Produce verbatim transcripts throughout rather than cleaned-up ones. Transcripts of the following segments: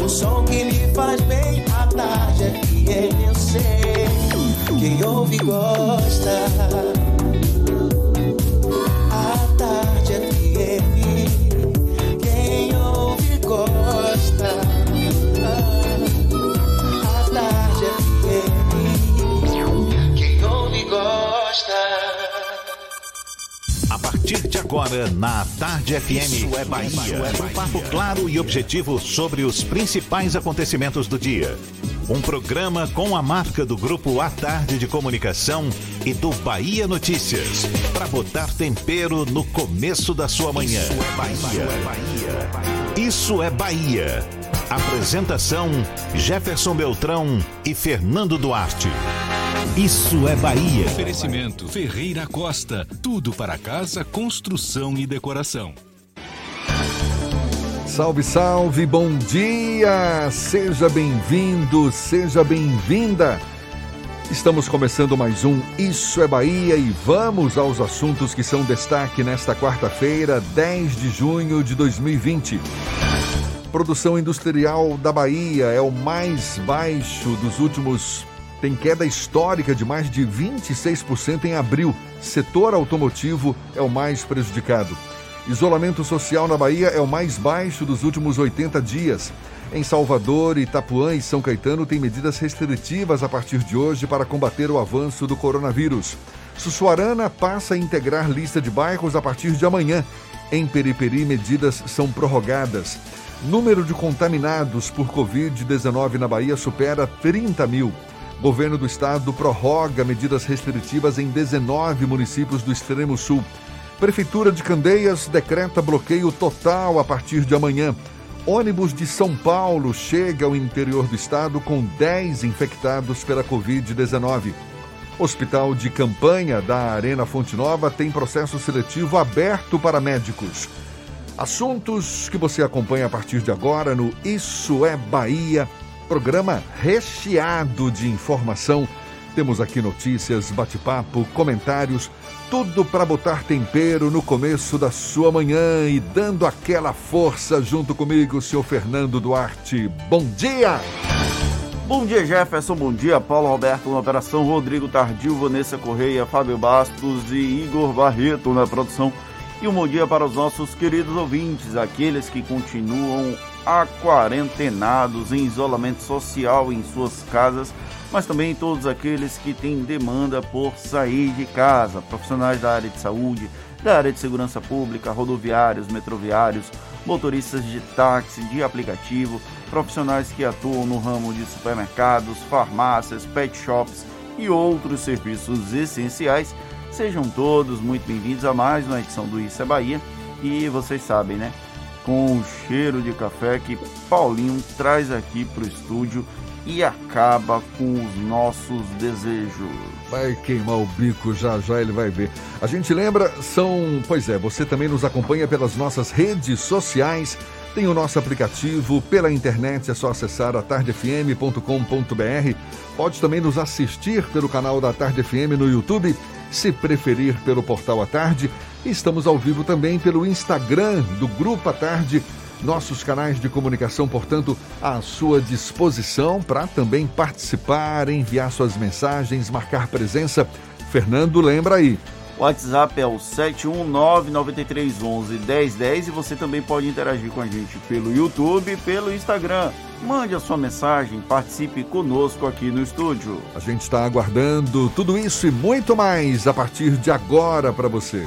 som que me faz bem. A Tarde F M eu sei, quem ouve gosta. A Tarde F M, quem ouve gosta. A Tarde F M, quem ouve gosta. A partir de agora, na Tarde F M, Isso é Bahia. Um papo claro e objetivo sobre os principais acontecimentos do dia. Um programa com a marca do Grupo A Tarde de Comunicação e do Bahia Notícias, para botar tempero no começo da sua manhã. Isso é Bahia. Isso é Bahia. Apresentação: Jefferson Beltrão e Fernando Duarte. Isso é Bahia. Oferecimento Ferreira Costa. Tudo para casa, construção e decoração. Salve, salve, bom dia! Seja bem-vindo, seja bem-vinda. Estamos começando mais um Isso é Bahia e vamos aos assuntos que são destaque nesta quarta-feira, dez de junho de dois mil e vinte. Produção industrial da Bahia é o mais baixo dos últimos... Tem queda histórica de mais de vinte e seis por cento em abril. Setor automotivo é o mais prejudicado. Isolamento social na Bahia é o mais baixo dos últimos oitenta dias. Em Salvador, Itapuã e São Caetano tem medidas restritivas a partir de hoje para combater o avanço do coronavírus. Sussuarana passa a integrar lista de bairros a partir de amanhã. Em Periperi, medidas são prorrogadas. Número de contaminados por covid dezenove na Bahia supera trinta mil. Governo do Estado prorroga medidas restritivas em dezenove municípios do extremo sul. Prefeitura de Candeias decreta bloqueio total a partir de amanhã. Ônibus de São Paulo chega ao interior do estado com dez infectados pela covid dezenove. Hospital de campanha da Arena Fonte Nova tem processo seletivo aberto para médicos. Assuntos que você acompanha a partir de agora no Isso é Bahia. Programa recheado de informação. Temos aqui notícias, bate-papo, comentários, tudo para botar tempero no começo da sua manhã e dando aquela força junto comigo, o senhor Fernando Duarte. Bom dia! Bom dia, Jefferson. Bom dia, Paulo Roberto na operação, Rodrigo Tardio, Vanessa Correia, Fábio Bastos e Igor Barreto na produção. E um bom dia para os nossos queridos ouvintes, aqueles que continuam aquarentenados em isolamento social em suas casas, mas também todos aqueles que têm demanda por sair de casa, profissionais da área de saúde, da área de segurança pública, rodoviários, metroviários, motoristas de táxi, de aplicativo, profissionais que atuam no ramo de supermercados, farmácias, pet shops e outros serviços essenciais. Sejam todos muito bem-vindos a mais uma edição do Isso é Bahia. E vocês sabem, né? Com o cheiro de café que Paulinho traz aqui para o estúdio e acaba com os nossos desejos. Vai queimar o bico, já já ele vai ver. A gente lembra, são... Pois é, você também nos acompanha pelas nossas redes sociais. Tem o nosso aplicativo, pela internet é só acessar a tarde f m ponto com ponto b r. Pode também nos assistir pelo canal da Tarde F M no YouTube, se preferir pelo portal A Tarde. Estamos ao vivo também pelo Instagram do Grupo A Tarde. Nossos canais de comunicação, portanto, à sua disposição para também participar, enviar suas mensagens, marcar presença. Fernando, lembra aí. O WhatsApp é o sete um nove, nove três um um, um zero um zero e você também pode interagir com a gente pelo YouTube e pelo Instagram. Mande a sua mensagem, participe conosco aqui no estúdio. A gente está aguardando tudo isso e muito mais a partir de agora para você.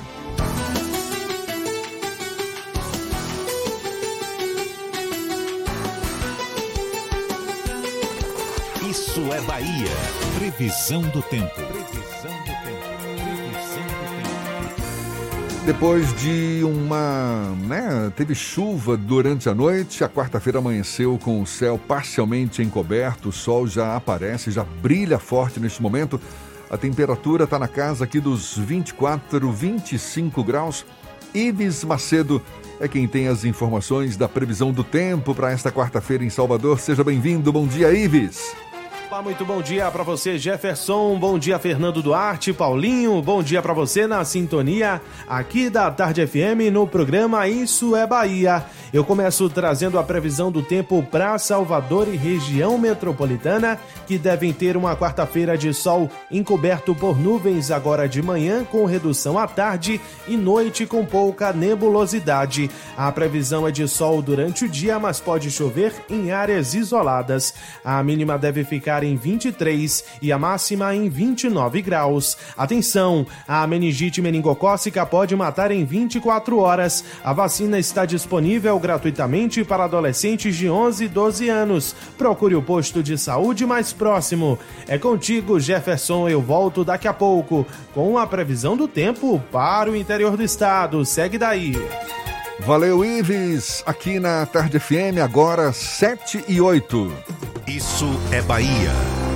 Isso é Bahia. Previsão do tempo. Previsão do tempo. Previsão do tempo. Depois de uma, né, teve chuva durante a noite, a quarta-feira amanheceu com o céu parcialmente encoberto, o sol já aparece, já brilha forte neste momento. A temperatura está na casa aqui dos vinte e quatro, vinte e cinco graus. Ives Macedo é quem tem as informações da previsão do tempo para esta quarta-feira em Salvador. Seja bem-vindo. Bom dia, Ives. Olá, muito bom dia para você, Jefferson. Bom dia, Fernando Duarte, Paulinho. Bom dia para você na sintonia aqui da Tarde F M no programa Isso é Bahia. Eu começo trazendo a previsão do tempo para Salvador e região metropolitana, que devem ter uma quarta-feira de sol encoberto por nuvens agora de manhã, com redução à tarde e noite com pouca nebulosidade. A previsão é de sol durante o dia, mas pode chover em áreas isoladas. A mínima deve ficar em vinte e três e a máxima em vinte e nove graus. Atenção, a meningite meningocócica pode matar em vinte e quatro horas. A vacina está disponível gratuitamente para adolescentes de onze e doze anos. Procure o posto de saúde mais próximo. É contigo, Jefferson. Eu volto daqui a pouco com a previsão do tempo para o interior do estado. Segue daí. Valeu, Ives. Aqui na Tarde F M, agora sete e oito. Isso é Bahia.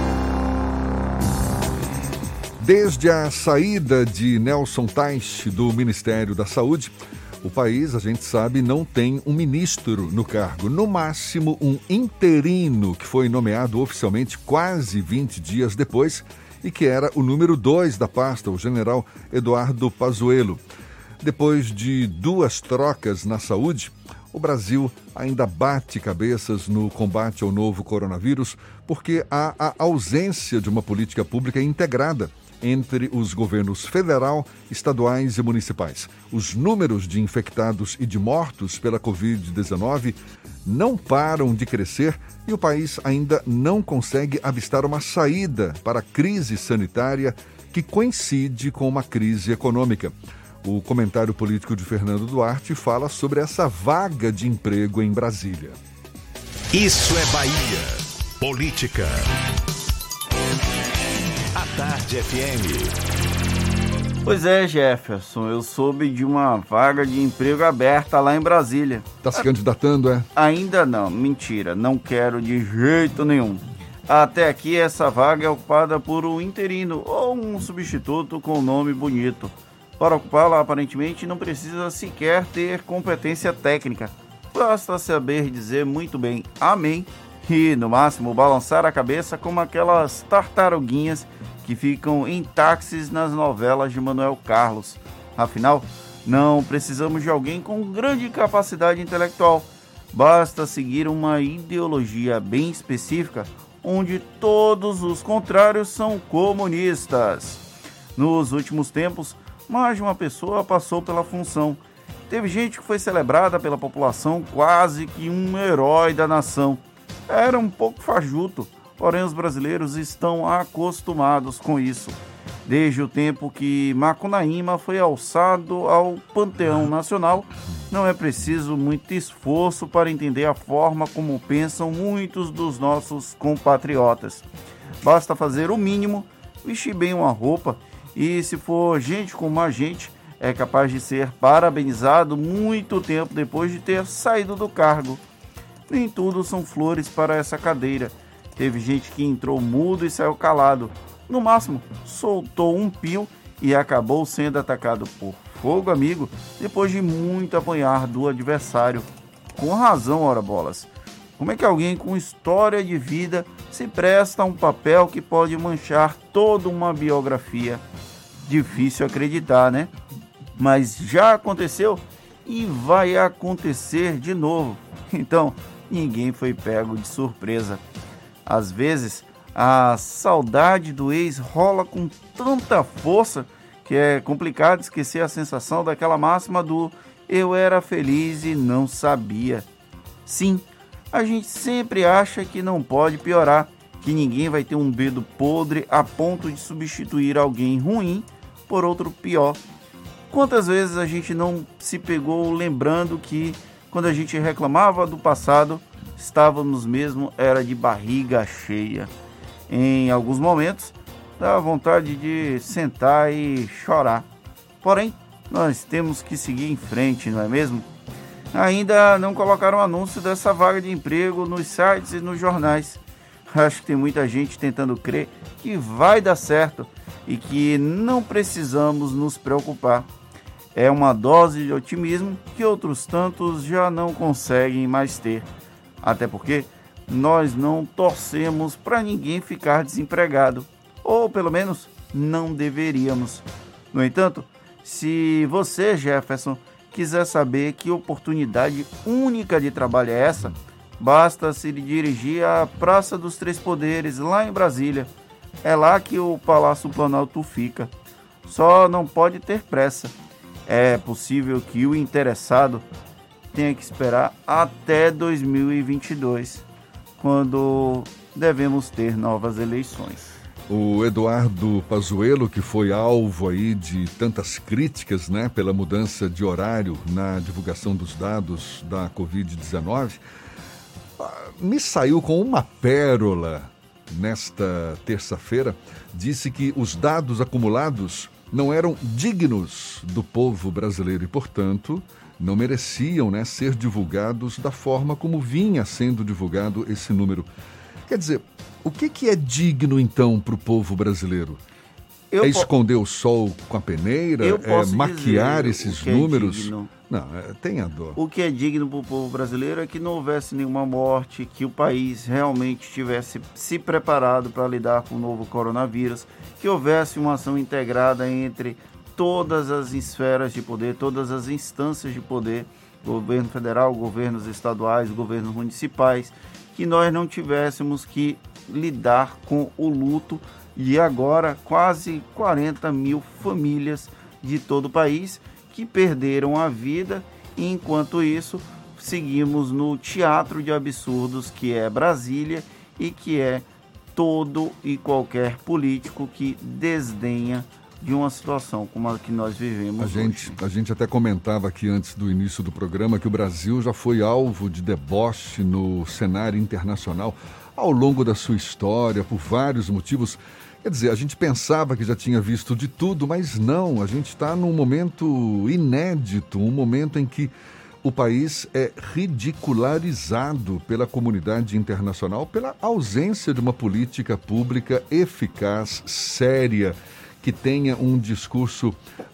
Desde a saída de Nelson Teich do Ministério da Saúde, o país, a gente sabe, não tem um ministro no cargo. No máximo, um interino que foi nomeado oficialmente quase vinte dias depois e que era o número dois da pasta, o general Eduardo Pazuello. Depois de duas trocas na saúde, o Brasil ainda bate cabeças no combate ao novo coronavírus porque há a ausência de uma política pública integrada entre os governos federal, estaduais e municipais. Os números de infectados e de mortos pela covid dezenove não param de crescer e o país ainda não consegue avistar uma saída para a crise sanitária que coincide com uma crise econômica. O comentário político de Fernando Duarte fala sobre essa vaga de emprego em Brasília. Isso é Bahia. Política. A Tarde F M. Pois é, Jefferson, eu soube de uma vaga de emprego aberta lá em Brasília. Está se candidatando, é? Ainda não, mentira, não quero de jeito nenhum. Até aqui essa vaga é ocupada por um interino ou um substituto com nome bonito. Para ocupá-la, aparentemente, não precisa sequer ter competência técnica. Basta saber dizer muito bem amém e, no máximo, balançar a cabeça como aquelas tartaruguinhas que ficam em táxis nas novelas de Manuel Carlos. Afinal, não precisamos de alguém com grande capacidade intelectual. Basta seguir uma ideologia bem específica, onde todos os contrários são comunistas. Nos últimos tempos, mais de uma pessoa passou pela função. Teve gente que foi celebrada pela população quase que um herói da nação. Era um pouco fajuto, porém os brasileiros estão acostumados com isso. Desde o tempo que Macunaíma foi alçado ao Panteão Nacional, não é preciso muito esforço para entender a forma como pensam muitos dos nossos compatriotas. Basta fazer o mínimo, vestir bem uma roupa, e se for gente como a gente, é capaz de ser parabenizado muito tempo depois de ter saído do cargo. Nem tudo são flores para essa cadeira. Teve gente que entrou mudo e saiu calado. No máximo, soltou um pio e acabou sendo atacado por fogo amigo depois de muito apanhar do adversário. Com razão, ora bolas. Como é que alguém com história de vida se presta a um papel que pode manchar toda uma biografia? Difícil acreditar, né? Mas já aconteceu e vai acontecer de novo. Então, ninguém foi pego de surpresa. Às vezes, a saudade do ex rola com tanta força que é complicado esquecer a sensação daquela máxima do eu era feliz e não sabia. Sim, a gente sempre acha que não pode piorar, que ninguém vai ter um dedo podre a ponto de substituir alguém ruim por outro pior. Quantas vezes a gente não se pegou lembrando que, quando a gente reclamava do passado, estávamos mesmo era de barriga cheia. Em alguns momentos, dá vontade de sentar e chorar. Porém, nós temos que seguir em frente, não é mesmo? Ainda não colocaram anúncio dessa vaga de emprego nos sites e nos jornais. Acho que tem muita gente tentando crer que vai dar certo e que não precisamos nos preocupar. É uma dose de otimismo que outros tantos já não conseguem mais ter. Até porque nós não torcemos para ninguém ficar desempregado, ou pelo menos não deveríamos. No entanto, se você, Jefferson, quiser saber que oportunidade única de trabalho é essa, basta se dirigir à Praça dos Três Poderes, lá em Brasília. É lá que o Palácio Planalto fica. Só não pode ter pressa. É possível que o interessado tenha que esperar até dois mil e vinte e dois, quando devemos ter novas eleições. O Eduardo Pazuello, que foi alvo aí de tantas críticas, né, pela mudança de horário na divulgação dos dados da covid dezenove, me saiu com uma pérola nesta terça-feira. Disse que os dados acumulados não eram dignos do povo brasileiro e, portanto, não mereciam, né, ser divulgados da forma como vinha sendo divulgado esse número. Quer dizer, o que, que é digno, então, para o povo brasileiro? Eu é esconder po... o sol com a peneira? É maquiar esses números? É não, é, tenha dó. O que é digno para o povo brasileiro é que não houvesse nenhuma morte, que o país realmente tivesse se preparado para lidar com o novo coronavírus, que houvesse uma ação integrada entre todas as esferas de poder, todas as instâncias de poder, governo federal, governos estaduais, governos municipais, que nós não tivéssemos que lidar com o luto de agora quase quarenta mil famílias de todo o país que perderam a vida, e enquanto isso seguimos no teatro de absurdos que é Brasília e que é todo e qualquer político que desdenha de uma situação como a que nós vivemos a gente, hoje. A gente até comentava aqui antes do início do programa que o Brasil já foi alvo de deboche no cenário internacional ao longo da sua história, por vários motivos. Quer dizer, a gente pensava que já tinha visto de tudo, mas não, a gente está num momento inédito, um momento em que o país é ridicularizado pela comunidade internacional pela ausência de uma política pública eficaz, séria, que tenha um discurso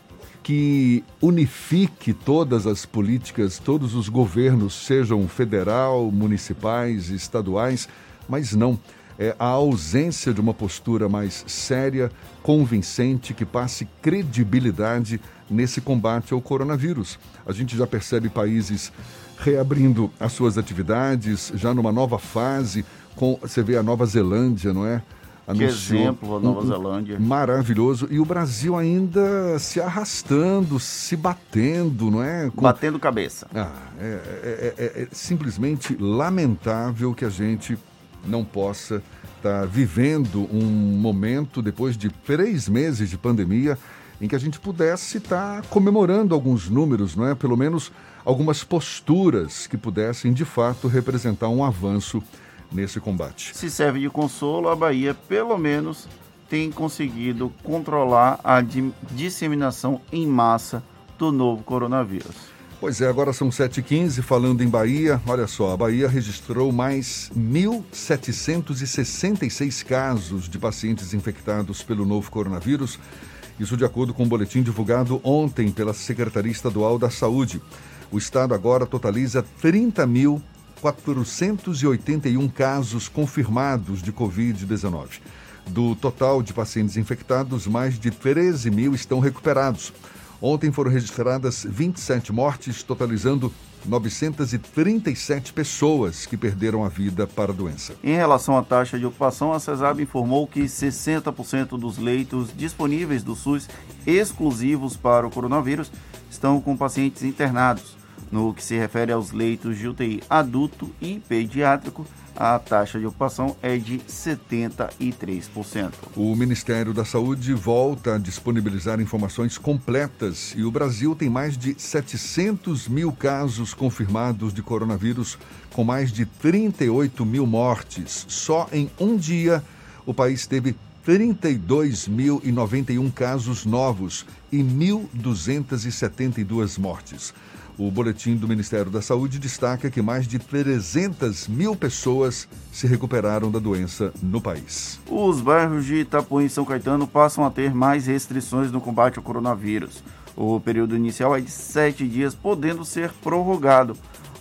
que unifique todas as políticas, todos os governos, sejam federal, municipais, estaduais, mas não. É a ausência de uma postura mais séria, convincente, que passe credibilidade nesse combate ao coronavírus. A gente já percebe países reabrindo as suas atividades, já numa nova fase, com, você vê a Nova Zelândia, não é? Anunciou que exemplo, a Nova um, Zelândia. Maravilhoso. E o Brasil ainda se arrastando, se batendo, não é? Com... Batendo cabeça. Ah, é, é, é, é simplesmente lamentável que a gente não possa estar vivendo um momento, depois de três meses de pandemia, em que a gente pudesse estar comemorando alguns números, não é? Pelo menos algumas posturas que pudessem, de fato, representar um avanço nesse combate. Se serve de consolo, a Bahia, pelo menos, tem conseguido controlar a di- disseminação em massa do novo coronavírus. Pois é, agora são sete e quinze, falando em Bahia, olha só, a Bahia registrou mais mil setecentos e sessenta e seis casos de pacientes infectados pelo novo coronavírus, isso de acordo com o boletim divulgado ontem pela Secretaria Estadual da Saúde. O estado agora totaliza trinta mil quatrocentos e oitenta e um casos confirmados de covid dezenove. Do total de pacientes infectados, mais de treze mil estão recuperados. Ontem foram registradas vinte e sete mortes, totalizando novecentas e trinta e sete pessoas que perderam a vida para a doença. Em relação à taxa de ocupação, a CESAB informou que sessenta por cento dos leitos disponíveis do SUS exclusivos para o coronavírus estão com pacientes internados. No que se refere aos leitos de U T I adulto e pediátrico, a taxa de ocupação é de setenta e três por cento. O Ministério da Saúde volta a disponibilizar informações completas e o Brasil tem mais de setecentos mil casos confirmados de coronavírus, com mais de trinta e oito mil mortes. Só em um dia, o país teve trinta e dois mil e noventa e um casos novos e mil duzentas e setenta e duas mortes. O boletim do Ministério da Saúde destaca que mais de trezentas mil pessoas se recuperaram da doença no país. Os bairros de Itapuã e São Caetano passam a ter mais restrições no combate ao coronavírus. O período inicial é de sete dias, podendo ser prorrogado.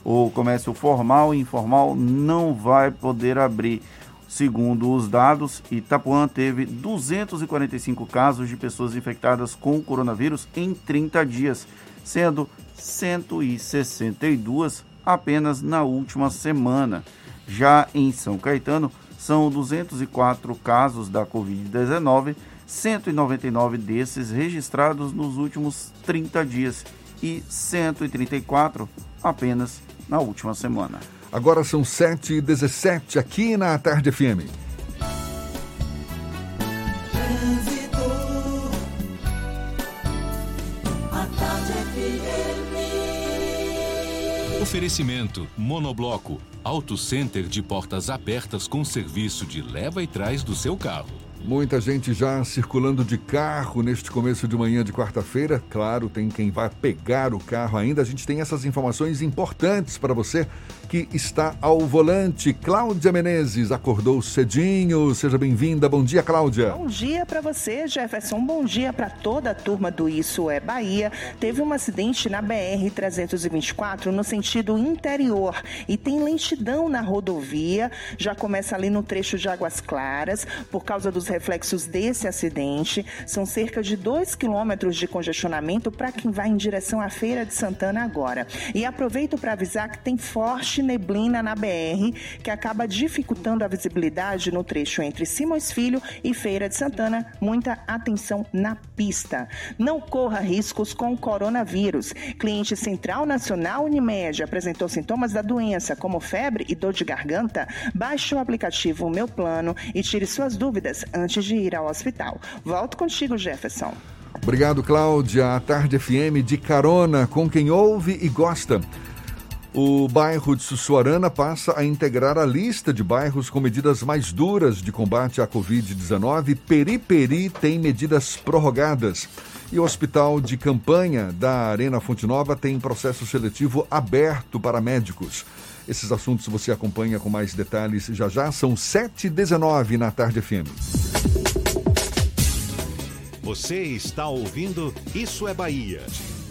O comércio formal e informal não vai poder abrir. Segundo os dados, Itapuã teve duzentos e quarenta e cinco casos de pessoas infectadas com o coronavírus em trinta dias, sendo cento e sessenta e duas apenas na última semana. Já em São Caetano, são duzentos e quatro casos da covid dezenove, cento e noventa e nove desses registrados nos últimos trinta dias e cento e trinta e quatro apenas na última semana. Agora são sete e dezessete aqui na Tarde F M. Oferecimento Monobloco, Auto Center de portas abertas com serviço de leva e trás do seu carro. Muita gente já circulando de carro neste começo de manhã de quarta-feira. Claro, tem quem vai pegar o carro ainda. A gente tem essas informações importantes para você que está ao volante. Cláudia Menezes acordou cedinho. Seja bem-vinda. Bom dia, Cláudia. Bom dia para você, Jefferson. Bom dia para toda a turma do Isso é Bahia. Teve um acidente na B R trezentos e vinte e quatro no sentido interior e tem lentidão na rodovia. Já começa ali no trecho de Águas Claras por causa dos reflexos desse acidente. São cerca de dois quilômetros de congestionamento para quem vai em direção à Feira de Santana agora. E aproveito para avisar que tem forte neblina na B R, que acaba dificultando a visibilidade no trecho entre Simões Filho e Feira de Santana. Muita atenção na pista. Não corra riscos com o coronavírus. Cliente Central Nacional Unimed apresentou sintomas da doença, como febre e dor de garganta? Baixe o aplicativo Meu Plano e tire suas dúvidas antes de ir ao hospital. Volto contigo, Jefferson. Obrigado, Cláudia. A Tarde F M de carona com quem ouve e gosta. O bairro de Sussuarana passa a integrar a lista de bairros com medidas mais duras de combate à covid dezenove. Periperi tem medidas prorrogadas. E o Hospital de Campanha da Arena Fonte Nova tem processo seletivo aberto para médicos. Esses assuntos você acompanha com mais detalhes já já. São sete e dezenove na Tarde F M. Você está ouvindo Isso é Bahia.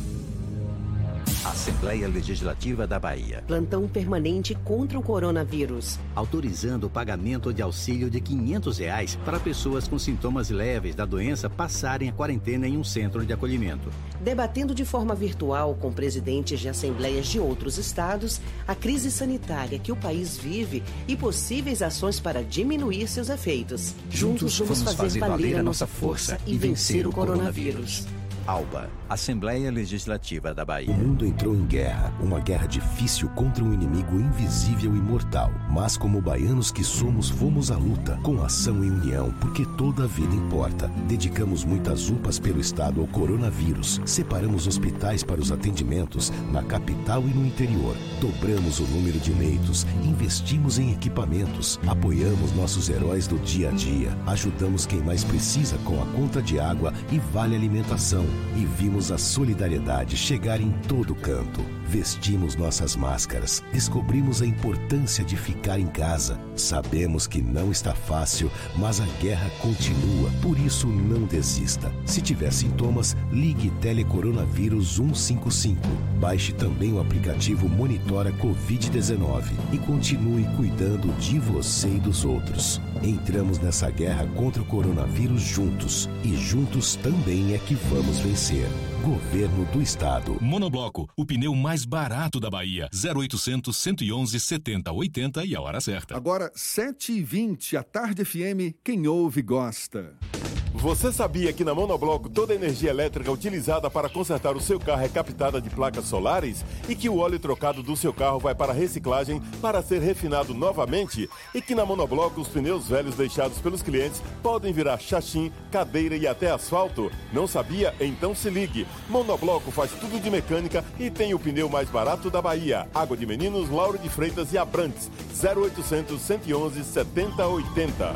Assembleia Legislativa da Bahia. Plantão permanente contra o coronavírus. Autorizando o pagamento de auxílio de quinhentos reais para pessoas com sintomas leves da doença passarem a quarentena em um centro de acolhimento. Debatendo de forma virtual com presidentes de assembleias de outros estados a crise sanitária que o país vive e possíveis ações para diminuir seus efeitos. Juntos, Juntos vamos, vamos fazer, fazer valer a nossa força e vencer o coronavírus. ALBA, Assembleia Legislativa da Bahia. O mundo entrou em guerra, uma guerra difícil contra um inimigo invisível e mortal. Mas como baianos que somos, fomos à luta, com ação e união, porque toda a vida importa. Dedicamos muitas U P As pelo estado ao coronavírus. Separamos hospitais para os atendimentos na capital e no interior. Dobramos o número de leitos, investimos em equipamentos, apoiamos nossos heróis do dia a dia, ajudamos quem mais precisa com a conta de água e vale alimentação. E vimos a solidariedade chegar em todo canto. Vestimos nossas máscaras, descobrimos a importância de ficar em casa. Sabemos que não está fácil, mas a guerra continua, por isso não desista. Se tiver sintomas, ligue Telecoronavírus um cinco cinco. Baixe também o aplicativo Monitora covid dezenove e continue cuidando de você e dos outros. Entramos nessa guerra contra o coronavírus juntos, e juntos também é que vamos vencer. Governo do Estado. Monobloco, o pneu mais barato da Bahia. zero oitocentos, cento e onze, setenta, oitenta e a hora certa. Agora, sete e vinte, a Tarde F M, quem ouve gosta. Você sabia que na Monobloco toda a energia elétrica utilizada para consertar o seu carro é captada de placas solares? E que o óleo trocado do seu carro vai para reciclagem para ser refinado novamente? E que na Monobloco os pneus velhos deixados pelos clientes podem virar chachim, cadeira e até asfalto? Não sabia? Então se ligue. Monobloco faz tudo de mecânica e tem o pneu mais barato da Bahia. Água de Meninos, Lauro de Freitas e Abrantes. zero oitocentos, cento e onze, setenta, oitenta.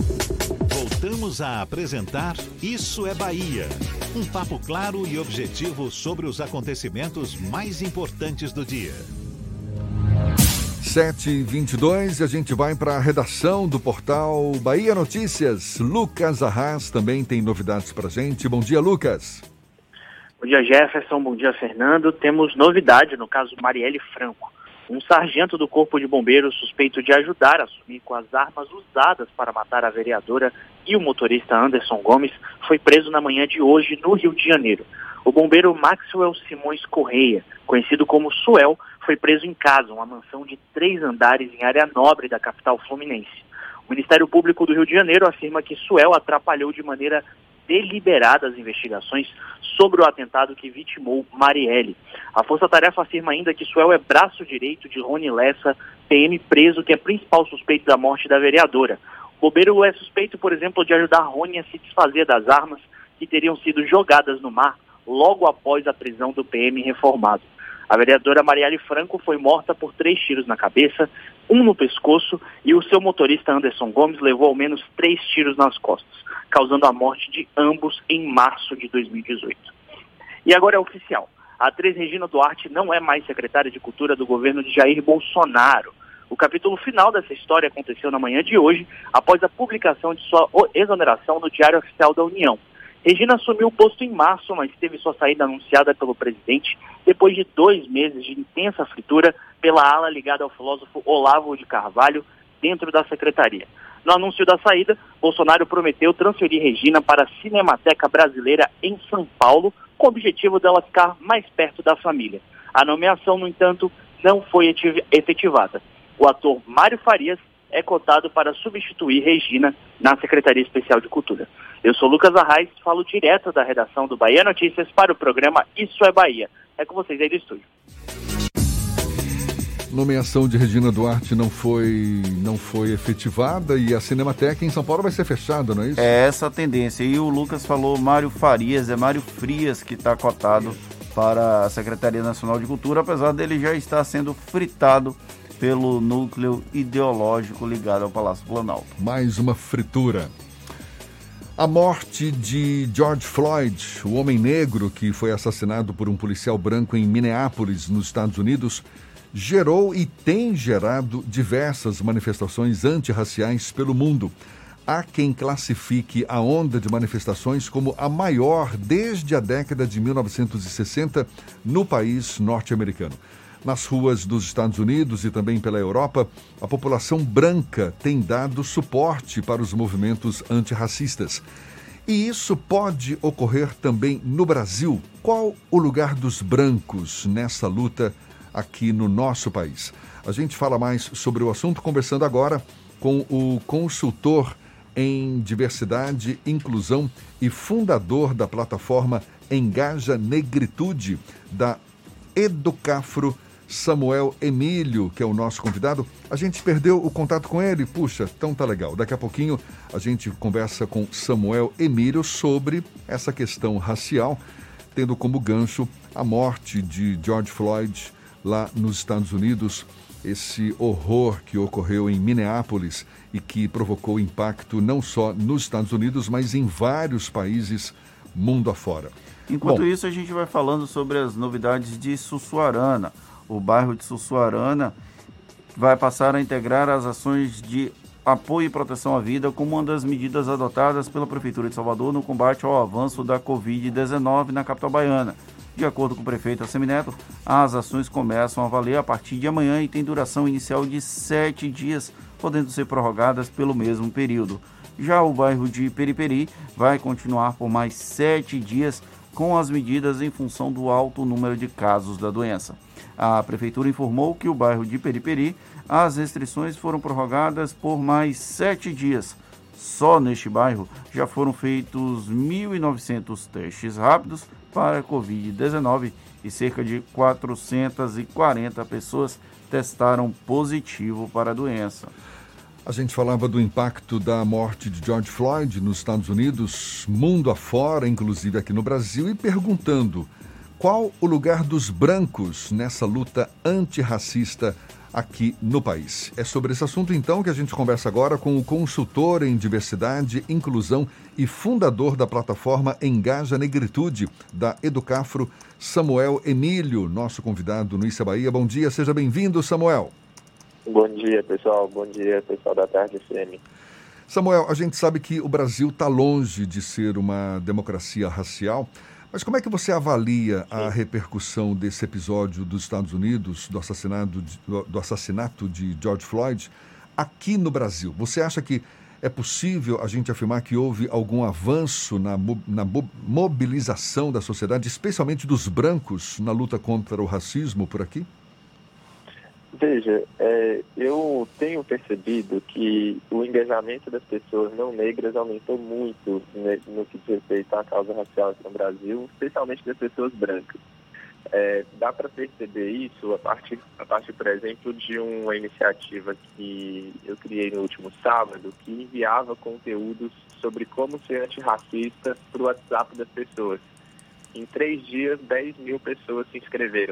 Voltamos a apresentar Isso é Bahia. Um papo claro e objetivo sobre os acontecimentos mais importantes do dia. sete e vinte e dois, e a gente vai para a redação do portal Bahia Notícias. Lucas Arras também tem novidades para a gente. Bom dia, Lucas. Bom dia, Jefferson. Bom dia, Fernando. Temos novidade no caso Marielle Franco. Um sargento do Corpo de Bombeiros, suspeito de ajudar a sumir com as armas usadas para matar a vereadora e o motorista Anderson Gomes, foi preso na manhã de hoje no Rio de Janeiro. O bombeiro Maxwell Simões Correia, conhecido como Suel, foi preso em casa, uma mansão de três andares em área nobre da capital fluminense. O Ministério Público do Rio de Janeiro afirma que Suel atrapalhou de maneira deliberada as investigações sobre o atentado que vitimou Marielle. A Força Tarefa afirma ainda que Suel é braço direito de Rony Lessa, P M preso, que é principal suspeito da morte da vereadora. O bombeiro é suspeito, por exemplo, de ajudar Rony a se desfazer das armas que teriam sido jogadas no mar logo após a prisão do P M reformado. A vereadora Marielle Franco foi morta por três tiros na cabeça, um no pescoço, e o seu motorista Anderson Gomes levou ao menos três tiros nas costas, causando a morte de ambos em março de dois mil e dezoito. E agora é oficial. A atriz Regina Duarte não é mais secretária de Cultura do governo de Jair Bolsonaro. O capítulo final dessa história aconteceu na manhã de hoje, após a publicação de sua exoneração no Diário Oficial da União. Regina assumiu o posto em março, mas teve sua saída anunciada pelo presidente depois de dois meses de intensa fritura pela ala ligada ao filósofo Olavo de Carvalho dentro da secretaria. No anúncio da saída, Bolsonaro prometeu transferir Regina para a Cinemateca Brasileira em São Paulo, com o objetivo dela ficar mais perto da família. A nomeação, no entanto, não foi efetivada. O ator Mário Farias é cotado para substituir Regina na Secretaria Especial de Cultura. Eu sou Lucas Arraes, falo direto da redação do Bahia Notícias para o programa Isso é Bahia. É com vocês aí do estúdio. Nomeação de Regina Duarte não foi, não foi efetivada e a Cinemateca em São Paulo vai ser fechada, não é isso? É essa a tendência. E o Lucas falou Mário Farias, é Mário Frias que está cotado para a Secretaria Nacional de Cultura, apesar dele já estar sendo fritado pelo núcleo ideológico ligado ao Palácio Planalto. Mais uma fritura. A morte de George Floyd, o homem negro que foi assassinado por um policial branco em Minneapolis, nos Estados Unidos, gerou e tem gerado diversas manifestações antirraciais pelo mundo. Há quem classifique a onda de manifestações como a maior desde a década de mil novecentos e sessenta no país norte-americano. Nas ruas dos Estados Unidos e também pela Europa, a população branca tem dado suporte para os movimentos antirracistas. E isso pode ocorrer também no Brasil. Qual o lugar dos brancos nessa luta aqui no nosso país? A gente fala mais sobre o assunto conversando agora com o consultor em diversidade, inclusão e fundador da plataforma Engaja Negritude, da Educafro, Samuel Emílio, que é o nosso convidado. A gente perdeu o contato com ele, puxa, então tá legal. Daqui a pouquinho a gente conversa com Samuel Emílio sobre essa questão racial, tendo como gancho a morte de George Floyd lá nos Estados Unidos, esse horror que ocorreu em Minneapolis e que provocou impacto não só nos Estados Unidos, mas em vários países mundo afora. Enquanto Bom, isso, a gente vai falando sobre as novidades de Sussuarana. O bairro de Sussuarana vai passar a integrar as ações de apoio e proteção à vida como uma das medidas adotadas pela Prefeitura de Salvador no combate ao avanço da covid dezenove na capital baiana. De acordo com o prefeito Assemineto, as ações começam a valer a partir de amanhã e têm duração inicial de sete dias, podendo ser prorrogadas pelo mesmo período. Já o bairro de Periperi vai continuar por mais sete dias com as medidas em função do alto número de casos da doença. A Prefeitura informou que o bairro de Periperi, as restrições foram prorrogadas por mais sete dias. Só neste bairro já foram feitos mil e novecentos testes rápidos para a covid dezenove e cerca de quatrocentas e quarenta pessoas testaram positivo para a doença. A gente falava do impacto da morte de George Floyd nos Estados Unidos, mundo afora, inclusive aqui no Brasil, e perguntando qual o lugar dos brancos nessa luta antirracista aqui no país. É sobre esse assunto, então, que a gente conversa agora com o consultor em diversidade, inclusão e fundador da plataforma Engaja Negritude, da Educafro, Samuel Emílio, nosso convidado no Isso é Bahia. Bom dia, seja bem-vindo, Samuel. Bom dia, pessoal. Bom dia, pessoal da Tarde F M. Samuel, a gente sabe que o Brasil está longe de ser uma democracia racial, Mas como é que você avalia a repercussão desse episódio dos Estados Unidos, do assassinato de, do assassinato de George Floyd, aqui no Brasil? Você acha que é possível a gente afirmar que houve algum avanço na, na mobilização da sociedade, especialmente dos brancos, na luta contra o racismo por aqui? Veja, é, eu tenho percebido que o engajamento das pessoas não negras aumentou muito né, no que diz respeito à causa racial aqui no Brasil, especialmente das pessoas brancas. É, dá para perceber isso a partir, a partir, por exemplo, de uma iniciativa que eu criei no último sábado, que enviava conteúdos sobre como ser antirracista para o WhatsApp das pessoas. Em três dias, dez mil pessoas se inscreveram.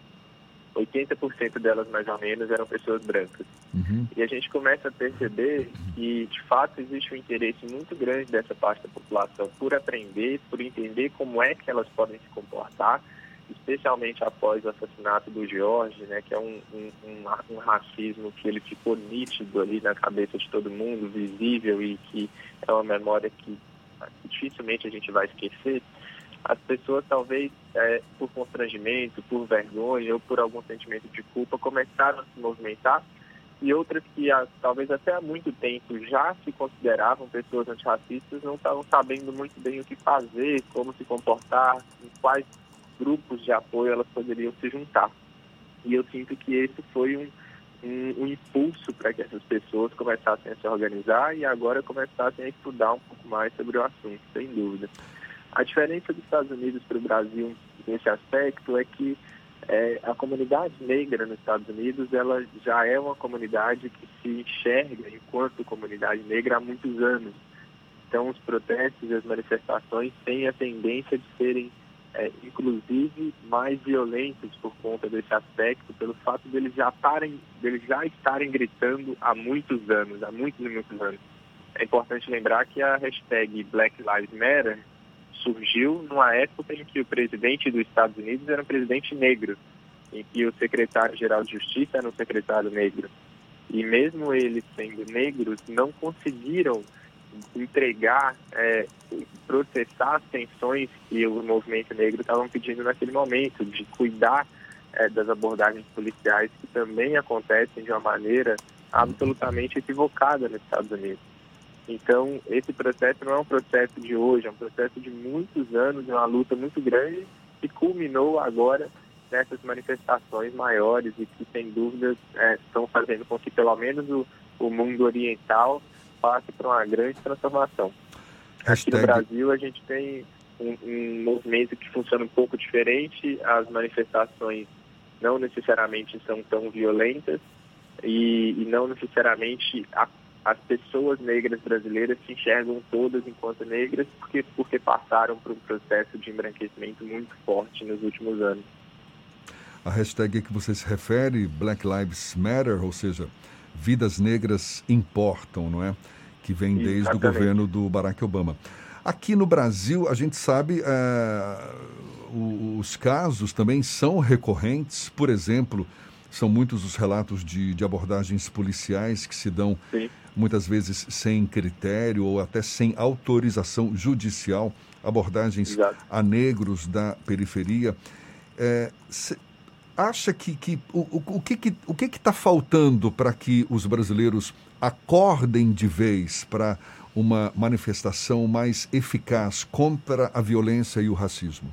oitenta por cento delas, mais ou menos, eram pessoas brancas. Uhum. E a gente começa a perceber que, de fato, existe um interesse muito grande dessa parte da população por aprender, por entender como é que elas podem se comportar, especialmente após o assassinato do George, né, que é um, um, um, um racismo que ele ficou nítido ali na cabeça de todo mundo, visível, e que é uma memória que dificilmente a gente vai esquecer. As pessoas, talvez, é, por constrangimento, por vergonha ou por algum sentimento de culpa, começaram a se movimentar, e outras que, há, talvez até há muito tempo, já se consideravam pessoas antirracistas, não estavam sabendo muito bem o que fazer, como se comportar, em quais grupos de apoio elas poderiam se juntar. E eu sinto que esse foi um, um, um impulso para que essas pessoas começassem a se organizar e agora começassem a estudar um pouco mais sobre o assunto, sem dúvida. A diferença dos Estados Unidos para o Brasil nesse aspecto é que é, a comunidade negra nos Estados Unidos ela já é uma comunidade que se enxerga enquanto comunidade negra há muitos anos. Então, os protestos e as manifestações têm a tendência de serem, é, inclusive, mais violentos por conta desse aspecto, pelo fato deles já, tarem, deles já estarem gritando há muitos anos, há muitos e muitos anos. É importante lembrar que a hashtag Black Lives Matter surgiu numa época em que o presidente dos Estados Unidos era um presidente negro, em que o secretário-geral de Justiça era um secretário negro. E mesmo eles sendo negros, não conseguiram entregar, é, processar as tensões que o movimento negro estavam pedindo naquele momento, de cuidar é, das abordagens policiais que também acontecem de uma maneira absolutamente equivocada nos Estados Unidos. Então, esse processo não é um processo de hoje, é um processo de muitos anos, é uma luta muito grande que culminou agora nessas manifestações maiores e que, sem dúvida, é, estão fazendo com que, pelo menos, o, o mundo oriental passe por uma grande transformação. Hashtag... Aqui no Brasil, a gente tem um, um movimento que funciona um pouco diferente, as manifestações não necessariamente são tão violentas e, e não necessariamente a as pessoas negras brasileiras se enxergam todas enquanto negras porque, porque passaram por um processo de embranquecimento muito forte nos últimos anos. A hashtag que você se refere, Black Lives Matter, ou seja, vidas negras importam, não é? Que vem desde Exatamente. o governo do Barack Obama. Aqui no Brasil, a gente sabe, é, os casos também são recorrentes, por exemplo, são muitos os relatos de, de abordagens policiais que se dão Sim. muitas vezes sem critério ou até sem autorização judicial, abordagens Exato. a negros da periferia. É, cê acha que, que o, o, o que que o que que está faltando para que os brasileiros acordem de vez para uma manifestação mais eficaz contra a violência e o racismo?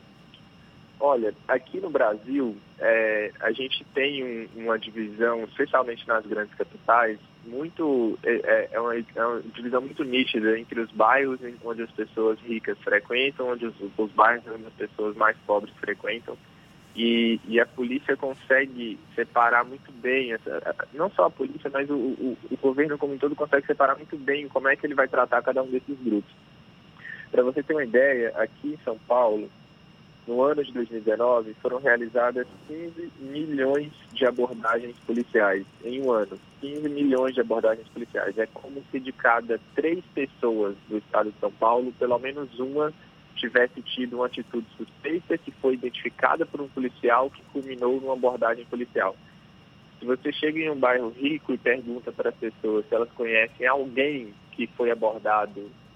Olha, aqui no Brasil, é, a gente tem um, uma divisão, especialmente nas grandes capitais, muito é, é, uma, é uma divisão muito nítida entre os bairros onde as pessoas ricas frequentam, onde os, os bairros onde as pessoas mais pobres frequentam. E, e a polícia consegue separar muito bem, essa, não só a polícia, mas o, o, o governo como um todo consegue separar muito bem como é que ele vai tratar cada um desses grupos. Para você ter uma ideia, aqui em São Paulo, no ano de dois mil e dezenove, foram realizadas quinze milhões de abordagens policiais em um ano. quinze milhões de abordagens policiais. É como se de cada três pessoas do estado de São Paulo, pelo menos uma tivesse tido uma atitude suspeita que foi identificada por um policial que culminou numa abordagem policial. Se você chega em um bairro rico e pergunta para as pessoas se elas conhecem alguém que foi abordado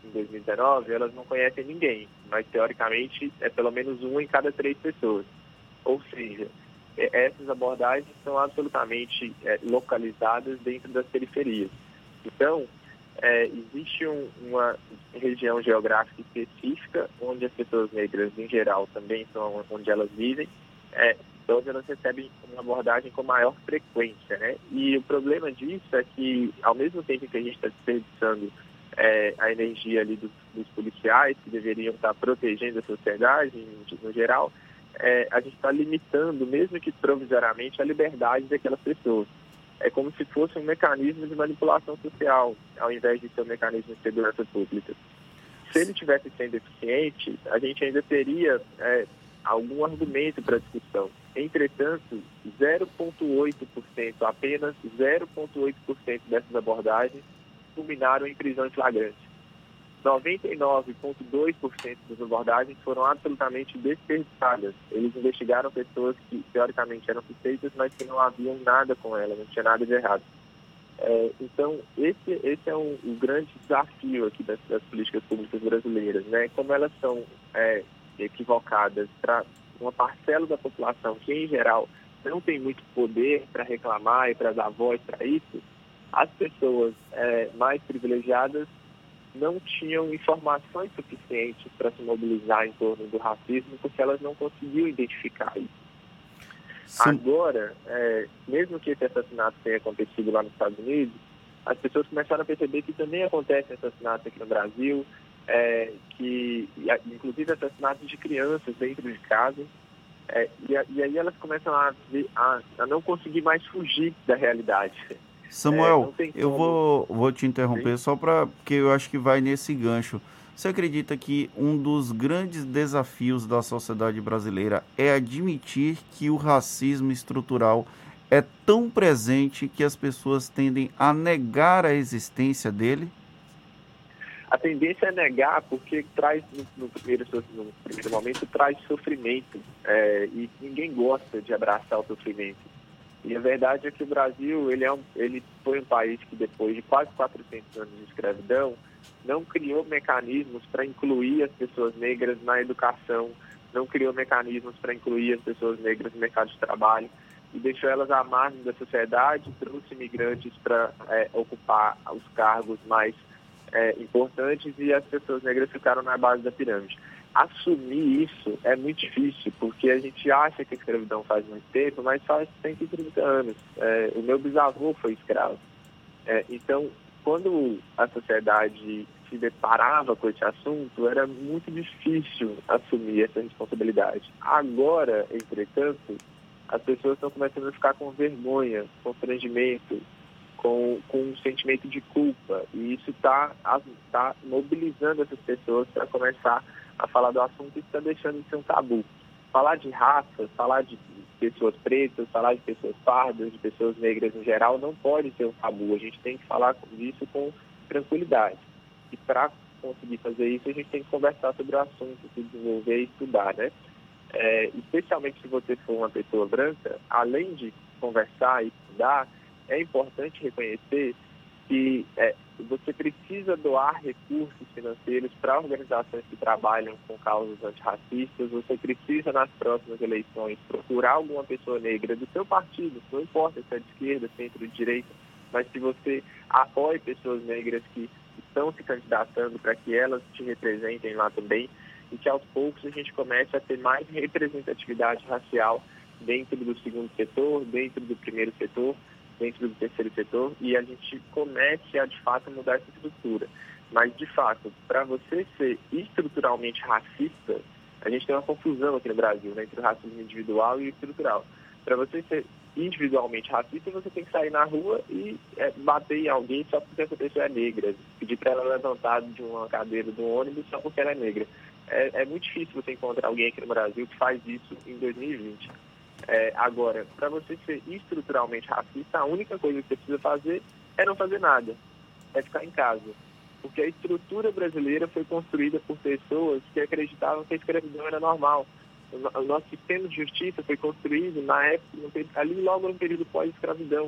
em dois mil e dezenove, elas não conhecem ninguém, mas teoricamente é pelo menos uma em cada três pessoas. Ou seja, essas abordagens são absolutamente é, localizadas dentro das periferias. Então, é, existe um, uma região geográfica específica onde as pessoas negras, em geral, também são onde elas vivem, é, onde elas recebem uma abordagem com maior frequência, né? E o problema disso é que, ao mesmo tempo que a gente está desperdiçando é, a energia ali dos, dos policiais, que deveriam estar protegendo a sociedade, no, no geral, é, a gente está limitando, mesmo que provisoriamente, a liberdade daquelas pessoas. É como se fosse um mecanismo de manipulação social, ao invés de ser um mecanismo de segurança pública. Se ele tivesse sendo eficiente, a gente ainda teria é, algum argumento para discussão. Entretanto, zero vírgula oito por cento, apenas zero vírgula oito por cento dessas abordagens culminaram em prisão em flagrante. noventa e nove vírgula dois por cento das abordagens foram absolutamente desperdiçadas. Eles investigaram pessoas que, teoricamente, eram suspeitas, mas que não haviam nada com elas, não tinha nada de errado. É, então, esse, esse é um, um grande desafio aqui das, das políticas públicas brasileiras, né? Como elas são é, equivocadas para uma parcela da população que, em geral, não tem muito poder para reclamar e para dar voz para isso, as pessoas é, mais privilegiadas não tinham informações suficientes para se mobilizar em torno do racismo, porque elas não conseguiam identificar isso. Sim. Agora, é, mesmo que esse assassinato tenha acontecido lá nos Estados Unidos, as pessoas começaram a perceber que também acontecem assassinatos aqui no Brasil, é, que, inclusive assassinatos de crianças dentro de casa, é, e, e aí elas começam a, a, a não conseguir mais fugir da realidade. Samuel, é, eu vou, vou te interromper Sim. só para porque eu acho que vai nesse gancho. Você acredita que um dos grandes desafios da sociedade brasileira é admitir que o racismo estrutural é tão presente que as pessoas tendem a negar a existência dele? A tendência é negar porque traz, no, no, primeiro, no primeiro momento, traz sofrimento. É, e ninguém gosta de abraçar o sofrimento. E a verdade é que o Brasil ele, é um, ele foi um país que, depois de quase quatrocentos anos de escravidão, não criou mecanismos para incluir as pessoas negras na educação, não criou mecanismos para incluir as pessoas negras no mercado de trabalho e deixou elas à margem da sociedade, trouxe imigrantes para é, ocupar os cargos mais é, importantes e as pessoas negras ficaram na base da pirâmide. Assumir isso é muito difícil, porque a gente acha que a escravidão faz muito tempo, mas faz cento e trinta anos. É, o meu bisavô foi escravo. É, então, quando a sociedade se deparava com esse assunto, era muito difícil assumir essa responsabilidade. Agora, entretanto, as pessoas estão começando a ficar com vergonha, constrangimento, com, com um sentimento de culpa. E isso está tá mobilizando essas pessoas para começar a falar do assunto e está deixando de ser um tabu. Falar de raça, falar de pessoas pretas, falar de pessoas pardas, de pessoas negras em geral, não pode ser um tabu. A gente tem que falar disso com tranquilidade. E para conseguir fazer isso, a gente tem que conversar sobre o assunto, se desenvolver e estudar, né? É, especialmente se você for uma pessoa branca, além de conversar e estudar, é importante reconhecer que é, você precisa doar recursos financeiros para organizações que trabalham com causas antirracistas, você precisa, nas próximas eleições, procurar alguma pessoa negra do seu partido, não importa se é de esquerda, centro, de direita, mas se você apoie pessoas negras que estão se candidatando para que elas te representem lá também, e que aos poucos a gente comece a ter mais representatividade racial dentro do segundo setor, dentro do primeiro setor, dentro do terceiro setor, e a gente comece a, de fato, mudar essa estrutura. Mas, de fato, para você ser estruturalmente racista, a gente tem uma confusão aqui no Brasil, né, entre o racismo individual e o estrutural. Para você ser individualmente racista, você tem que sair na rua e é, bater em alguém só porque essa pessoa é negra, pedir para ela levantar de uma cadeira do ônibus só porque ela é negra. É, é muito difícil você encontrar alguém aqui no Brasil que faz isso em dois mil e vinte. É, agora, para você ser estruturalmente racista, a única coisa que você precisa fazer é não fazer nada, é ficar em casa. Porque a estrutura brasileira foi construída por pessoas que acreditavam que a escravidão era normal. O nosso sistema de justiça foi construído na época, ali logo no período pós-escravidão.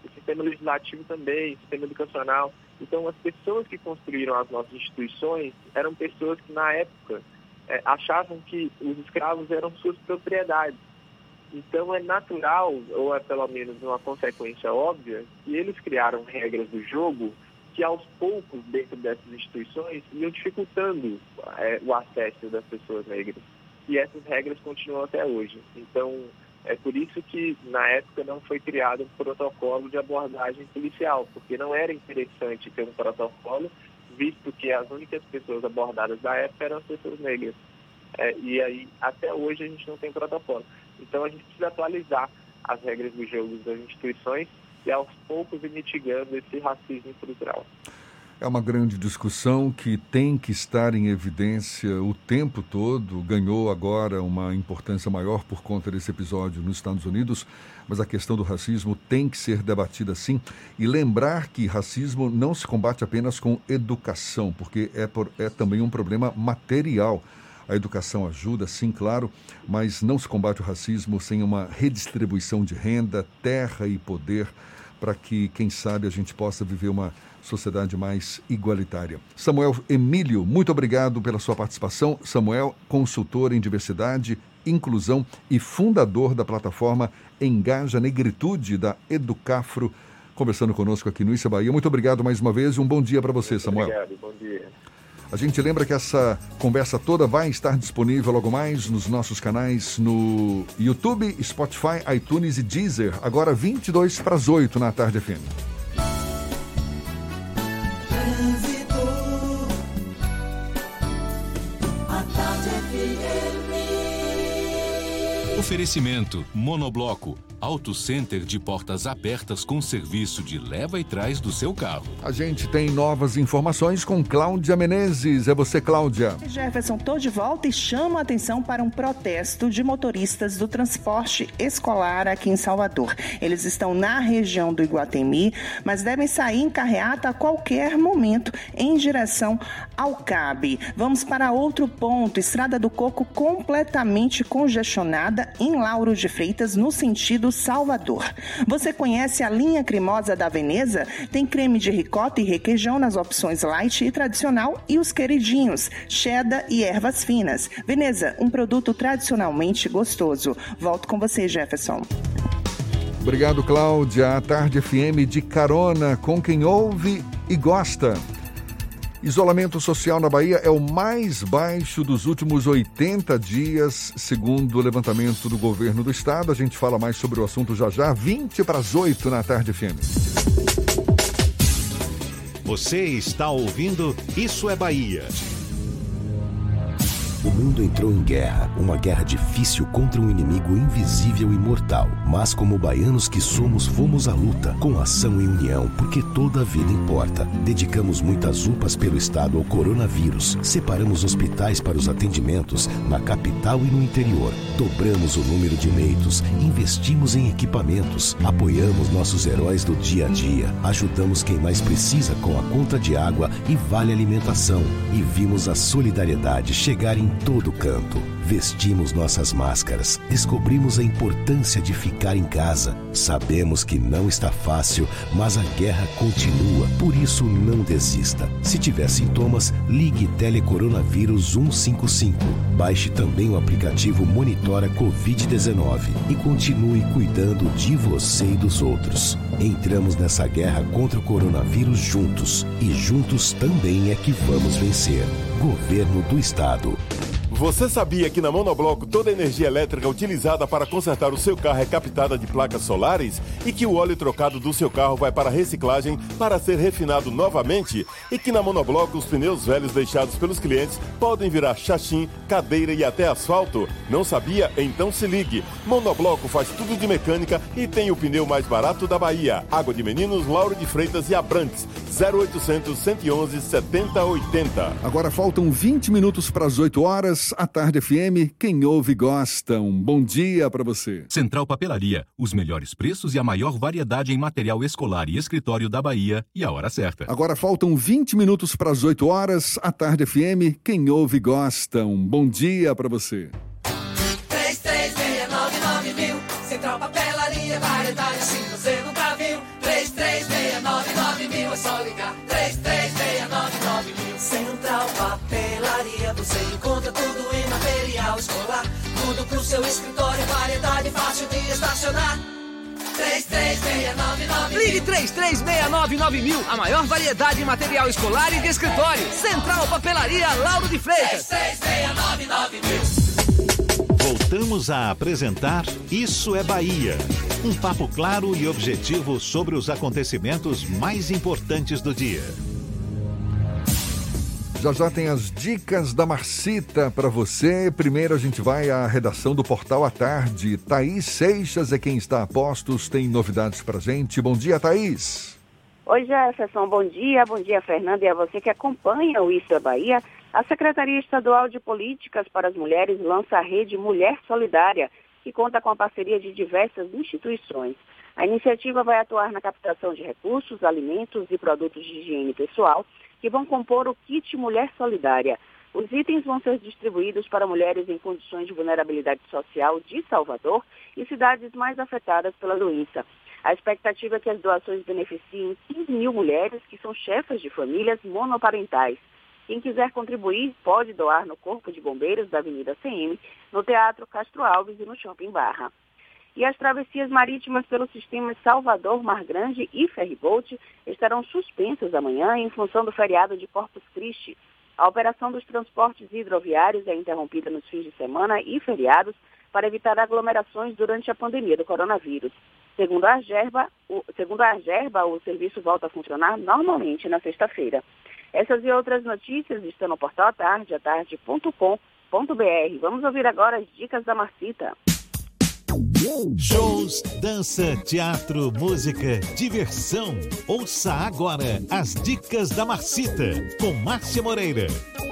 o sistema legislativo também, o sistema educacional. Então, as pessoas que construíram as nossas instituições eram pessoas que, na época, é, achavam que os escravos eram suas propriedades. Então, é natural, ou é pelo menos uma consequência óbvia, que eles criaram regras do jogo que, aos poucos, dentro dessas instituições, iam dificultando é, o acesso das pessoas negras. E essas regras continuam até hoje. Então, é por isso que, na época, não foi criado um protocolo de abordagem policial, porque não era interessante ter um protocolo, visto que as únicas pessoas abordadas da época eram as pessoas negras. É, e aí, até hoje, a gente não tem protocolo. Então, a gente precisa atualizar as regras do jogo das instituições e, aos poucos, ir mitigando esse racismo estrutural. É uma grande discussão que tem que estar em evidência o tempo todo, ganhou agora uma importância maior por conta desse episódio nos Estados Unidos, mas a questão do racismo tem que ser debatida sim, e lembrar que racismo não se combate apenas com educação, porque é, por, é também um problema material. A educação ajuda, sim, claro, mas não se combate o racismo sem uma redistribuição de renda, terra e poder, para que, quem sabe, a gente possa viver uma sociedade mais igualitária. Samuel Emílio, muito obrigado pela sua participação. Samuel, consultor em diversidade, inclusão e fundador da plataforma Engaja Negritude da Educafro, conversando conosco aqui no Isso é Bahia. Muito obrigado mais uma vez e um bom dia para você, muito Samuel. Obrigado, bom dia. A gente lembra que essa conversa toda vai estar disponível logo mais nos nossos canais no YouTube, Spotify, iTunes e Deezer, agora vinte e dois para as oito na Tarde F M. Oferecimento Monobloco, Auto Center de portas abertas com serviço de leva e trás do seu carro. A gente tem novas informações com Cláudia Menezes. É você, Cláudia. Jefferson, estou de volta e chamo a atenção para um protesto de motoristas do transporte escolar aqui em Salvador. Eles estão na região do Iguatemi, mas devem sair em carreata a qualquer momento em direção ao C A B. Vamos para outro ponto, Estrada do Coco completamente congestionada em Lauro de Freitas, no sentido Salvador. Você conhece a linha cremosa da Veneza? Tem creme de ricota e requeijão nas opções light e tradicional e os queridinhos, cheddar e ervas finas. Veneza, um produto tradicionalmente gostoso. Volto com você, Jefferson. Obrigado, Cláudia. A Tarde F M de carona com quem ouve e gosta. Isolamento social na Bahia é o mais baixo dos últimos oitenta dias, segundo o levantamento do governo do estado. A gente fala mais sobre o assunto já já, vinte para as oito na Tarde F M. Você está ouvindo Isso é Bahia. O mundo entrou em guerra, uma guerra difícil contra um inimigo invisível e mortal. Mas como baianos que somos, fomos à luta, com ação e união, porque toda a vida importa. Dedicamos muitas U P As pelo estado ao coronavírus. Separamos hospitais para os atendimentos na capital e no interior. Dobramos o número de leitos, investimos em equipamentos, apoiamos nossos heróis do dia a dia, ajudamos quem mais precisa com a conta de água e vale alimentação. E vimos a solidariedade chegar em todo canto. Vestimos nossas máscaras, descobrimos a importância de ficar em casa. Sabemos que não está fácil, mas a guerra continua, por isso não desista. Se tiver sintomas, ligue Telecoronavírus um cinco cinco. Baixe também o aplicativo Monitora covid dezenove e continue cuidando de você e dos outros. Entramos nessa guerra contra o coronavírus juntos, e juntos também é que vamos vencer. Governo do Estado. Você sabia que na Monobloco toda a energia elétrica utilizada para consertar o seu carro é captada de placas solares? E que o óleo trocado do seu carro vai para reciclagem para ser refinado novamente? E que na Monobloco os pneus velhos deixados pelos clientes podem virar chachim, cadeira e até asfalto? Não sabia? Então se ligue. Monobloco faz tudo de mecânica e tem o pneu mais barato da Bahia. Água de Meninos, Lauro de Freitas e Abrantes. zero oitocentos, cento e onze, setenta, oitenta. Agora faltam vinte minutos para as oito horas. A Tarde F M, quem ouve gosta. Um bom dia para você. Central Papelaria, os melhores preços e a maior variedade em material escolar e escritório da Bahia e a hora certa. Agora faltam vinte minutos para as oito horas. A Tarde F M, quem ouve gosta. Um bom dia para você. três três seis nove nove mil. Central Papelaria, variedade assim você nunca viu. três você encontra tudo em material escolar. Tudo pro seu escritório, variedade fácil de estacionar. três três seis nove nove Ligue três três seis nove nove mil. A maior variedade em material escolar e de escritório. Central Papelaria Lauro de Freitas. três três seis nove nove mil. Voltamos a apresentar Isso é Bahia. Um papo claro e objetivo sobre os acontecimentos mais importantes do dia. Já já tem as dicas da Marcita para você. Primeiro a gente vai à redação do Portal à Tarde. Thaís Seixas é quem está a postos, tem novidades para gente. Bom dia, Thaís. Oi, Jefferson, bom dia. Bom dia, Fernando, e a você que acompanha o Isso é Bahia. A Secretaria Estadual de Políticas para as Mulheres lança a rede Mulher Solidária, que conta com a parceria de diversas instituições. A iniciativa vai atuar na captação de recursos, alimentos e produtos de higiene pessoal, que vão compor o kit Mulher Solidária. Os itens vão ser distribuídos para mulheres em condições de vulnerabilidade social de Salvador e cidades mais afetadas pela doença. A expectativa é que as doações beneficiem quinze mil mulheres que são chefas de famílias monoparentais. Quem quiser contribuir pode doar no Corpo de Bombeiros da Avenida C M, no Teatro Castro Alves e no Shopping Barra. E as travessias marítimas pelo sistema Salvador-Mar Grande e Ferryboat estarão suspensas amanhã em função do feriado de Corpus Christi. A operação dos transportes hidroviários é interrompida nos fins de semana e feriados para evitar aglomerações durante a pandemia do coronavírus. Segundo a Argerba, o, segundo a Argerba, o serviço volta a funcionar normalmente na sexta-feira. Essas e outras notícias estão no portal atarde, atarde ponto com ponto b r. Vamos ouvir agora as dicas da Marcita. Shows, dança, teatro, música, diversão. Ouça agora as dicas da Marcita, com Márcia Moreira.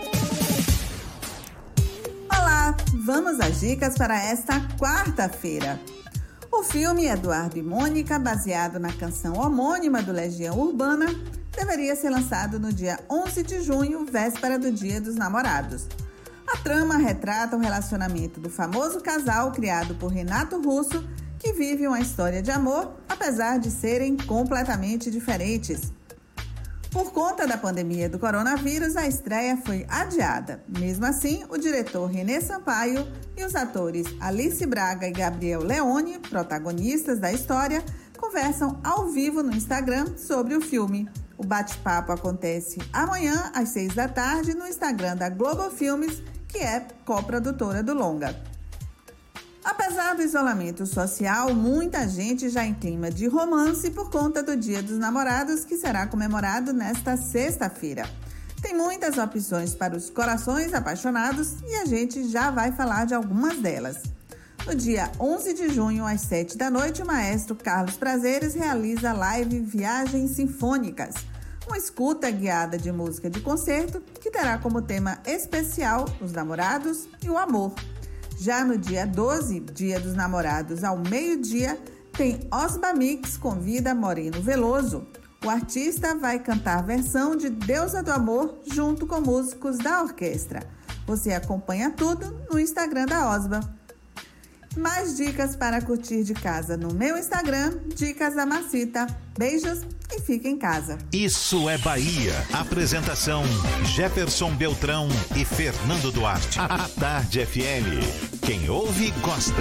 Olá, vamos às dicas para esta quarta-feira. O filme Eduardo e Mônica, baseado na canção homônima do Legião Urbana, deveria ser lançado no dia onze de junho, véspera do Dia dos Namorados. A trama retrata o relacionamento do famoso casal criado por Renato Russo, que vive uma história de amor, apesar de serem completamente diferentes. Por conta da pandemia do coronavírus, a estreia foi adiada. Mesmo assim, o diretor Renê Sampaio e os atores Alice Braga e Gabriel Leone, protagonistas da história, conversam ao vivo no Instagram sobre o filme. O bate-papo acontece amanhã, às seis da tarde, no Instagram da Globo Filmes, que é coprodutora do longa. Apesar do isolamento social, muita gente já em clima de romance por conta do Dia dos Namorados, que será comemorado nesta sexta-feira. Tem muitas opções para os corações apaixonados e a gente já vai falar de algumas delas. No dia onze de junho, às sete da noite, o maestro Carlos Prazeres realiza a live Viagens Sinfônicas, uma escuta guiada de música de concerto que terá como tema especial os namorados e o amor. Já no dia doze, Dia dos Namorados, ao meio-dia, tem Osba Mix convida Moreno Veloso. O artista vai cantar a versão de Deusa do Amor junto com músicos da orquestra. Você acompanha tudo no Instagram da Osba. Mais dicas para curtir de casa no meu Instagram, Dicas da Marcita. Beijos e fique em casa. Isso é Bahia. Apresentação Jefferson Beltrão e Fernando Duarte. A Tarde F M. Quem ouve, gosta.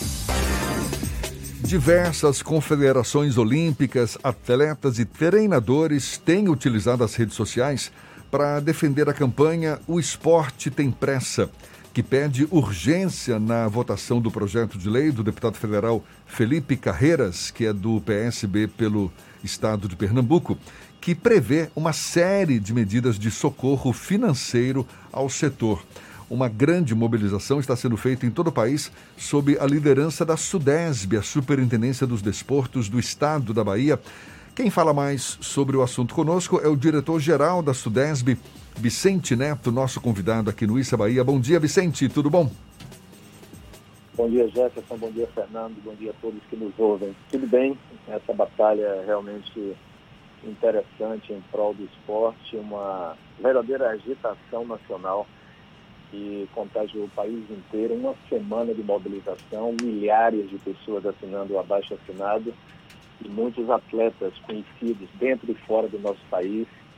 Diversas confederações olímpicas, atletas e treinadores têm utilizado as redes sociais para defender a campanha O Esporte Tem Pressa, que pede urgência na votação do projeto de lei do deputado federal Felipe Carreiras, que é do P S B pelo estado de Pernambuco, que prevê uma série de medidas de socorro financeiro ao setor. Uma grande mobilização está sendo feita em todo o país sob a liderança da SUDESB, a Superintendência dos Desportos do Estado da Bahia. Quem fala mais sobre o assunto conosco é o diretor-geral da SUDESB, Vicente Neto, nosso convidado aqui no Isso é Bahia. Bom dia, Vicente, tudo bom? Bom dia, Jefferson, bom dia, Fernando, bom dia a todos que nos ouvem. Tudo bem, essa batalha é realmente interessante em prol do esporte, uma verdadeira agitação nacional que contagiou o país inteiro, uma semana de mobilização, milhares de pessoas assinando o abaixo-assinado e muitos atletas conhecidos dentro e fora do nosso país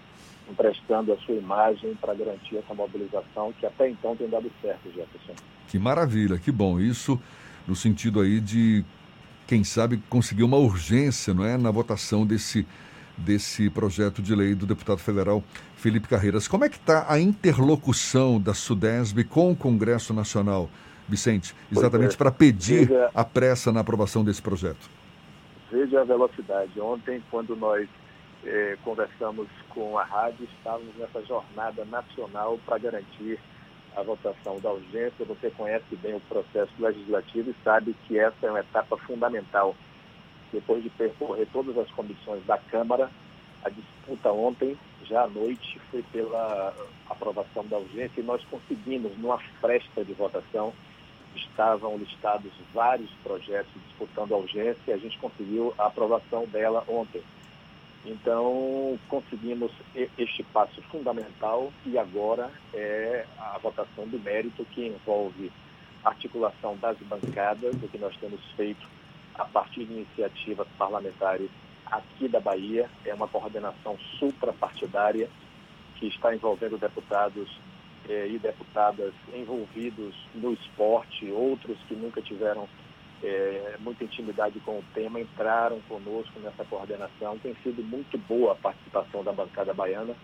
emprestando a sua imagem para garantir essa mobilização que até então tem dado certo, Jefferson. Que maravilha, que bom. Isso no sentido aí de, quem sabe, conseguir uma urgência, não é, na votação desse, desse projeto de lei do deputado federal Felipe Carreiras. Como é que está a interlocução da Sudesb com o Congresso Nacional, Vicente, exatamente é, para pedir veja, a pressa na aprovação desse projeto? Veja a velocidade. Ontem, quando nós eh, conversamos com a rádio, estávamos nessa jornada nacional para garantir a votação da urgência. Você conhece bem o processo legislativo e sabe que essa é uma etapa fundamental. Depois de percorrer todas as comissões da Câmara, a disputa ontem, já à noite, foi pela aprovação da urgência e nós conseguimos, numa fresta de votação, estavam listados vários projetos disputando a urgência e a gente conseguiu a aprovação dela ontem. Então, conseguimos este passo fundamental e agora é a votação do mérito, que envolve a articulação das bancadas, o que nós temos feito a partir de iniciativas parlamentares aqui da Bahia. É uma coordenação suprapartidária que está envolvendo deputados eh, e deputadas envolvidos no esporte, outros que nunca tiveram É, muita intimidade com o tema, entraram conosco nessa coordenação. Tem sido muito boa a participação da bancada baiana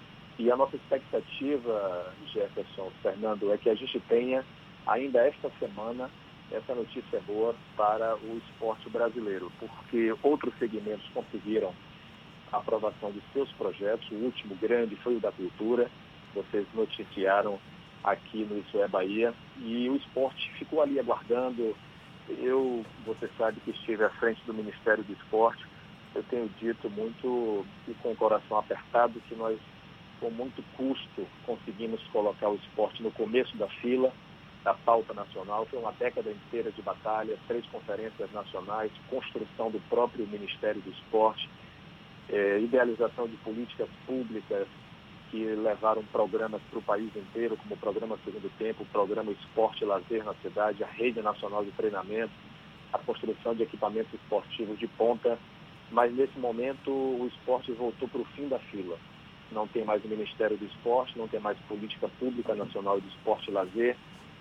e a nossa expectativa, Jefferson, Fernando, é que a gente tenha ainda esta semana essa notícia boa para o esporte brasileiro, porque outros segmentos conseguiram a aprovação de seus projetos. O último grande foi o da cultura, vocês noticiaram aqui no Isso é Bahia, e o esporte ficou ali aguardando. Eu, você sabe que estive à frente do Ministério do Esporte, eu tenho dito muito e com o coração apertado que nós, com muito custo, conseguimos colocar o esporte no começo da fila, da pauta nacional. Foi uma década inteira de batalha, três conferências nacionais, construção do próprio Ministério do Esporte, eh, idealização de políticas públicas que levaram programas para o país inteiro, como o Programa Segundo Tempo, o Programa Esporte e Lazer na Cidade, a Rede Nacional de Treinamento, a construção de equipamentos esportivos de ponta. Mas, nesse momento, o esporte voltou para o fim da fila. Não tem mais o Ministério do Esporte, não tem mais Política Pública Nacional de Esporte e Lazer.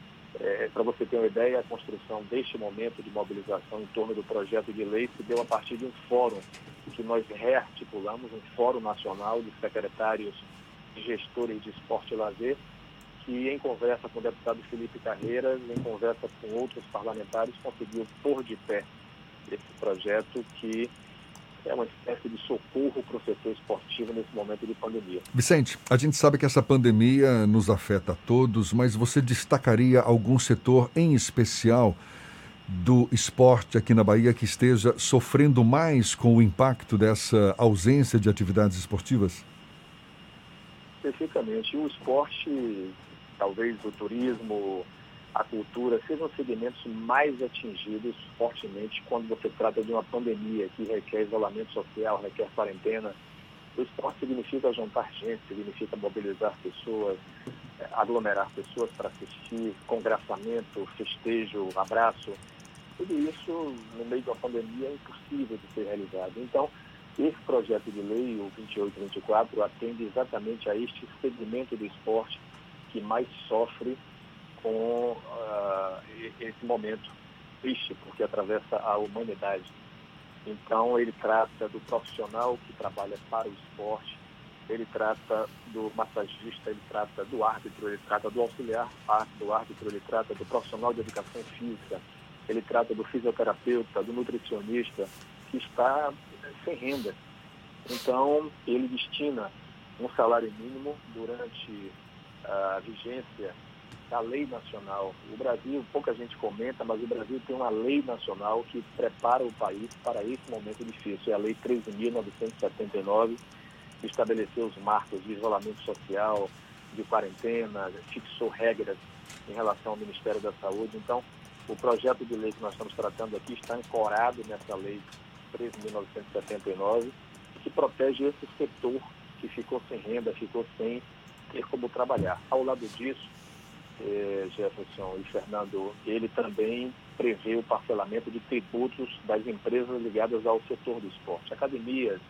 É, para você ter uma ideia, a construção deste momento de mobilização em torno do projeto de lei se deu a partir de um fórum que nós rearticulamos, um fórum nacional de secretários e gestores de esporte e lazer, que em conversa com o deputado Felipe Carreiras, em conversa com outros parlamentares, conseguiu pôr de pé esse projeto que é uma espécie de socorro para o setor esportivo nesse momento de pandemia. Vicente, a gente sabe que essa pandemia nos afeta a todos, mas você destacaria algum setor em especial do esporte aqui na Bahia que esteja sofrendo mais com o impacto dessa ausência de atividades esportivas? Especificamente, o esporte, talvez o turismo, a cultura, sejam segmentos mais atingidos fortemente quando você trata de uma pandemia que requer isolamento social, requer quarentena. O esporte significa juntar gente, significa mobilizar pessoas, aglomerar pessoas para assistir, congraçamento, festejo, abraço. Tudo isso, no meio de uma pandemia, é impossível de ser realizado. Então, esse projeto de lei, o vinte e oito vinte e quatro, atende exatamente a este segmento do esporte que mais sofre com uh, esse momento triste, porque atravessa a humanidade. Então, ele trata do profissional que trabalha para o esporte, ele trata do massagista, ele trata do árbitro, ele trata do auxiliar do árbitro, ele trata do profissional de educação física, ele trata do fisioterapeuta, do nutricionista, que está sem renda. Então, ele destina um salário mínimo durante a vigência da lei nacional. O Brasil, pouca gente comenta, mas o Brasil tem uma lei nacional que prepara o país para esse momento difícil. É a Lei treze mil novecentos e setenta e nove, que estabeleceu os marcos de isolamento social, de quarentena, fixou regras em relação ao Ministério da Saúde. Então, o projeto de lei que nós estamos tratando aqui está ancorado nessa Lei treze mil novecentos e setenta e nove, que protege esse setor que ficou sem renda, ficou sem ter como trabalhar. Ao lado disso, eh, Jefferson e Fernando, ele também prevê o parcelamento de tributos das empresas ligadas ao setor do esporte, academias,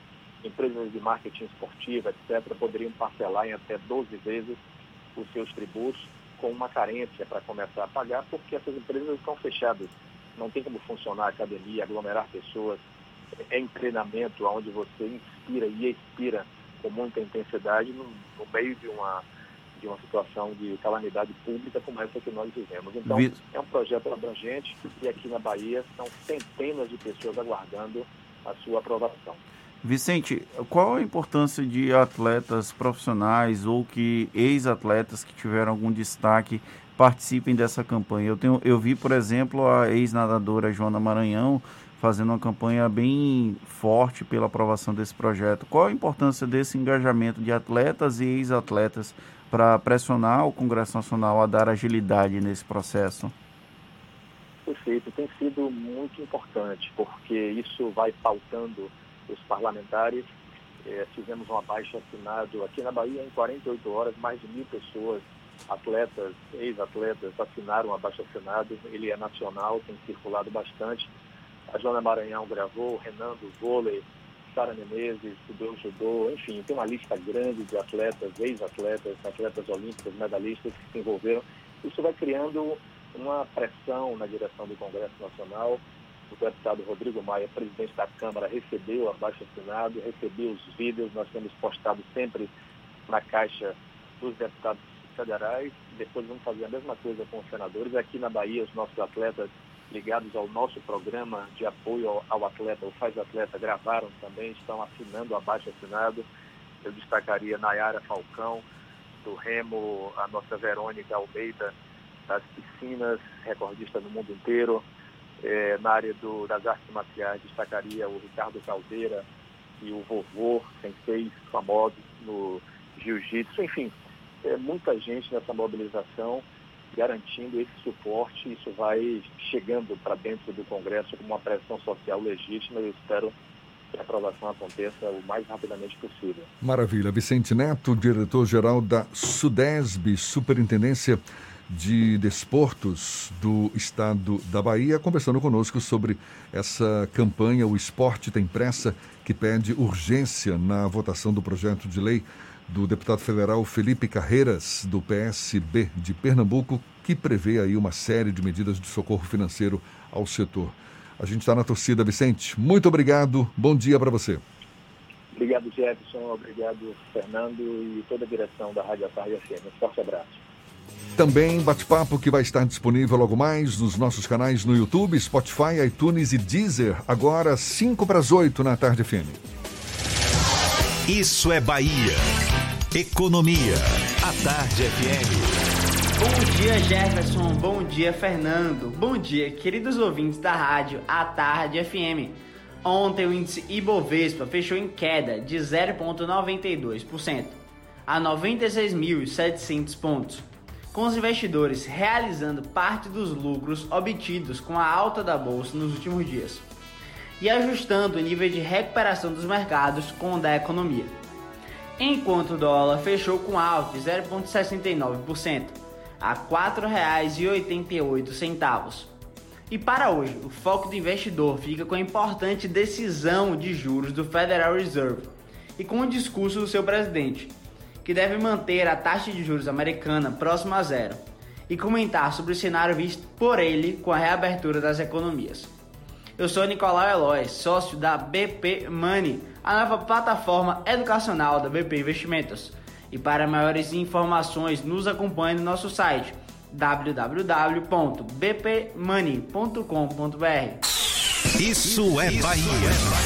empresas de marketing esportivo, etcétera, poderiam parcelar em até doze vezes os seus tributos com uma carência para começar a pagar, porque essas empresas estão fechadas. Não tem como funcionar a academia, aglomerar pessoas. É em treinamento onde você inspira e expira com muita intensidade no, no meio de uma, de uma situação de calamidade pública como essa que nós vivemos. Então, Vi... é um projeto abrangente e aqui na Bahia são centenas de pessoas aguardando a sua aprovação. Vicente, qual a importância de atletas profissionais ou que ex-atletas que tiveram algum destaque participem dessa campanha? Eu, tenho, eu vi, por exemplo, a ex-nadadora Joana Maranhão fazendo uma campanha bem forte pela aprovação desse projeto. Qual a importância desse engajamento de atletas e ex-atletas para pressionar o Congresso Nacional a dar agilidade nesse processo? Perfeito, tem sido muito importante, porque isso vai pautando os parlamentares. É, fizemos um abaixo-assinado aqui na Bahia, em quarenta e oito horas, mais de mil pessoas, atletas, ex-atletas, assinaram um abaixo-assinado. Ele é nacional, tem circulado bastante. A Joana Maranhão gravou, o Renan do vôlei, Sara Menezes, do judô, enfim, tem uma lista grande de atletas, ex-atletas, atletas olímpicos, medalhistas que se envolveram. Isso vai criando uma pressão na direção do Congresso Nacional. O deputado Rodrigo Maia, presidente da Câmara, recebeu o abaixo-assinado, recebeu os vídeos, nós temos postado sempre na caixa dos deputados federais. Depois vamos fazer a mesma coisa com os senadores. Aqui na Bahia, os nossos atletas ligados ao nosso programa de apoio ao, ao atleta, o Faz Atleta, gravaram também, estão assinando o abaixo-assinado. Eu destacaria Nayara Falcão, do remo, a nossa Verônica Almeida, das piscinas, recordista no mundo inteiro. É, na área do, das artes marciais, destacaria o Ricardo Caldeira e o vovô, senseis famosos no jiu-jitsu. Enfim, é, muita gente nessa mobilização garantindo esse suporte. Isso vai chegando para dentro do Congresso com uma pressão social legítima e eu espero que a aprovação aconteça o mais rapidamente possível. Maravilha. Vicente Neto, diretor-geral da SUDESB, Superintendência de Desportos do Estado da Bahia, conversando conosco sobre essa campanha O Esporte Tem Pressa, que pede urgência na votação do projeto de lei do deputado federal Felipe Carreiras, do P S B de Pernambuco, que prevê aí uma série de medidas de socorro financeiro ao setor. A gente está na torcida, Vicente. Muito obrigado. Bom dia para você. Obrigado, Jefferson. Obrigado, Fernando e toda a direção da Rádio Tarde F M. Um forte abraço. Também bate-papo que vai estar disponível logo mais nos nossos canais no YouTube, Spotify, iTunes e Deezer, agora cinco para as oito na Tarde F M. Isso é Bahia. Economia. A Tarde F M. Bom dia, Jefferson. Bom dia, Fernando. Bom dia, queridos ouvintes da rádio A Tarde F M. Ontem o índice Ibovespa fechou em queda de zero vírgula noventa e dois por cento a noventa e seis mil e setecentos pontos. Com os investidores realizando parte dos lucros obtidos com a alta da bolsa nos últimos dias e ajustando o nível de recuperação dos mercados com o da economia. Enquanto o dólar fechou com alta de zero vírgula sessenta e nove por cento a quatro reais e oitenta e oito centavos. E para hoje, o foco do investidor fica com a importante decisão de juros do Federal Reserve e com o discurso do seu presidente, que deve manter a taxa de juros americana próxima a zero, e comentar sobre o cenário visto por ele com a reabertura das economias. Eu sou Nicolau Eloy, sócio da B P Money, a nova plataforma educacional da B P Investimentos. E para maiores informações, nos acompanhe no nosso site w w w ponto b p money ponto com ponto b r. Isso é Bahia.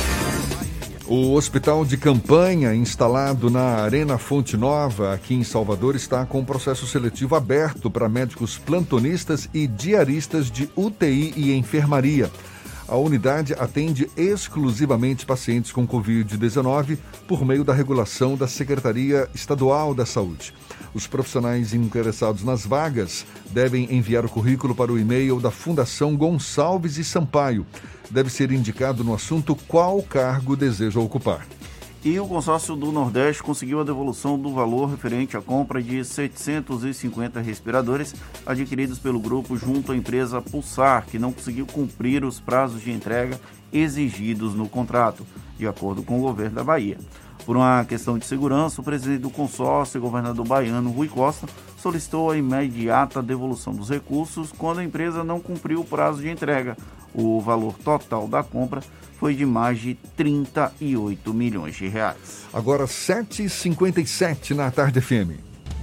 O hospital de campanha instalado na Arena Fonte Nova, aqui em Salvador, está com processo seletivo aberto para médicos plantonistas e diaristas de U T I e enfermaria. A unidade atende exclusivamente pacientes com covid dezenove por meio da regulação da Secretaria Estadual da Saúde. Os profissionais interessados nas vagas devem enviar o currículo para o e-mail da Fundação Gonçalves e Sampaio. Deve ser indicado no assunto qual cargo deseja ocupar. E o consórcio do Nordeste conseguiu a devolução do valor referente à compra de setecentos e cinquenta respiradores adquiridos pelo grupo junto à empresa Pulsar, que não conseguiu cumprir os prazos de entrega exigidos no contrato. de acordo com o governo da Bahia. Por uma questão de segurança, o presidente do consórcio, o governador baiano Rui Costa, solicitou a imediata devolução dos recursos quando a empresa não cumpriu o prazo de entrega. O valor total da compra foi de mais de trinta e oito milhões de reais. Agora sete e cinquenta e sete na Tarde F M.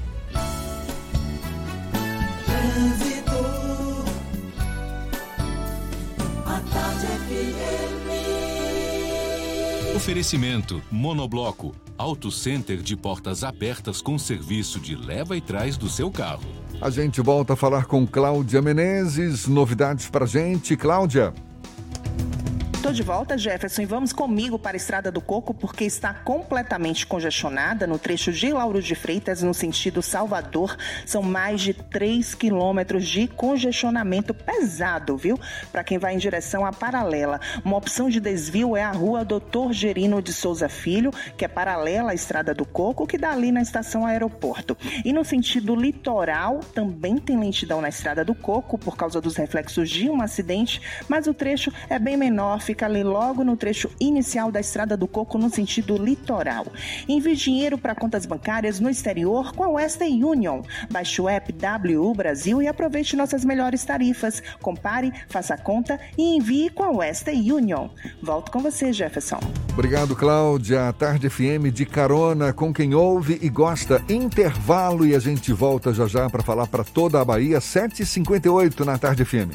Oferecimento Monobloco, Auto Center de portas abertas com serviço de leva e trás do seu carro. A gente volta a falar com Cláudia Menezes. Novidades pra gente, Cláudia? Estou de volta, Jefferson, e vamos comigo para a Estrada do Coco, porque está completamente congestionada no trecho de Lauro de Freitas, no sentido Salvador. São mais de três quilômetros de congestionamento pesado, viu? Para quem vai em direção à Paralela. Uma opção de desvio é a rua doutor Gerino de Souza Filho, que é paralela à Estrada do Coco, que dá ali na estação Aeroporto. E no sentido litoral, também tem lentidão na Estrada do Coco, por causa dos reflexos de um acidente, mas o trecho é bem menor, fica ali logo no trecho inicial da Estrada do Coco, no sentido litoral. Envie dinheiro para contas bancárias no exterior com a Western Union. Baixe o app W U Brasil e aproveite nossas melhores tarifas. Compare, faça a conta e envie com a Western Union. Volto com você, Jefferson. Obrigado, Cláudia. A Tarde F M de carona com quem ouve e gosta. Intervalo e a gente volta já já para falar para toda a Bahia. sete e cinquenta e oito na Tarde F M.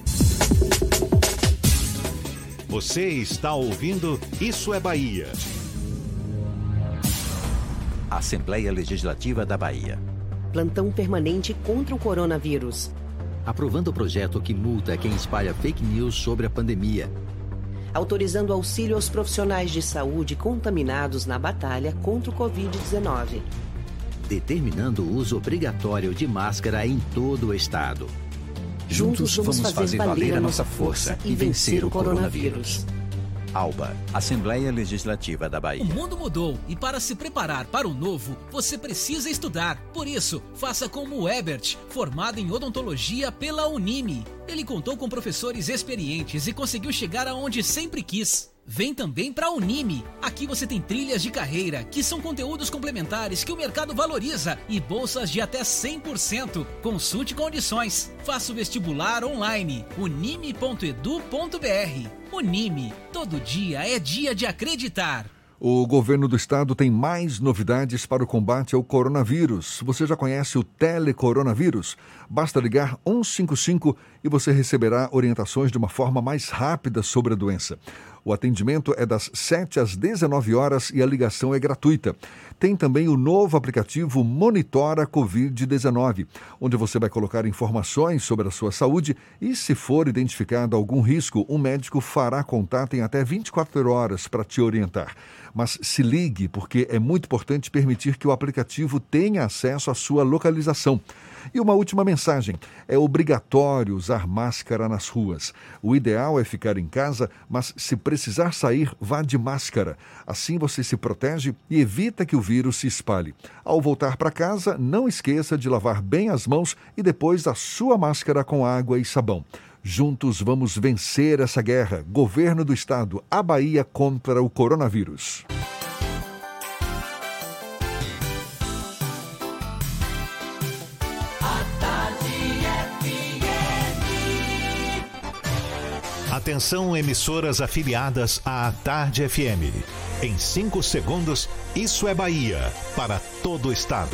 Você está ouvindo Isso é Bahia. Assembleia Legislativa da Bahia. Plantão permanente contra o coronavírus. Aprovando o projeto que multa quem espalha fake news sobre a pandemia. Autorizando auxílio aos profissionais de saúde contaminados na batalha contra o covid dezenove. Determinando o uso obrigatório de máscara em todo o estado. Juntos vamos fazer valer a nossa força e vencer o coronavírus. ALBA, Assembleia Legislativa da Bahia. O mundo mudou e para se preparar para o novo, você precisa estudar. Por isso, faça como o Ebert, formado em odontologia pela Unime. Ele contou com professores experientes e conseguiu chegar aonde sempre quis. Vem também para a Unime. Aqui você tem trilhas de carreira, que são conteúdos complementares que o mercado valoriza e bolsas de até cem por cento. Consulte condições. Faça o vestibular online. unime ponto edu ponto br. Unime. Todo dia é dia de acreditar. O governo do estado tem mais novidades para o combate ao coronavírus. Você já conhece o telecoronavírus? Basta ligar um cinco cinco e você receberá orientações de uma forma mais rápida sobre a doença. O atendimento é das sete às dezenove horas e a ligação é gratuita. Tem também o novo aplicativo Monitora covid dezenove, onde você vai colocar informações sobre a sua saúde e, se for identificado algum risco, um médico fará contato em até vinte e quatro horas para te orientar. Mas se ligue, porque é muito importante permitir que o aplicativo tenha acesso à sua localização. E uma última mensagem: é obrigatório usar máscara nas ruas. O ideal é ficar em casa, mas se precisar sair, vá de máscara. Assim você se protege e evita que o vírus se espalhe. Ao voltar para casa, não esqueça de lavar bem as mãos e depois a sua máscara com água e sabão. Juntos vamos vencer essa guerra. Governo do Estado, a Bahia contra o coronavírus. Atenção, emissoras afiliadas à Tarde F M. Em cinco segundos, Isso é Bahia, para todo o estado.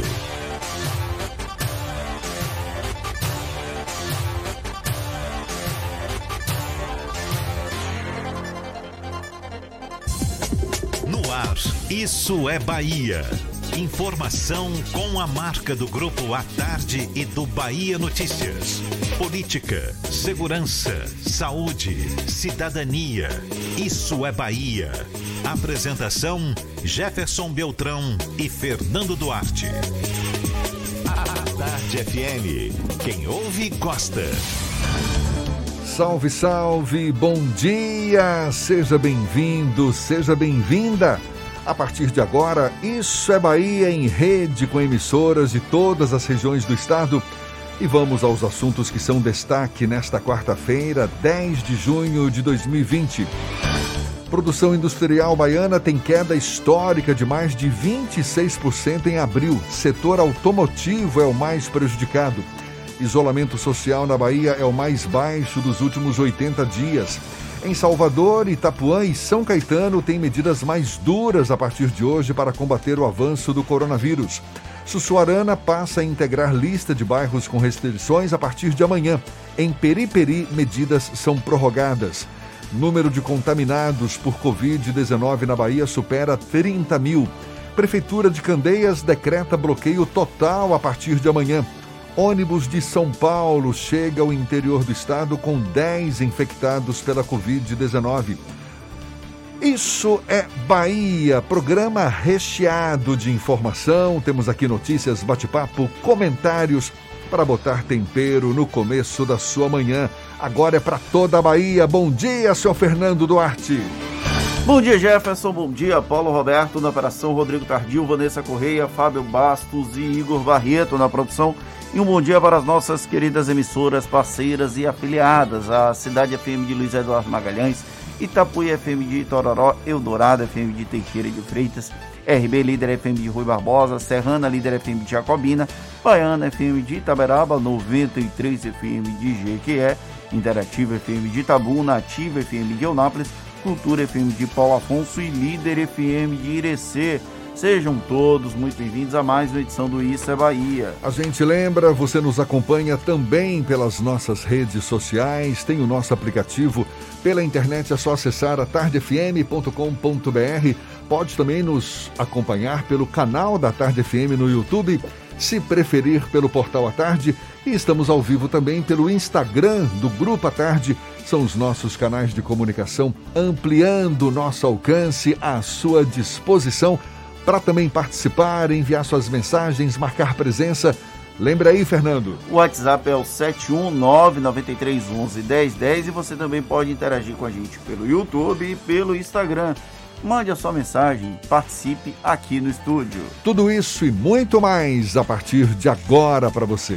No ar, Isso é Bahia. Informação com a marca do Grupo A Tarde e do Bahia Notícias. Política, segurança, saúde, cidadania. Isso é Bahia. Apresentação: Jefferson Beltrão e Fernando Duarte. A Tarde F M. Quem ouve, gosta. Salve, salve, bom dia! Seja bem-vindo, seja bem-vinda! A partir de agora, Isso é Bahia em rede com emissoras de todas as regiões do estado. E vamos aos assuntos que são destaque nesta quarta-feira, dez de junho de dois mil e vinte. Produção industrial baiana tem queda histórica de mais de vinte e seis por cento em abril. Setor automotivo é o mais prejudicado. Isolamento social na Bahia é o mais baixo dos últimos oitenta dias. Em Salvador, Itapuã e São Caetano têm medidas mais duras a partir de hoje para combater o avanço do coronavírus. Sussuarana passa a integrar lista de bairros com restrições a partir de amanhã. Em Periperi, medidas são prorrogadas. Número de contaminados por covid dezenove na Bahia supera trinta mil. Prefeitura de Candeias decreta bloqueio total a partir de amanhã. Ônibus de São Paulo chega ao interior do estado com dez infectados pela covid dezenove. Isso é Bahia, programa recheado de informação. Temos aqui notícias, bate-papo, comentários para botar tempero no começo da sua manhã. Agora é para toda a Bahia. Bom dia, senhor Fernando Duarte. Bom dia, Jefferson. Bom dia, Paulo Roberto na operação, Rodrigo Tardio, Vanessa Correia, Fábio Bastos e Igor Barreto na produção. E um bom dia para as nossas queridas emissoras, parceiras e afiliadas. A Cidade F M de Luiz Eduardo Magalhães, Itapuí F M de Itororó, Eldorado F M de Teixeira de Freitas, R B Líder F M de Rui Barbosa, Serrana Líder F M de Jacobina, Baiana F M de Itaberaba, noventa e três F M de Jequié, Interativa F M de Itabuna, Ativa F M de Eunápolis, Cultura F M de Paulo Afonso e Líder F M de Irecê. Sejam todos muito bem-vindos a mais uma edição do Isso é Bahia. A gente lembra, você nos acompanha também pelas nossas redes sociais, tem o nosso aplicativo pela internet, é só acessar a tarde f m ponto com ponto b r. Pode também nos acompanhar pelo canal da Tarde F M no YouTube, se preferir pelo portal A Tarde, e estamos ao vivo também pelo Instagram do Grupo A Tarde. São os nossos canais de comunicação, ampliando o nosso alcance à sua disposição para também participar, enviar suas mensagens, marcar presença. Lembra aí, Fernando? O WhatsApp é o sete um nove nove três um um um zero um zero e você também pode interagir com a gente pelo YouTube e pelo Instagram. Mande a sua mensagem, participe aqui no estúdio. Tudo isso e muito mais a partir de agora para você.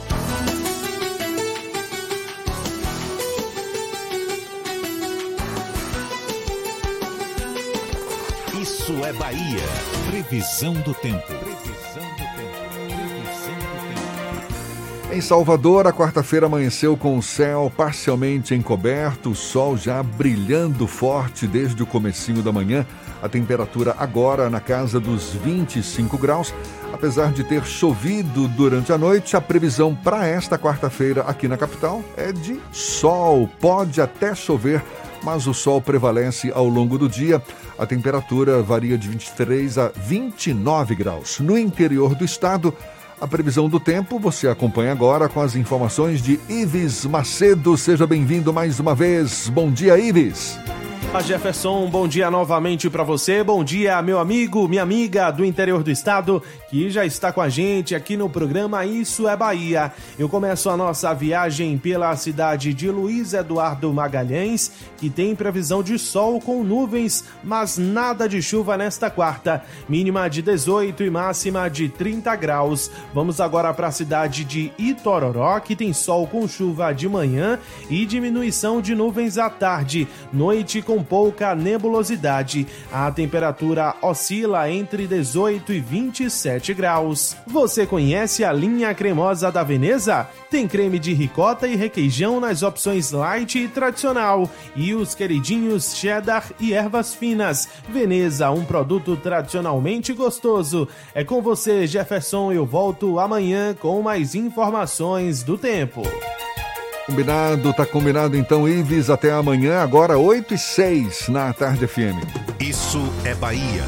Isso é Bahia. Previsão do tempo. Previsão do tempo. Previsão do tempo. Em Salvador, a quarta-feira amanheceu com o céu parcialmente encoberto, o sol já brilhando forte desde o comecinho da manhã. A temperatura agora na casa dos vinte e cinco graus. Apesar de ter chovido durante a noite, a previsão para esta quarta-feira aqui na capital é de sol. Pode até chover, mas o sol prevalece ao longo do dia. A temperatura varia de vinte e três a vinte e nove graus. No interior do estado, a previsão do tempo você acompanha agora com as informações de Ives Macedo. Seja bem-vindo mais uma vez. Bom dia, Ives. A Jefferson, bom dia novamente para você, bom dia meu amigo, minha amiga do interior do estado, que já está com a gente aqui no programa Isso é Bahia. Eu começo a nossa viagem pela cidade de Luiz Eduardo Magalhães, que tem previsão de sol com nuvens, mas nada de chuva nesta quarta, mínima de dezoito e máxima de trinta graus. Vamos agora para a cidade de Itororó, que tem sol com chuva de manhã e diminuição de nuvens à tarde, noite com pouca nebulosidade. A temperatura oscila entre dezoito e vinte e sete graus. Você conhece a linha cremosa da Veneza? Tem creme de ricota e requeijão nas opções light e tradicional. E os queridinhos cheddar e ervas finas. Veneza, um produto tradicionalmente gostoso. É com você, Jefferson. Eu volto amanhã com mais informações do tempo. Combinado, tá combinado então, Ives, até amanhã, agora oito e seis na Tarde F M. Isso é Bahia.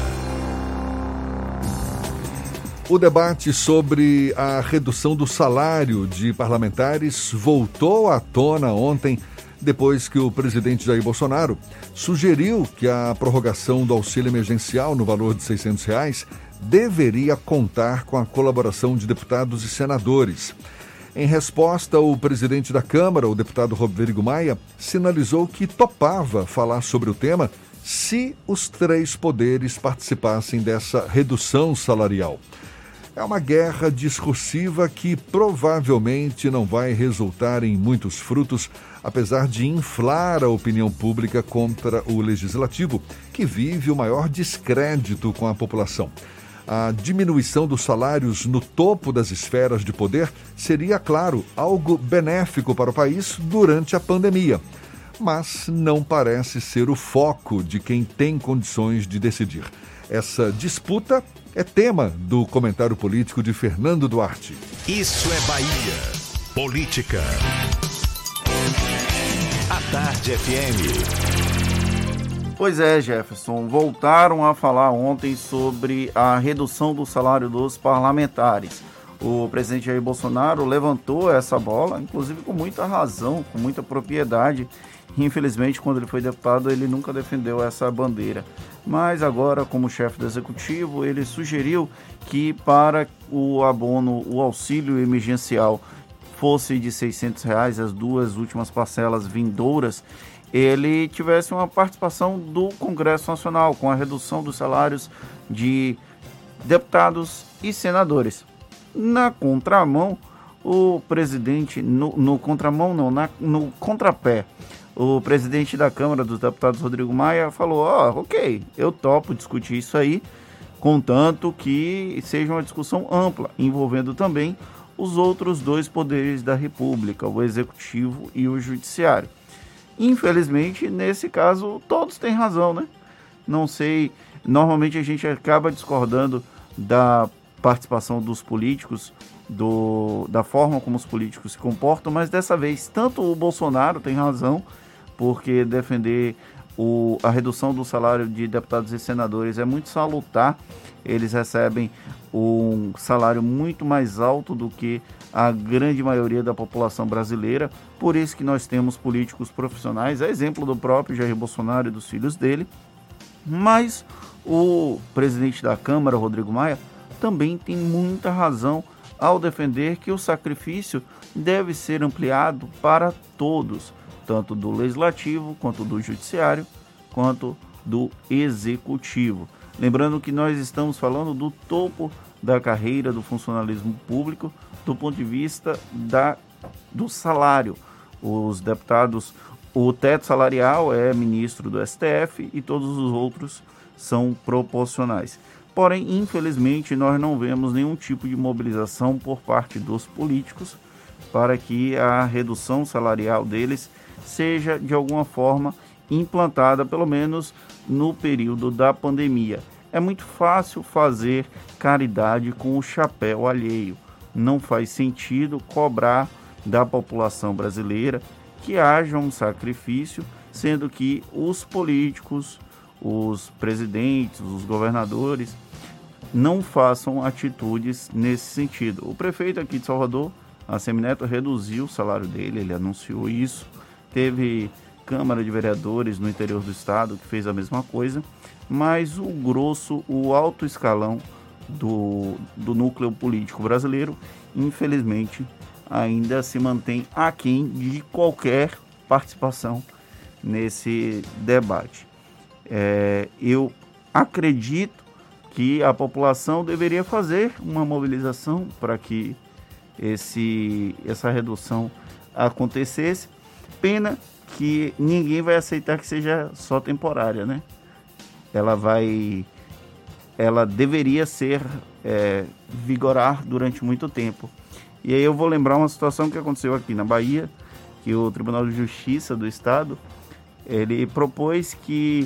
O debate sobre a redução do salário de parlamentares voltou à tona ontem, depois que o presidente Jair Bolsonaro sugeriu que a prorrogação do auxílio emergencial no valor de seiscentos reais deveria contar com a colaboração de deputados e senadores. Em resposta, o presidente da Câmara, o deputado Rodrigo Maia, sinalizou que topava falar sobre o tema se os três poderes participassem dessa redução salarial. É uma guerra discursiva que provavelmente não vai resultar em muitos frutos, apesar de inflar a opinião pública contra o legislativo, que vive o maior descrédito com a população. A diminuição dos salários no topo das esferas de poder seria, claro, algo benéfico para o país durante a pandemia, mas não parece ser o foco de quem tem condições de decidir. Essa disputa é tema do comentário político de Fernando Duarte. Isso é Bahia. Política. A Tarde F M. Pois é, Jefferson, voltaram a falar ontem sobre a redução do salário dos parlamentares. O presidente Jair Bolsonaro levantou essa bola, inclusive com muita razão, com muita propriedade. Infelizmente, quando ele foi deputado, ele nunca defendeu essa bandeira. Mas agora, como chefe do executivo, ele sugeriu que para o abono, o auxílio emergencial fosse de seiscentos reais, as duas últimas parcelas vindouras, ele tivesse uma participação do Congresso Nacional, com a redução dos salários de deputados e senadores. Na contramão, o presidente, no, no contramão não, na, no contrapé, o presidente da Câmara dos Deputados, Rodrigo Maia, falou, ó, oh, ok, eu topo discutir isso aí, contanto que seja uma discussão ampla, envolvendo também os outros dois poderes da República, o Executivo e o Judiciário. Infelizmente, nesse caso, todos têm razão, né? Não sei, normalmente a gente acaba discordando da participação dos políticos, do, da forma como os políticos se comportam, mas dessa vez, tanto o Bolsonaro tem razão, porque defender o, a redução do salário de deputados e senadores é muito salutar. Eles recebem um salário muito mais alto do que a grande maioria da população brasileira. Por isso que nós temos políticos profissionais, a exemplo do próprio Jair Bolsonaro e dos filhos dele. Mas o presidente da Câmara, Rodrigo Maia, também tem muita razão ao defender que o sacrifício deve ser ampliado para todos, tanto do Legislativo, quanto do Judiciário, quanto do Executivo. Lembrando que nós estamos falando do topo da carreira do funcionalismo público, do ponto de vista da, do salário. Os deputados, o teto salarial é ministro do S T F e todos os outros são proporcionais. Porém, infelizmente, nós não vemos nenhum tipo de mobilização por parte dos políticos para que a redução salarial deles seja, de alguma forma, implantada, pelo menos no período da pandemia. É muito fácil fazer caridade com o chapéu alheio. Não faz sentido cobrar da população brasileira que haja um sacrifício, sendo que os políticos, os presidentes, os governadores não façam atitudes nesse sentido. O prefeito aqui de Salvador, Assemineto, reduziu o salário dele, ele anunciou isso. Teve Câmara de Vereadores no interior do estado que fez a mesma coisa, mas o grosso, o alto escalão do, do núcleo político brasileiro, infelizmente, ainda se mantém aquém de qualquer participação nesse debate. É, eu acredito que a população deveria fazer uma mobilização para que esse, essa redução acontecesse. Pena que ninguém vai aceitar que seja só temporária, né? Ela vai, ela deveria ser, é, vigorar durante muito tempo. E aí eu vou lembrar uma situação que aconteceu aqui na Bahia, que o Tribunal de Justiça do Estado, ele propôs que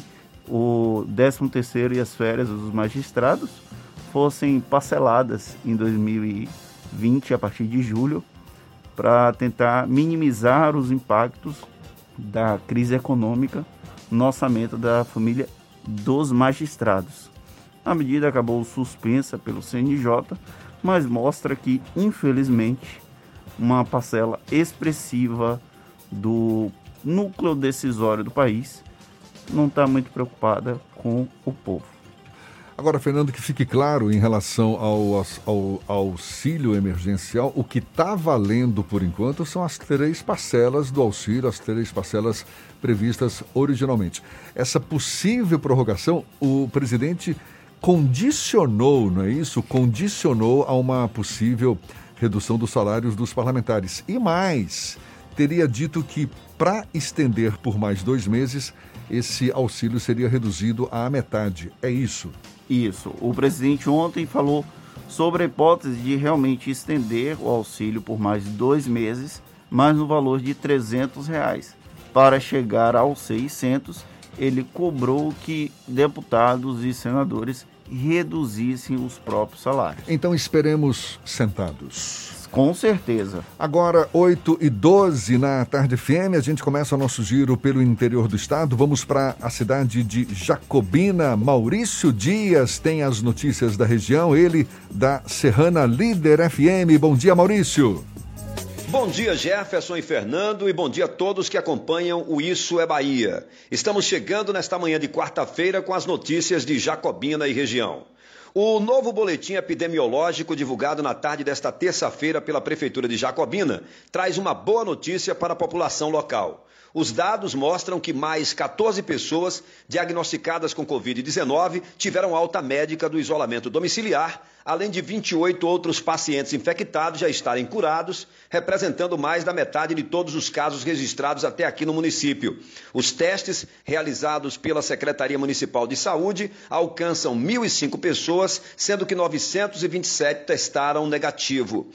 o décimo terceiro e as férias dos magistrados fossem parceladas em dois mil e vinte, a partir de julho, para tentar minimizar os impactos da crise econômica no orçamento da família dos magistrados. A medida acabou suspensa pelo C N J, mas mostra que, infelizmente, uma parcela expressiva do núcleo decisório do país não está muito preocupada com o povo. Agora, Fernando, que fique claro em relação ao, ao, ao auxílio emergencial, o que está valendo por enquanto são as três parcelas do auxílio, as três parcelas previstas originalmente. Essa possível prorrogação, o presidente condicionou, não é isso? Condicionou a uma possível redução dos salários dos parlamentares. E mais, teria dito que para estender por mais dois meses, esse auxílio seria reduzido à metade. É isso? Isso. O presidente ontem falou sobre a hipótese de realmente estender o auxílio por mais dois meses, mas no valor de trezentos reais. Para chegar aos seiscentos, ele cobrou que deputados e senadores reduzissem os próprios salários. Então esperemos sentados. Com certeza. Agora, oito e doze na Tarde F M, a gente começa o nosso giro pelo interior do estado. Vamos para a cidade de Jacobina. Maurício Dias tem as notícias da região, ele da Serrana Líder F M. Bom dia, Maurício. Bom dia, Jefferson e Fernando, e bom dia a todos que acompanham o Isso é Bahia. Estamos chegando nesta manhã de quarta-feira com as notícias de Jacobina e região. O novo boletim epidemiológico divulgado na tarde desta terça-feira pela Prefeitura de Jacobina traz uma boa notícia para a população local. Os dados mostram que mais quatorze pessoas diagnosticadas com covid dezenove tiveram alta médica do isolamento domiciliar, além de vinte e oito outros pacientes infectados já estarem curados, representando mais da metade de todos os casos registrados até aqui no município. Os testes realizados pela Secretaria Municipal de Saúde alcançam mil e cinco pessoas, sendo que novecentos e vinte e sete testaram negativo.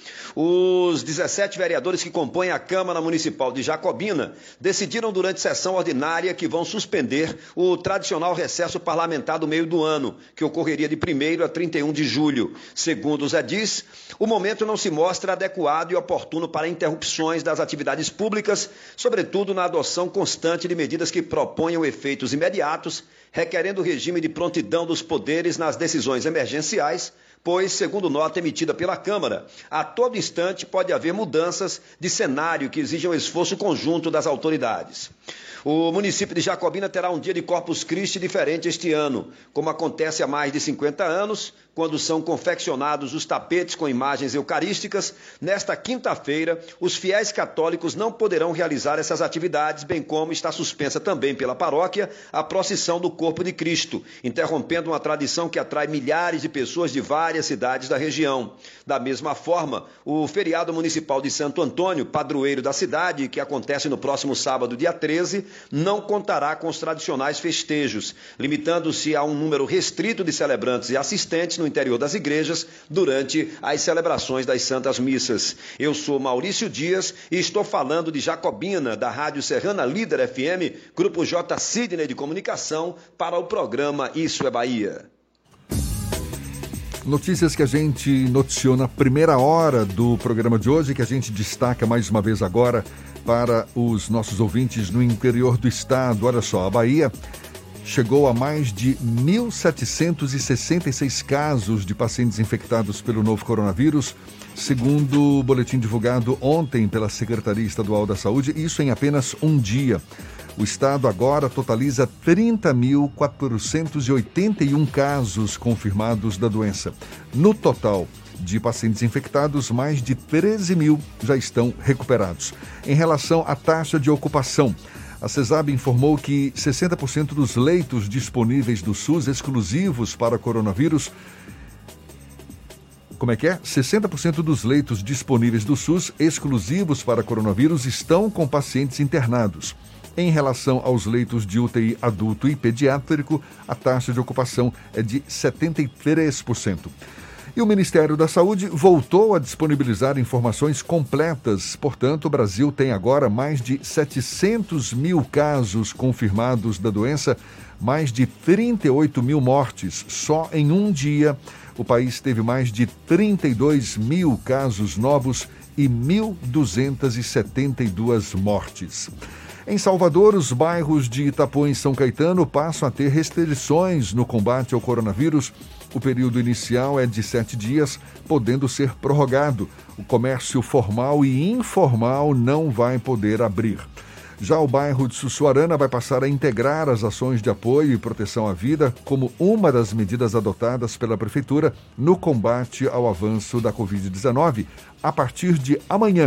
Os dezessete vereadores que compõem a Câmara Municipal de Jacobina decidiram durante sessão ordinária que vão suspender o tradicional recesso parlamentar do meio do ano, que ocorreria de primeiro a trinta e um de julho. Segundo os edis, o momento não se mostra adequado e oportuno para interrupções das atividades públicas, sobretudo na adoção constante de medidas que proponham efeitos imediatos, requerendo o regime de prontidão dos poderes nas decisões emergenciais, pois, segundo nota emitida pela Câmara, a todo instante pode haver mudanças de cenário que exijam esforço conjunto das autoridades. O município de Jacobina terá um dia de Corpus Christi diferente este ano, como acontece há mais de cinquenta anos, quando são confeccionados os tapetes com imagens eucarísticas. Nesta quinta-feira, os fiéis católicos não poderão realizar essas atividades, bem como está suspensa também pela paróquia a procissão do Corpo de Cristo, interrompendo uma tradição que atrai milhares de pessoas de várias cidades da região. Da mesma forma, o feriado municipal de Santo Antônio, padroeiro da cidade, que acontece no próximo sábado, dia treze, não contará com os tradicionais festejos, limitando-se a um número restrito de celebrantes e assistentes no interior das igrejas durante as celebrações das Santas Missas. Eu sou Maurício Dias e estou falando de Jacobina, da Rádio Serrana Líder F M, Grupo J. Sidney de Comunicação, para o programa Isso é Bahia. Notícias que a gente noticiou na primeira hora do programa de hoje, que a gente destaca mais uma vez agora para os nossos ouvintes no interior do estado. Olha só, a Bahia chegou a mais de mil setecentos e sessenta e seis casos de pacientes infectados pelo novo coronavírus, segundo o boletim divulgado ontem pela Secretaria Estadual da Saúde, isso em apenas um dia. O estado agora totaliza trinta mil quatrocentos e oitenta e um casos confirmados da doença. No total de pacientes infectados, mais de treze mil já estão recuperados. Em relação à taxa de ocupação, a CESAB informou que sessenta por cento dos leitos disponíveis do SUS exclusivos para coronavírus Como é que é? sessenta por cento dos leitos disponíveis do SUS exclusivos para coronavírus estão com pacientes internados. Em relação aos leitos de U T I adulto e pediátrico, a taxa de ocupação é de setenta e três por cento. E o Ministério da Saúde voltou a disponibilizar informações completas. Portanto, o Brasil tem agora mais de setecentos mil casos confirmados da doença, mais de trinta e oito mil mortes. Só em um dia, o país teve mais de trinta e dois mil casos novos e mil duzentas e setenta e duas mortes. Em Salvador, os bairros de Itapuã e São Caetano passam a ter restrições no combate ao coronavírus. O período inicial é de sete dias, podendo ser prorrogado. O comércio formal e informal não vai poder abrir. Já o bairro de Sussuarana vai passar a integrar as ações de apoio e proteção à vida como uma das medidas adotadas pela Prefeitura no combate ao avanço da covid dezenove a partir de amanhã.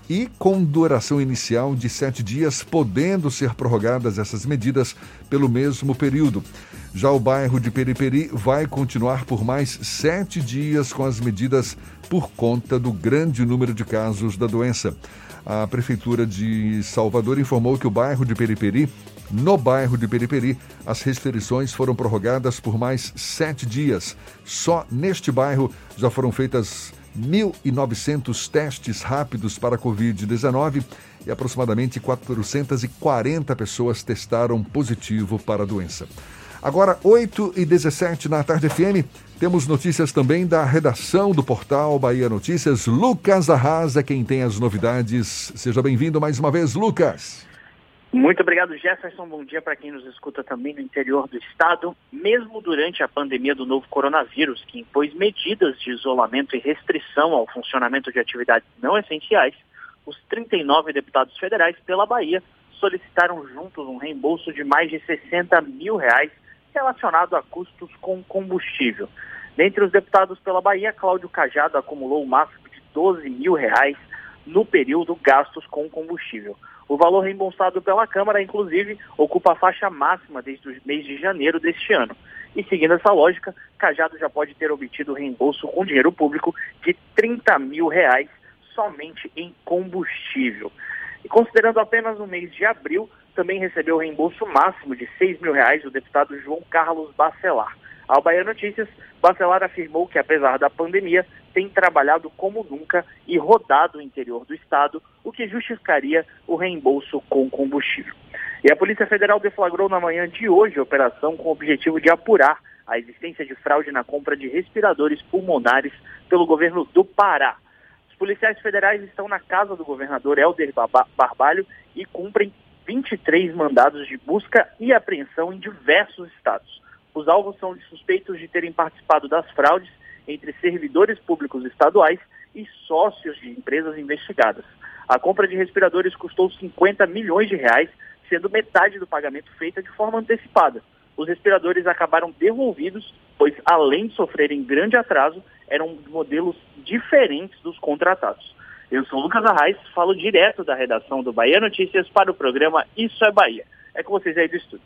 e com duração inicial de sete dias, podendo ser prorrogadas essas medidas pelo mesmo período. Já o bairro de Periperi vai continuar por mais sete dias com as medidas por conta do grande número de casos da doença. A Prefeitura de Salvador informou que o bairro de Periperi, no bairro de Periperi, as restrições foram prorrogadas por mais sete dias. Só neste bairro já foram feitas mil e novecentos testes rápidos para a covid dezenove e aproximadamente quatrocentas e quarenta pessoas testaram positivo para a doença. Agora, oito e dezessete na Tarde F M, temos notícias também da redação do portal Bahia Notícias. Lucas Arrasa é quem tem as novidades. Seja bem-vindo mais uma vez, Lucas. Muito obrigado, Jefferson. Bom dia para quem nos escuta também no interior do estado. Mesmo durante a pandemia do novo coronavírus, que impôs medidas de isolamento e restrição ao funcionamento de atividades não essenciais, os trinta e nove deputados federais pela Bahia solicitaram juntos um reembolso de mais de sessenta mil reais relacionado a custos com combustível. Dentre os deputados pela Bahia, Cláudio Cajado acumulou o máximo de doze mil reais no período gastos com combustível. O valor reembolsado pela Câmara, inclusive, ocupa a faixa máxima desde o mês de janeiro deste ano. E seguindo essa lógica, Cajado já pode ter obtido reembolso com dinheiro público de trinta mil reais somente em combustível. E considerando apenas o mês de abril, também recebeu o reembolso máximo de seis mil reais o deputado João Carlos Bacelar. Ao Bahia Notícias, Bacelar afirmou que, apesar da pandemia, tem trabalhado como nunca e rodado o interior do estado, o que justificaria o reembolso com combustível. E a Polícia Federal deflagrou na manhã de hoje a operação com o objetivo de apurar a existência de fraude na compra de respiradores pulmonares pelo governo do Pará. Os policiais federais estão na casa do governador Helder Barbalho e cumprem vinte e três mandados de busca e apreensão em diversos estados. Os alvos são de suspeitos de terem participado das fraudes entre servidores públicos estaduais e sócios de empresas investigadas. A compra de respiradores custou cinquenta milhões de reais, sendo metade do pagamento feita de forma antecipada. Os respiradores acabaram devolvidos, pois além de sofrerem grande atraso, eram modelos diferentes dos contratados. Eu sou Lucas Arraes, falo direto da redação do Bahia Notícias para o programa Isso é Bahia. É com vocês aí do estúdio.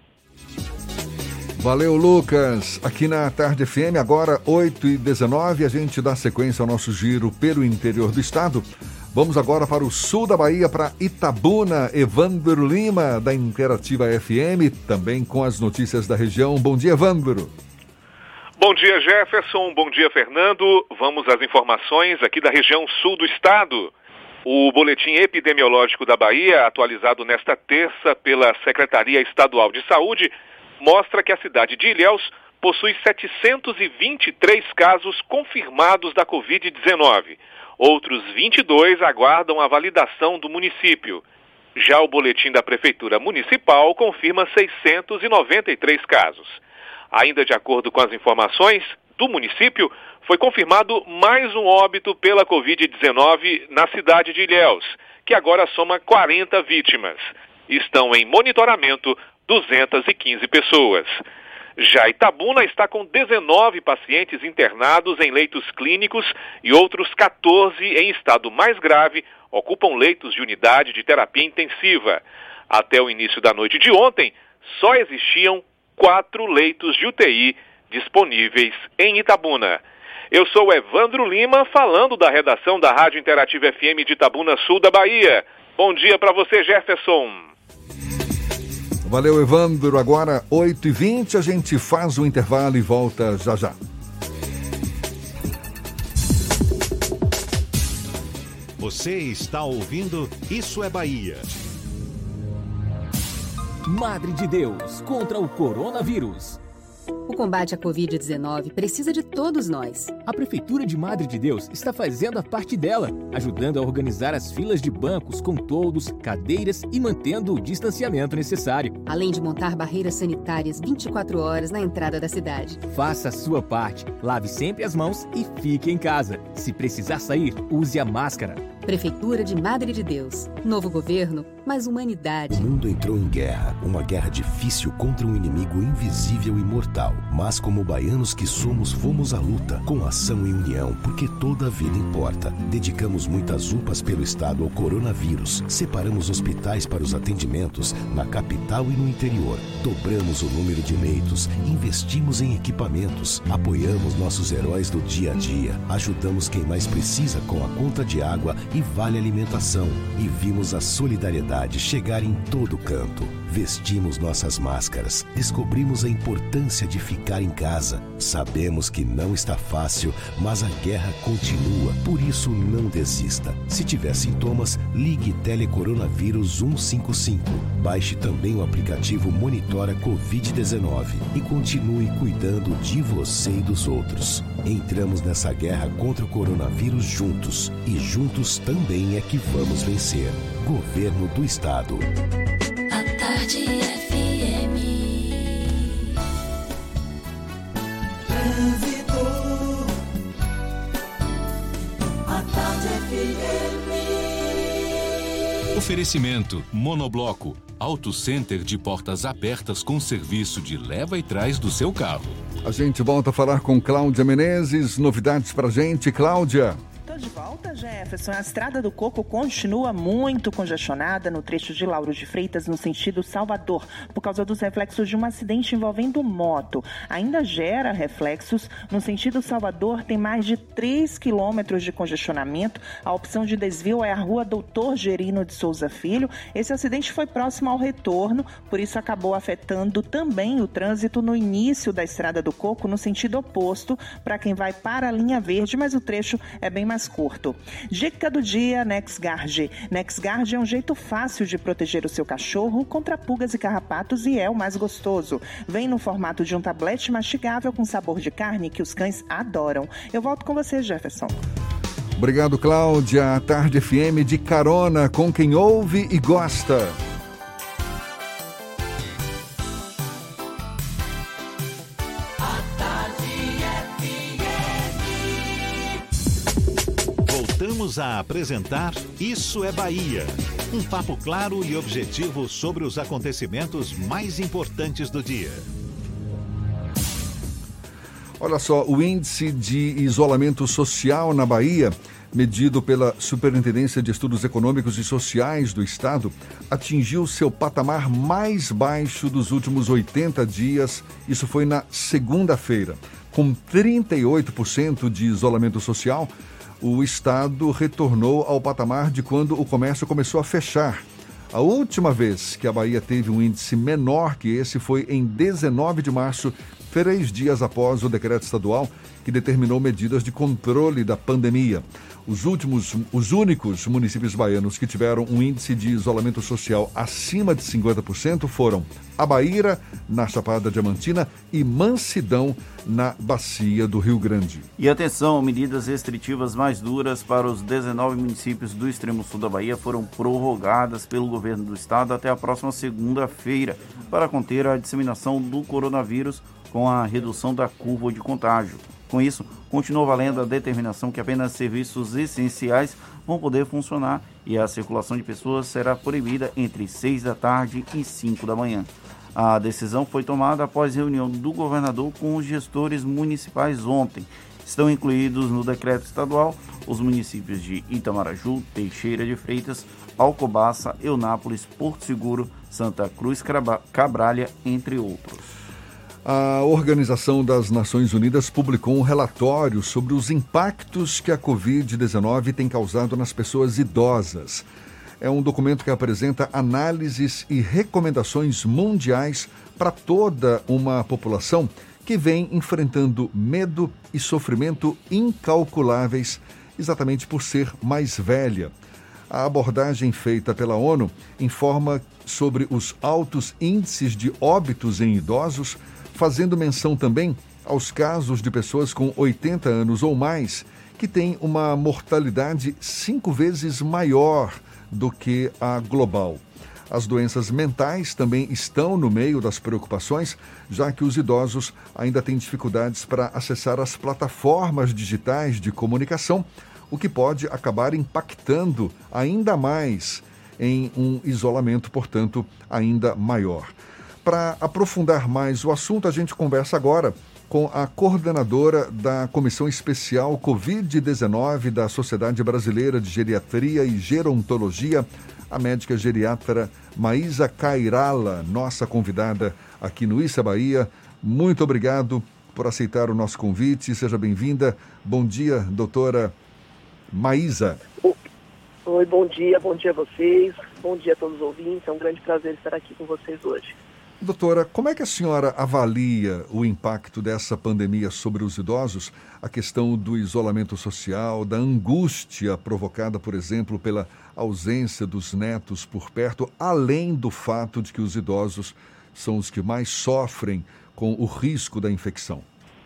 Valeu, Lucas. Aqui na Tarde F M, agora oito e dezenove, a gente dá sequência ao nosso giro pelo interior do estado. Vamos agora para o sul da Bahia, para Itabuna. Evandro Lima, da Interativa F M, também com as notícias da região. Bom dia, Evandro. Bom dia, Jefferson. Bom dia, Fernando. Vamos às informações aqui da região sul do estado. O boletim epidemiológico da Bahia, atualizado nesta terça pela Secretaria Estadual de Saúde, mostra que a cidade de Ilhéus possui setecentos e vinte e três casos confirmados da covid dezenove. Outros vinte e dois aguardam a validação do município. Já o boletim da Prefeitura Municipal confirma seiscentos e noventa e três casos. Ainda de acordo com as informações do município, foi confirmado mais um óbito pela covid dezenove na cidade de Ilhéus, que agora soma quarenta vítimas. Estão em monitoramento duzentas e quinze pessoas. Já Itabuna está com dezenove pacientes internados em leitos clínicos e outros quatorze em estado mais grave ocupam leitos de unidade de terapia intensiva. Até o início da noite de ontem, só existiam quatro leitos de U T I disponíveis em Itabuna. Eu sou Evandro Lima, falando da redação da Rádio Interativa F M de Itabuna, sul da Bahia. Bom dia para você, Jefferson. Valeu, Evandro. Agora, oito e vinte, a gente faz o intervalo e volta já já. Você está ouvindo Isso é Bahia. Madre de Deus contra o coronavírus. O combate à covid dezenove precisa de todos nós. A Prefeitura de Madre de Deus está fazendo a parte dela, ajudando a organizar as filas de bancos com toldos, cadeiras e mantendo o distanciamento necessário. Além de montar barreiras sanitárias vinte e quatro horas na entrada da cidade. Faça a sua parte, lave sempre as mãos e fique em casa. Se precisar sair, use a máscara. Prefeitura de Madre de Deus. Novo governo, mais humanidade. O mundo entrou em guerra, uma guerra difícil contra um inimigo invisível e mortal. Mas como baianos que somos, fomos à luta, com ação e união, porque toda a vida importa. Dedicamos muitas U P As pelo estado ao coronavírus. Separamos hospitais para os atendimentos na capital e no interior. Dobramos o número de leitos, investimos em equipamentos, apoiamos nossos heróis do dia a dia, ajudamos quem mais precisa com a conta de água e vale alimentação, e vimos a solidariedade chegar em todo canto. Vestimos nossas máscaras, descobrimos a importância de ficar em casa. Sabemos que não está fácil, mas a guerra continua, por isso não desista. Se tiver sintomas, ligue Telecoronavírus um cinco cinco. Baixe também o aplicativo Monitora covid dezenove e continue cuidando de você e dos outros. Entramos nessa guerra contra o coronavírus juntos, e juntos também é que vamos vencer. Governo do Estado. A Tarde F M. Trânsito. A Tarde F M. Oferecimento Monobloco, Auto Center de portas abertas com serviço de leva e trás do seu carro. A gente volta a falar com Cláudia Menezes. Novidades pra gente, Cláudia. Tô de volta, Jefferson. A Estrada do Coco continua muito congestionada no trecho de Lauro de Freitas, no sentido Salvador, por causa dos reflexos de um acidente envolvendo moto. Ainda gera reflexos no sentido Salvador, tem mais de três quilômetros de congestionamento. A opção de desvio é a rua Doutor Gerino de Souza Filho. Esse acidente foi próximo ao retorno, por isso acabou afetando também o trânsito no início da Estrada do Coco, no sentido oposto, para quem vai para a linha verde, mas o trecho é bem mais curto. Dica do dia, NexGard. NexGard é um jeito fácil de proteger o seu cachorro contra pulgas e carrapatos e é o mais gostoso. Vem no formato de um tablete mastigável com sabor de carne que os cães adoram. Eu volto com você, Jefferson. Obrigado, Cláudia. A Tarde F M de carona com quem ouve e gosta. Voltamos a apresentar Isso é Bahia. Um papo claro e objetivo sobre os acontecimentos mais importantes do dia. Olha só, o índice de isolamento social na Bahia, medido pela Superintendência de Estudos Econômicos e Sociais do Estado, atingiu seu patamar mais baixo dos últimos oitenta dias. Isso foi na segunda-feira. Com trinta e oito por cento de isolamento social, o Estado retornou ao patamar de quando o comércio começou a fechar. A última vez que a Bahia teve um índice menor que esse foi em dezenove de março, três dias após o decreto estadual que determinou medidas de controle da pandemia. Os últimos, os únicos municípios baianos que tiveram um índice de isolamento social acima de cinquenta por cento foram Abaíra, na Chapada Diamantina, e Mansidão, na Bacia do Rio Grande. E atenção, medidas restritivas mais duras para os dezenove municípios do extremo sul da Bahia foram prorrogadas pelo governo do estado até a próxima segunda-feira para conter a disseminação do coronavírus com a redução da curva de contágio. Com isso, continua valendo a determinação que apenas serviços essenciais vão poder funcionar e a circulação de pessoas será proibida entre seis da tarde e cinco da manhã. A decisão foi tomada após reunião do governador com os gestores municipais ontem. Estão incluídos no decreto estadual os municípios de Itamaraju, Teixeira de Freitas, Alcobaça, Eunápolis, Porto Seguro, Santa Cruz, Cabralha, entre outros. A Organização das Nações Unidas publicou um relatório sobre os impactos que a covid dezenove tem causado nas pessoas idosas. É um documento que apresenta análises e recomendações mundiais para toda uma população que vem enfrentando medo e sofrimento incalculáveis, exatamente por ser mais velha. A abordagem feita pela ONU informa sobre os altos índices de óbitos em idosos, fazendo menção também aos casos de pessoas com oitenta anos ou mais que têm uma mortalidade cinco vezes maior do que a global. As doenças mentais também estão no meio das preocupações, já que os idosos ainda têm dificuldades para acessar as plataformas digitais de comunicação, o que pode acabar impactando ainda mais em um isolamento, portanto, ainda maior. Para aprofundar mais o assunto, a gente conversa agora com a coordenadora da Comissão Especial covid dezenove da Sociedade Brasileira de Geriatria e Gerontologia, a médica geriatra Maísa Cairala, nossa convidada aqui no Isso é Bahia. Muito obrigado por aceitar o nosso convite. Seja bem-vinda. Bom dia, doutora Maísa. Oi, bom dia. Bom dia a vocês. Bom dia a todos os ouvintes. É um grande prazer estar aqui com vocês hoje. Doutora, como é que a senhora avalia o impacto dessa pandemia sobre os idosos? A questão do isolamento social, da angústia provocada, por exemplo, pela ausência dos netos por perto, além do fato de que os idosos são os que mais sofrem com o risco da infecção?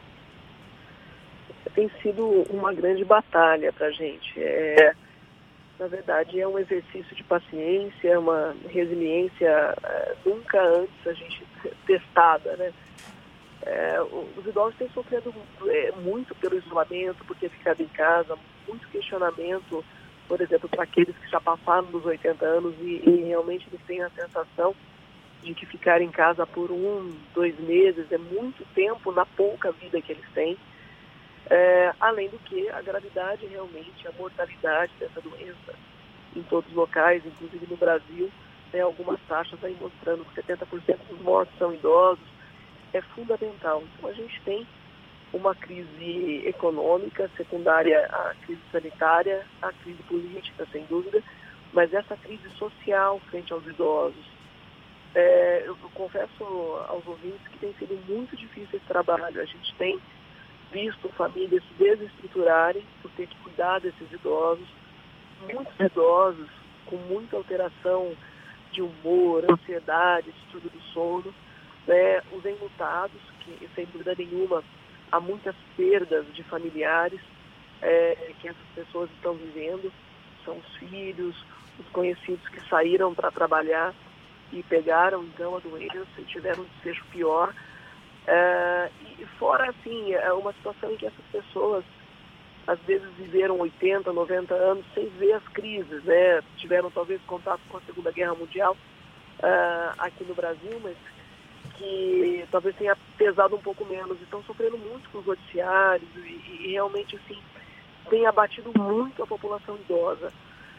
Tem sido uma grande batalha para a gente. É, na verdade, é um exercício de paciência, uma resiliência é, nunca antes a gente testada, né? É, os idosos têm sofrido é, muito pelo isolamento, por ter ficado em casa, muito questionamento, por exemplo, para aqueles que já passaram dos oitenta anos e, e realmente eles têm a sensação de que ficar em casa por um, dois meses é muito tempo na pouca vida que eles têm. É, além do que a gravidade realmente, a mortalidade dessa doença em todos os locais, inclusive no Brasil, tem algumas taxas aí mostrando que setenta por cento dos mortos são idosos, é fundamental. Então a gente tem uma crise econômica secundária à crise sanitária, à crise política, sem dúvida, mas essa crise social frente aos idosos. É, eu confesso aos ouvintes que tem sido muito difícil esse trabalho. A gente tem visto famílias se desestruturarem por ter que cuidar desses idosos, muitos idosos com muita alteração de humor, ansiedade, distúrbio do sono, né? Os enlutados, que sem dúvida nenhuma há muitas perdas de familiares é, que essas pessoas estão vivendo, são os filhos, os conhecidos que saíram para trabalhar e pegaram então a doença e tiveram um desfecho pior. É, e fora, assim, é uma situação em que essas pessoas às vezes viveram oitenta, noventa anos sem ver as crises, né? Tiveram talvez contato com a Segunda Guerra Mundial uh, aqui no Brasil, mas que talvez tenha pesado um pouco menos. Estão sofrendo muito com os noticiários e, e realmente, assim, tem abatido muito a população idosa.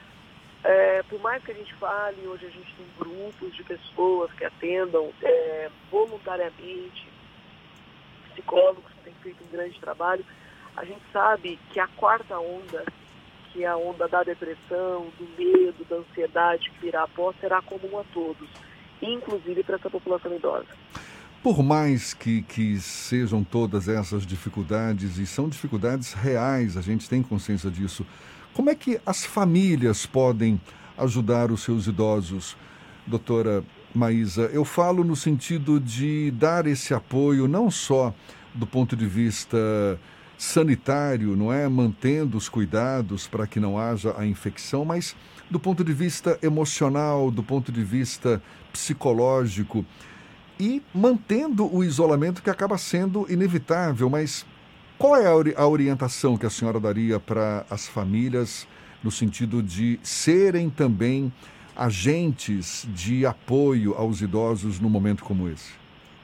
É, por mais que a gente fale, hoje a gente tem grupos de pessoas que atendam é, voluntariamente, psicólogos que têm feito um grande trabalho. A gente sabe que a quarta onda, que é a onda da depressão, do medo, da ansiedade que virá após, será comum a todos, inclusive para essa população idosa. Por mais que, que sejam todas essas dificuldades, e são dificuldades reais, a gente tem consciência disso, como é que as famílias podem ajudar os seus idosos, doutora Maísa? Eu falo no sentido de dar esse apoio não só do ponto de vista sanitário, não é? Mantendo os cuidados para que não haja a infecção, mas do ponto de vista emocional, do ponto de vista psicológico e mantendo o isolamento que acaba sendo inevitável. Mas qual é a, ori- a orientação que a senhora daria para as famílias no sentido de serem também agentes de apoio aos idosos num momento como esse?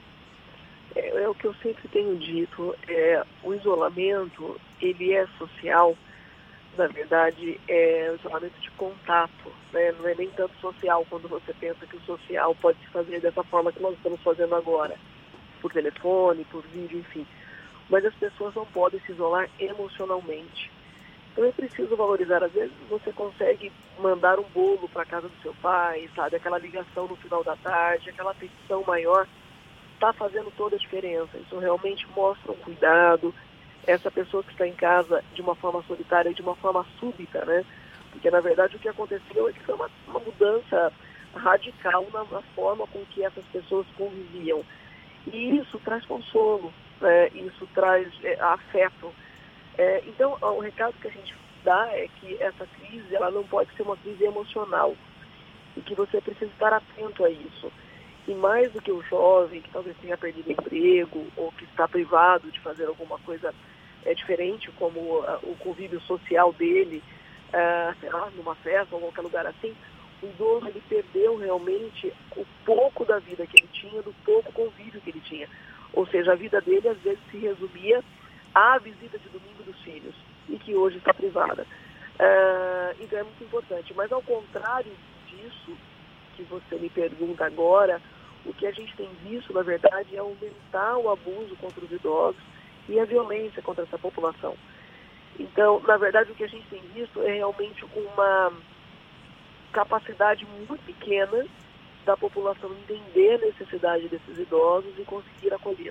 É, é o que eu sempre tenho dito, é, o isolamento, ele é social, na verdade, é um isolamento de contato, né? Não é nem tanto social quando você pensa que o social pode se fazer dessa forma que nós estamos fazendo agora, por telefone, por vídeo, enfim. Mas as pessoas não podem se isolar emocionalmente. Então é preciso valorizar. Às vezes você consegue mandar um bolo para a casa do seu pai, sabe? Aquela ligação no final da tarde, aquela atenção maior, está fazendo toda a diferença. Isso realmente mostra um cuidado. Essa pessoa que está em casa de uma forma solitária, de uma forma súbita, né? Porque, na verdade, o que aconteceu é que foi uma, uma mudança radical na, na forma com que essas pessoas conviviam. E isso traz consolo, né? Isso traz é, afeto. É, então, o recado que a gente dá é que essa crise ela não pode ser uma crise emocional e que você precisa estar atento a isso. E mais do que o jovem que talvez tenha perdido emprego ou que está privado de fazer alguma coisa é diferente, como uh, o convívio social dele, uh, sei lá, numa festa ou em qualquer lugar assim. O idoso, ele perdeu realmente o pouco da vida que ele tinha, do pouco convívio que ele tinha. Ou seja, a vida dele às vezes se resumia à visita de domingo dos filhos, e que hoje está privada. Uh, então é muito importante. Mas ao contrário disso, que você me pergunta agora, o que a gente tem visto, na verdade, é aumentar o abuso contra os idosos e a violência contra essa população. Então, na verdade, o que a gente tem visto é realmente uma capacidade muito pequena da população entender a necessidade desses idosos e conseguir acolhê-los.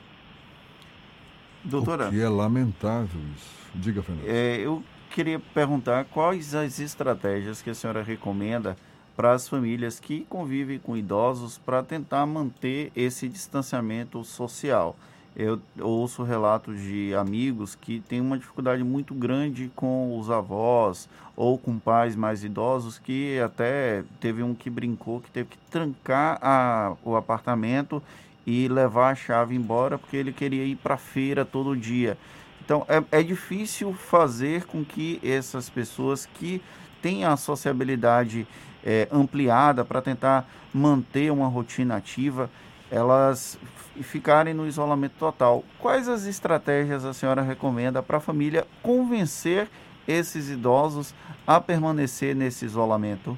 Doutora, o que é lamentável isso. Diga, Fernando. É, eu queria perguntar quais as estratégias que a senhora recomenda para as famílias que convivem com idosos para tentar manter esse distanciamento social. Eu ouço relatos de amigos que têm uma dificuldade muito grande com os avós ou com pais mais idosos, que até teve um que brincou que teve que trancar a, o apartamento e levar a chave embora porque ele queria ir para a feira todo dia. Então, é, é difícil fazer com que essas pessoas que têm a sociabilidade é, ampliada para tentar manter uma rotina ativa, elas ficarem no isolamento total. Quais as estratégias a senhora recomenda para a família convencer esses idosos a permanecer nesse isolamento?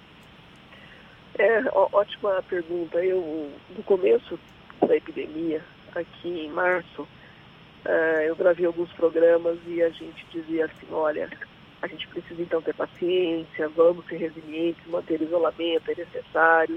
É, ó, ótima pergunta. Eu, no começo da epidemia, aqui em março, uh, eu gravei alguns programas e a gente dizia assim, olha, a gente precisa então ter paciência, vamos ser resilientes, manter o isolamento é necessário.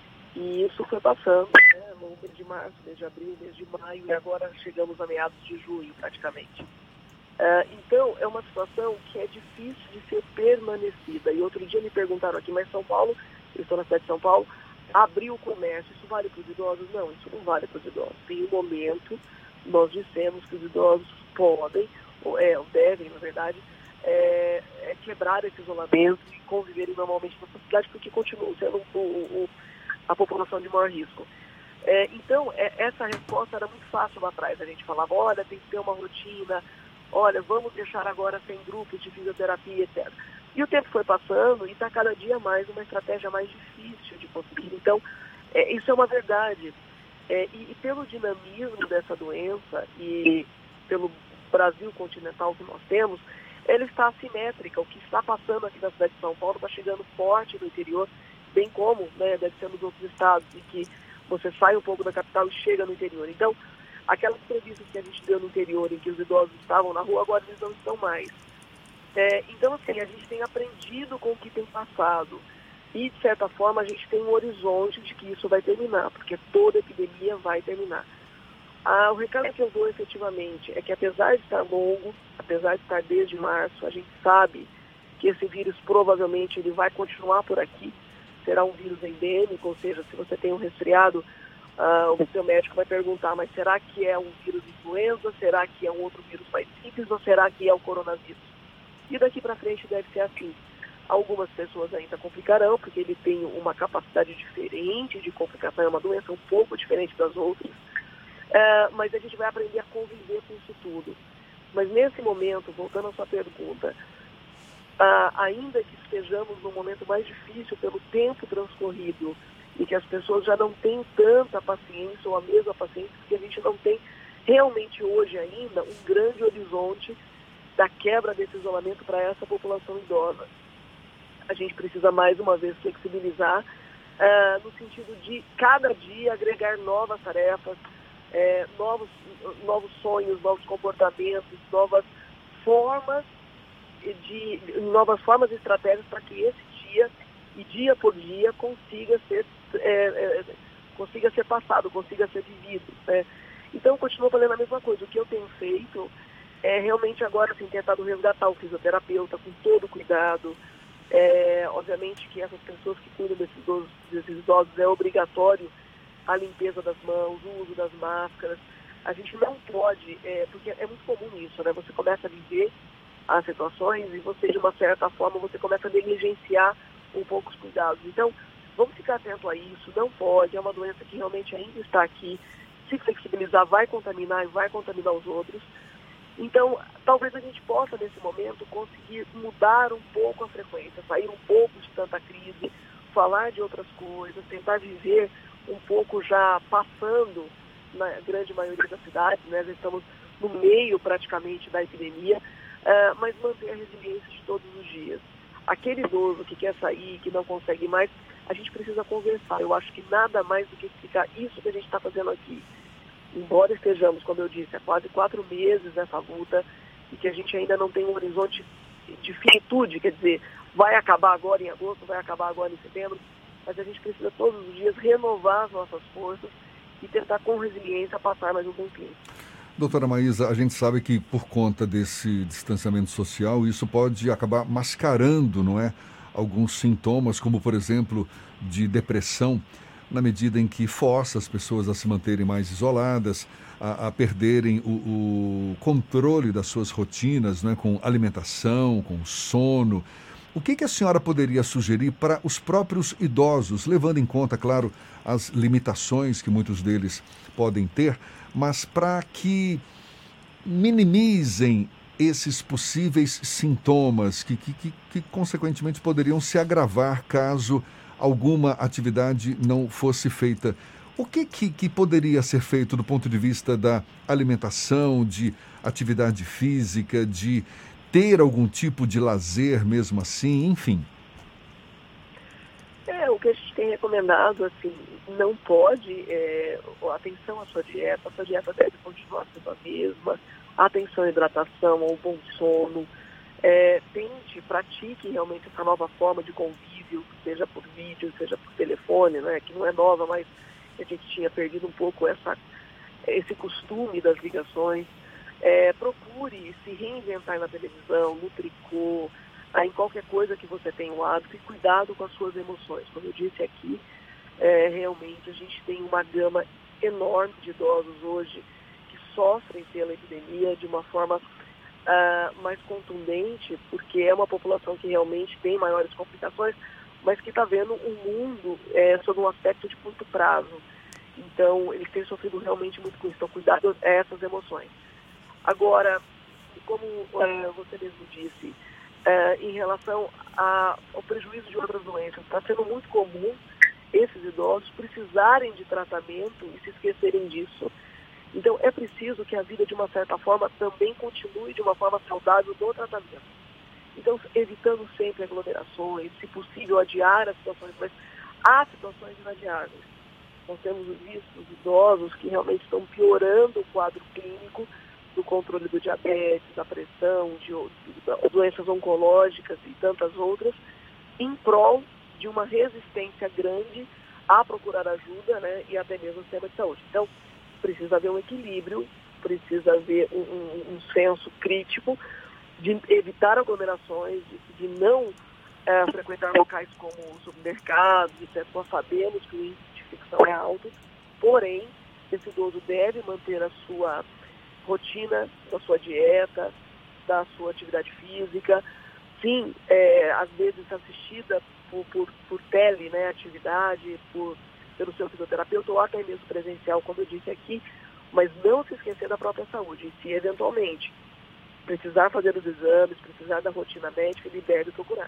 E isso foi passando, né, no mês de março, mês de abril, mês de maio, e agora chegamos a meados de junho, praticamente. Uh, então, é uma situação que é difícil de ser permanecida. E outro dia me perguntaram aqui, mas São Paulo, eu estou na cidade de São Paulo, abriu o comércio, isso vale para os idosos? Não, isso não vale para os idosos. Tem um momento, nós dissemos que os idosos podem, ou, é, ou devem, na verdade, é, é quebrar esse isolamento e conviverem normalmente na cidade, porque continuam sendo o, o a população de maior risco. É, então, é, essa resposta era muito fácil lá atrás. A gente falava, olha, tem que ter uma rotina, olha, vamos deixar agora sem grupos de fisioterapia, etcétera. E o tempo foi passando e está cada dia mais uma estratégia mais difícil de conseguir. Então, é, isso é uma verdade. É, e, e pelo dinamismo dessa doença e pelo Brasil continental que nós temos, ela está assimétrica. O que está passando aqui na cidade de São Paulo está chegando forte no interior, bem como, né, deve ser nos outros estados, em que você sai um pouco da capital e chega no interior. Então, aquelas entrevistas que a gente deu no interior, em que os idosos estavam na rua, agora eles não estão mais. É, então, assim, a gente tem aprendido com o que tem passado. E, de certa forma, a gente tem um horizonte de que isso vai terminar, porque toda epidemia vai terminar. Ah, o recado que eu dou, efetivamente, é que apesar de estar longo, apesar de estar desde março, a gente sabe que esse vírus, provavelmente, ele vai continuar por aqui. Será um vírus endêmico, ou seja, se você tem um resfriado, uh, o seu médico vai perguntar, mas será que é um vírus influenza? Será que é um outro vírus mais simples? Ou será que é o coronavírus? E daqui para frente deve ser assim. Algumas pessoas ainda complicarão, porque ele tem uma capacidade diferente de complicação, é uma doença um pouco diferente das outras, uh, mas a gente vai aprender a conviver com isso tudo. Mas nesse momento, voltando à sua pergunta, Ah, ainda que estejamos num momento mais difícil pelo tempo transcorrido e que as pessoas já não têm tanta paciência ou a mesma paciência, porque a gente não tem realmente hoje ainda um grande horizonte da quebra desse isolamento para essa população idosa. A gente precisa mais uma vez flexibilizar ah, no sentido de cada dia agregar novas tarefas, eh, novos, novos sonhos, novos comportamentos, novas formas de novas formas e estratégias para que esse dia e dia por dia consiga ser é, é, consiga ser passado, consiga ser vivido, né? Então, continuo falando a mesma coisa. O que eu tenho feito é realmente agora assim, tentado resgatar o fisioterapeuta com todo cuidado. É, obviamente que essas pessoas que cuidam desses idosos, desses idosos é obrigatório a limpeza das mãos, o uso das máscaras. A gente não pode, é, porque é muito comum isso, né? Você começa a viver as situações e você, de uma certa forma, você começa a negligenciar um pouco os cuidados. Então, vamos ficar atento a isso, não pode, é uma doença que realmente ainda está aqui, se flexibilizar vai contaminar e vai contaminar os outros. Então, talvez a gente possa, nesse momento, conseguir mudar um pouco a frequência, sair um pouco de tanta crise, falar de outras coisas, tentar viver um pouco já passando na grande maioria das cidades, né? Já estamos no meio praticamente da epidemia, uh, mas manter a resiliência de todos os dias. Aquele idoso que quer sair, que não consegue mais, a gente precisa conversar. Eu acho que nada mais do que explicar isso que a gente está fazendo aqui. Embora estejamos, como eu disse, há quase quatro meses nessa luta e que a gente ainda não tem um horizonte de finitude, quer dizer, vai acabar agora em agosto, vai acabar agora em setembro, mas a gente precisa todos os dias renovar as nossas forças e tentar com resiliência passar mais um tempinho. Doutora Maísa, a gente sabe que por conta desse distanciamento social, isso pode acabar mascarando, não é, alguns sintomas, como por exemplo, de depressão, na medida em que força as pessoas a se manterem mais isoladas, a, a perderem o, o controle das suas rotinas, não é, com alimentação, com sono. O que, que a senhora poderia sugerir para os próprios idosos, levando em conta, claro, as limitações que muitos deles podem ter, mas para que minimizem esses possíveis sintomas que, que, que, que, consequentemente, poderiam se agravar caso alguma atividade não fosse feita? O que, que, que poderia ser feito do ponto de vista da alimentação, de atividade física, de ter algum tipo de lazer mesmo assim, enfim? É, o que a gente tem recomendado, assim, não pode, é, atenção à sua dieta, a sua dieta deve continuar sendo a mesma, atenção à hidratação, ao bom sono, é, tente, pratique realmente essa nova forma de convívio, seja por vídeo, seja por telefone, né, que não é nova, mas a gente tinha perdido um pouco essa, esse costume das ligações. É, procure se reinventar na televisão, no tricô, em qualquer coisa que você tenha o hábito, e cuidado com as suas emoções. Como eu disse aqui, é, realmente a gente tem uma gama enorme de idosos hoje que sofrem pela epidemia de uma forma uh, mais contundente, porque é uma população que realmente tem maiores complicações, mas que está vendo o mundo é, sob um aspecto de curto prazo. Então, eles têm sofrido realmente muito com isso. Então, cuidado a essas emoções. Agora, como uh, você mesmo disse, uh, em relação a, ao prejuízo de outras doenças, está sendo muito comum esses idosos precisarem de tratamento e se esquecerem disso. Então, é preciso que a vida, de uma certa forma, também continue de uma forma saudável no tratamento. Então, evitando sempre aglomerações, se possível, adiar as situações, mas há situações inadiáveis. Nós temos visto os idosos que realmente estão piorando o quadro clínico do controle do diabetes, da pressão, de, de doenças oncológicas e tantas outras, em prol de uma resistência grande a procurar ajuda, né, e até mesmo o sistema de saúde. Então, precisa haver um equilíbrio, precisa haver um, um, um senso crítico de evitar aglomerações, de, de não é, frequentar locais como supermercados, etcétera. Nós sabemos que o índice de infecção é alto, porém, esse idoso deve manter a sua rotina, da sua dieta, da sua atividade física, sim, é, às vezes assistida por, por, por tele, né, atividade, por, pelo seu fisioterapeuta ou até mesmo presencial, como eu disse aqui, mas não se esquecer da própria saúde. E se eventualmente precisar fazer os exames, precisar da rotina médica, ele deve procurar.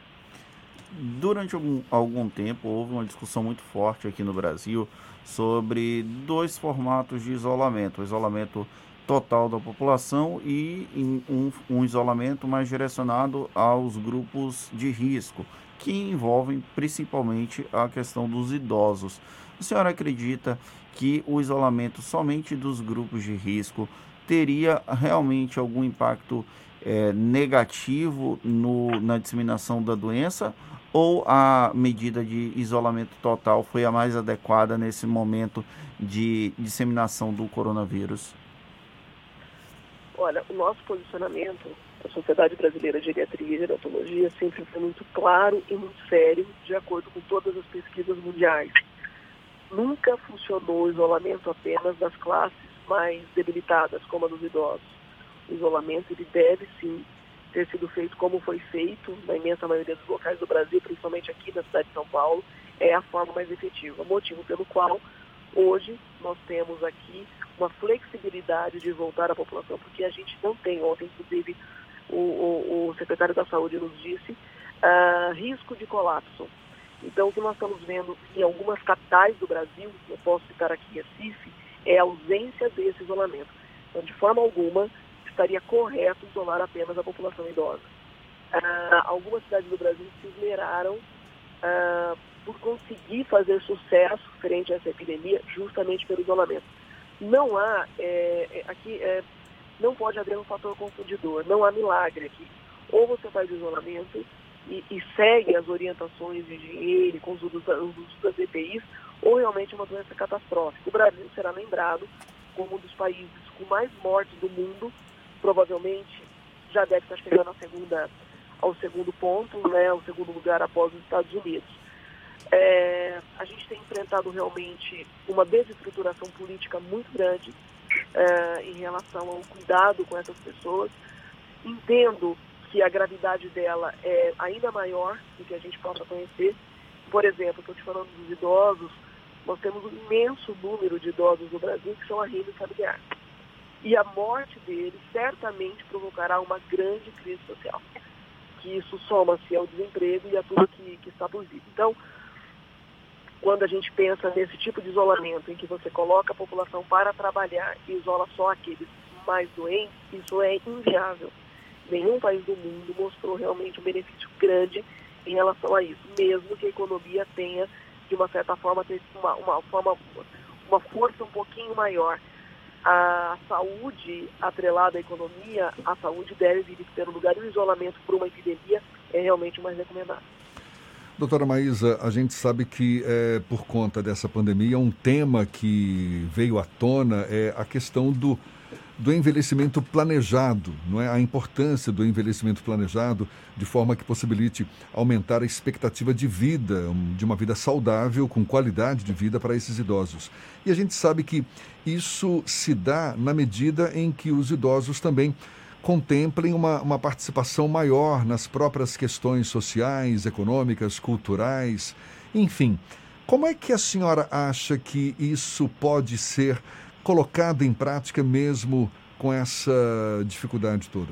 Durante algum, algum tempo houve uma discussão muito forte aqui no Brasil sobre dois formatos de isolamento, o isolamento total da população e um, um isolamento mais direcionado aos grupos de risco, que envolvem principalmente a questão dos idosos. A senhora acredita que o isolamento somente dos grupos de risco teria realmente algum impacto é, negativo no, na disseminação da doença, ou a medida de isolamento total foi a mais adequada nesse momento de disseminação do coronavírus? Olha, o nosso posicionamento, a Sociedade Brasileira de Geriatria e Gerontologia, sempre foi muito claro e muito sério, de acordo com todas as pesquisas mundiais. Nunca funcionou o isolamento apenas das classes mais debilitadas, como a dos idosos. O isolamento, ele deve sim ter sido feito como foi feito na imensa maioria dos locais do Brasil, principalmente aqui na cidade de São Paulo, é a forma mais efetiva, motivo pelo qual hoje nós temos aqui uma flexibilidade de voltar à população, porque a gente não tem, ontem inclusive o, o, o secretário da Saúde nos disse, uh, risco de colapso. Então o que nós estamos vendo em algumas capitais do Brasil, eu posso citar aqui Recife, é a ausência desse isolamento. Então de forma alguma estaria correto isolar apenas a população idosa. Uh, algumas cidades do Brasil se esmeraram uh, por conseguir fazer sucesso frente a essa epidemia justamente pelo isolamento. Não há, é, aqui é, não pode haver um fator confundidor, não há milagre aqui. Ou você faz isolamento e, e segue as orientações de higiene com os usos das E P Is, ou realmente é uma doença catastrófica. O Brasil será lembrado como um dos países com mais mortes do mundo, provavelmente já deve estar chegando à segunda, ao segundo ponto, né, ao segundo lugar após os Estados Unidos. É, a gente tem enfrentado realmente uma desestruturação política muito grande é, em relação ao cuidado com essas pessoas. Entendo que a gravidade dela é ainda maior do que a gente possa conhecer. Por exemplo, estou te falando dos idosos, nós temos um imenso número de idosos no Brasil que são a rede familiar. E a morte deles certamente provocará uma grande crise social. Que isso soma-se ao desemprego e a tudo que, que está por vir. Então, quando a gente pensa nesse tipo de isolamento, em que você coloca a população para trabalhar e isola só aqueles mais doentes, isso é inviável. Nenhum país do mundo mostrou realmente um benefício grande em relação a isso, mesmo que a economia tenha, de uma certa forma, uma, uma, forma, uma força um pouquinho maior. A saúde atrelada à economia, a saúde deve vir em primeiro lugar, e o isolamento por uma epidemia é realmente o mais recomendado. Doutora Maísa, a gente sabe que é, por conta dessa pandemia, um tema que veio à tona é a questão do, do envelhecimento planejado, não é? A importância do envelhecimento planejado de forma que possibilite aumentar a expectativa de vida, de uma vida saudável, com qualidade de vida para esses idosos. E a gente sabe que isso se dá na medida em que os idosos também contemplem uma, uma participação maior nas próprias questões sociais, econômicas, culturais, enfim. Como é que a senhora acha que isso pode ser colocado em prática mesmo com essa dificuldade toda?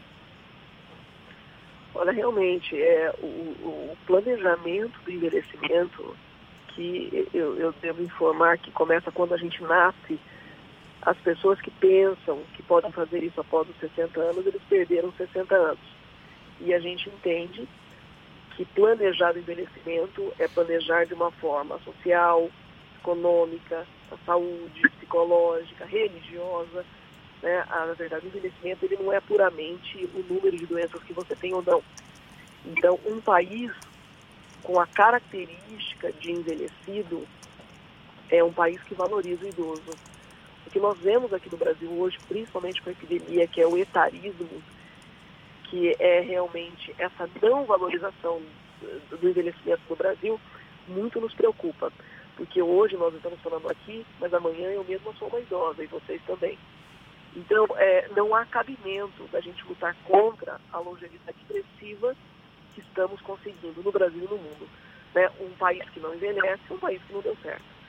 Olha, realmente, é, o, o planejamento do envelhecimento, que eu, eu devo informar que começa quando a gente nasce. As pessoas que pensam que podem fazer isso após os sessenta anos, eles perderam sessenta anos. E a gente entende que planejar o envelhecimento é planejar de uma forma social, econômica, a saúde, psicológica, religiosa. Né? Ah, na verdade, o envelhecimento ele não é puramente o número de doenças que você tem ou não. Então, um país com a característica de envelhecido é um país que valoriza o idoso. O que nós vemos aqui no Brasil hoje, principalmente com a epidemia, que é o etarismo, que é realmente essa não valorização do envelhecimento no Brasil, muito nos preocupa. Porque hoje nós estamos falando aqui, mas amanhã eu mesma sou uma idosa e vocês também. Então, é, não há cabimento da gente lutar contra a longevidade expressiva que estamos conseguindo no Brasil e no mundo. Né? Um país que não envelhece, um país que não deu certo.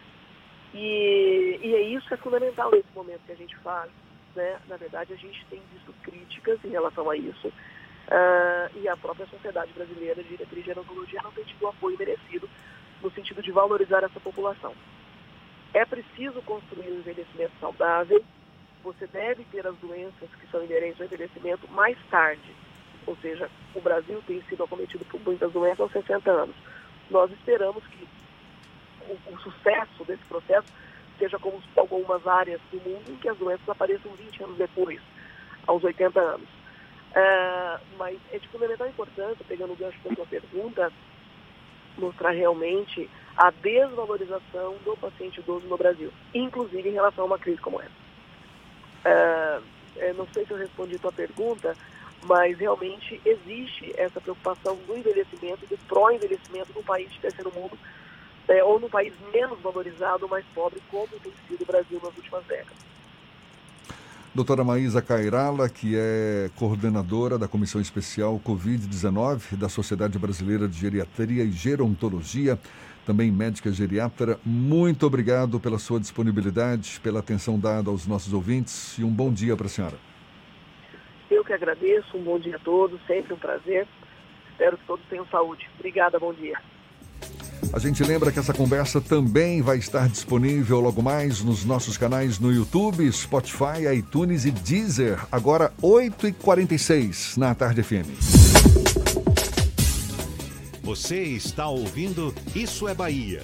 E, e é isso que é fundamental nesse momento que a gente faz. Né? Na verdade, a gente tem visto críticas em relação a isso. Uh, e a própria Sociedade Brasileira de Geriatria e Gerontologia não tem tido o apoio merecido no sentido de valorizar essa população. É preciso construir um envelhecimento saudável. Você deve ter as doenças que são inerentes ao envelhecimento mais tarde. Ou seja, o Brasil tem sido acometido por muitas doenças aos sessenta anos. Nós esperamos que o, o sucesso desse processo seja como algumas áreas do mundo em que as doenças apareçam vinte anos depois, aos oitenta anos. Uh, mas é de fundamental importância, pegando o gancho da sua pergunta, mostrar realmente a desvalorização do paciente idoso no Brasil, inclusive em relação a uma crise como essa. Uh, eu não sei se eu respondi a tua pergunta, mas realmente existe essa preocupação do envelhecimento, do pró-envelhecimento no país de terceiro mundo, é, ou no país menos valorizado, mais pobre, como tem sido o Brasil nas últimas décadas. Doutora Maísa Cairala, que é coordenadora da Comissão Especial covid dezenove da Sociedade Brasileira de Geriatria e Gerontologia, também médica geriatra. Muito obrigado pela sua disponibilidade, pela atenção dada aos nossos ouvintes e um bom dia para a senhora. Eu que agradeço, um bom dia a todos, sempre um prazer. Espero que todos tenham saúde. Obrigada, bom dia. A gente lembra que essa conversa também vai estar disponível logo mais nos nossos canais no YouTube, Spotify, iTunes e Deezer. Agora oito e quarenta e seis na Tarde F M. Você está ouvindo Isso é Bahia.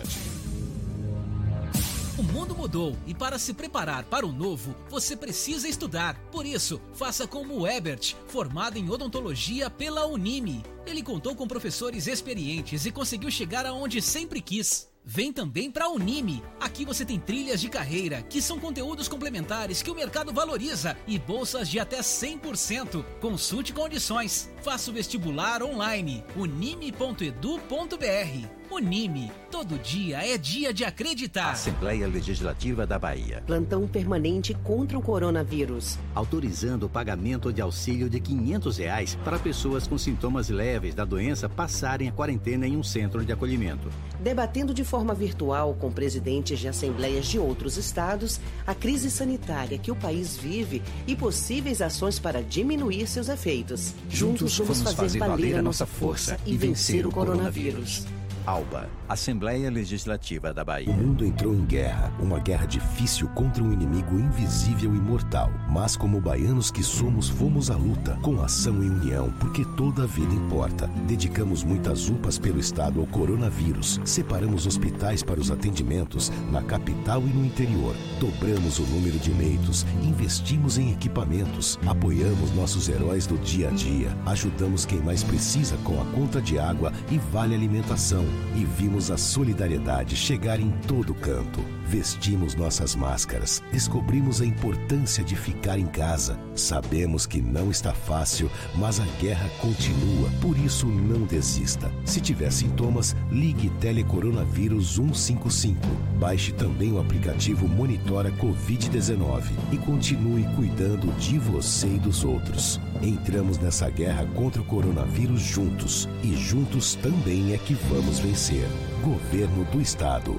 O mundo mudou e para se preparar para o novo, você precisa estudar. Por isso, faça como o Ebert, formado em odontologia pela Unime. Ele contou com professores experientes e conseguiu chegar aonde sempre quis. Vem também para a Unime. Aqui você tem trilhas de carreira, que são conteúdos complementares que o mercado valoriza e bolsas de até cem por cento. Consulte condições. Faça o vestibular online. unime ponto edu ponto br. Unime. Todo dia é dia de acreditar. Assembleia Legislativa da Bahia. Plantão permanente contra o coronavírus. Autorizando o pagamento de auxílio de quinhentos reais para pessoas com sintomas leves da doença passarem a quarentena em um centro de acolhimento. Debatendo de forma virtual com presidentes de assembleias de outros estados a crise sanitária que o país vive e possíveis ações para diminuir seus efeitos. Juntos vamos fazer valer a nossa força e vencer o coronavírus. ALBA, Assembleia Legislativa da Bahia. O mundo entrou em guerra, uma guerra difícil contra um inimigo invisível e mortal. Mas como baianos que somos, fomos à luta, com ação e união, porque toda a vida importa. Dedicamos muitas U P As pelo estado ao coronavírus. Separamos hospitais para os atendimentos na capital e no interior. Dobramos o número de leitos, investimos em equipamentos, apoiamos nossos heróis do dia a dia, ajudamos quem mais precisa com a conta de água e vale alimentação. E vimos a solidariedade chegar em todo canto. Vestimos nossas máscaras, descobrimos a importância de ficar em casa. Sabemos que não está fácil, mas a guerra continua, por isso não desista. Se tiver sintomas, ligue Telecoronavírus um cinco cinco. Baixe também o aplicativo Monitora covid dezenove e continue cuidando de você e dos outros. Entramos nessa guerra contra o coronavírus juntos, e juntos também é que vamos vencer. Governo do Estado.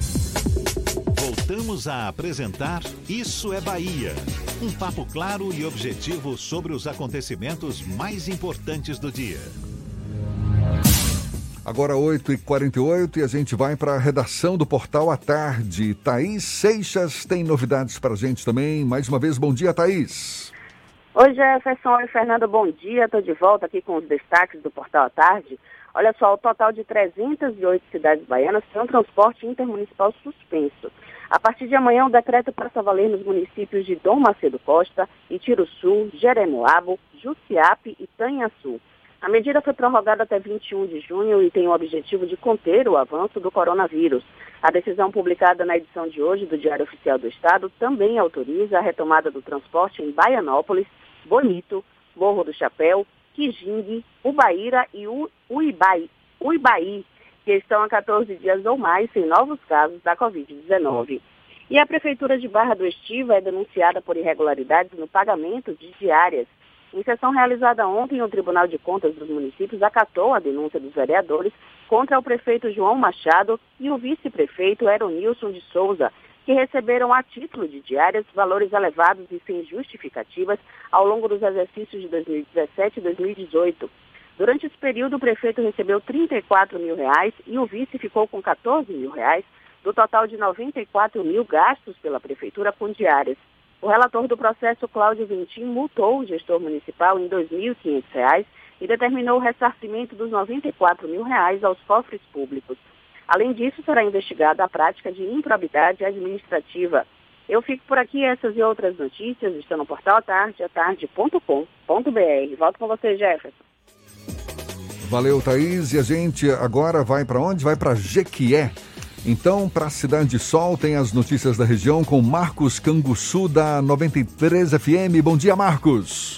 Voltamos a apresentar Isso é Bahia. Um papo claro e objetivo sobre os acontecimentos mais importantes do dia. Agora oito e quarenta e oito e a gente vai para a redação do Portal à Tarde. Thaís Seixas tem novidades para a gente também. Mais uma vez, bom dia, Thaís. Oi, Jefferson e Fernando, bom dia. Estou de volta aqui com os destaques do Portal à Tarde. Olha só, o total de trezentas e oito cidades baianas tem um transporte intermunicipal suspenso. A partir de amanhã, o decreto passa a valer nos municípios de Dom Macedo Costa, Itiruçu, Jeremoabo, Jussiape e Tanhaçu. A medida foi prorrogada até vinte e um de junho e tem o objetivo de conter o avanço do coronavírus. A decisão publicada na edição de hoje do Diário Oficial do Estado também autoriza a retomada do transporte em Baianópolis, Bonito, Morro do Chapéu, Quijingue, Ubaíra e Uibaí, Uibaí, que estão há quatorze dias ou mais sem novos casos da covid dezenove. E a Prefeitura de Barra do Estiva é denunciada por irregularidades no pagamento de diárias. Em sessão realizada ontem, o Tribunal de Contas dos Municípios acatou a denúncia dos vereadores contra o prefeito João Machado e o vice-prefeito Eronilson de Souza, que receberam a título de diárias valores elevados e sem justificativas ao longo dos exercícios de dois mil e dezessete e dois mil e dezoito. Durante esse período, o prefeito recebeu trinta e quatro mil reais e o vice ficou com quatorze mil reais, do total de noventa e quatro mil gastos pela prefeitura com diárias. O relator do processo, Cláudio Ventim, multou o gestor municipal em dois mil e quinhentos reais e determinou o ressarcimento dos noventa e quatro mil reais aos cofres públicos. Além disso, será investigada a prática de improbidade administrativa. Eu fico por aqui, essas e outras notícias estão no portal atarde, atarde ponto com ponto br. Volto com você, Jefferson. Valeu, Thaís. E a gente agora vai para onde? Vai para Jequié. Então, para a Cidade de Sol, tem as notícias da região com Marcos Canguçu, da noventa e três F M. Bom dia, Marcos.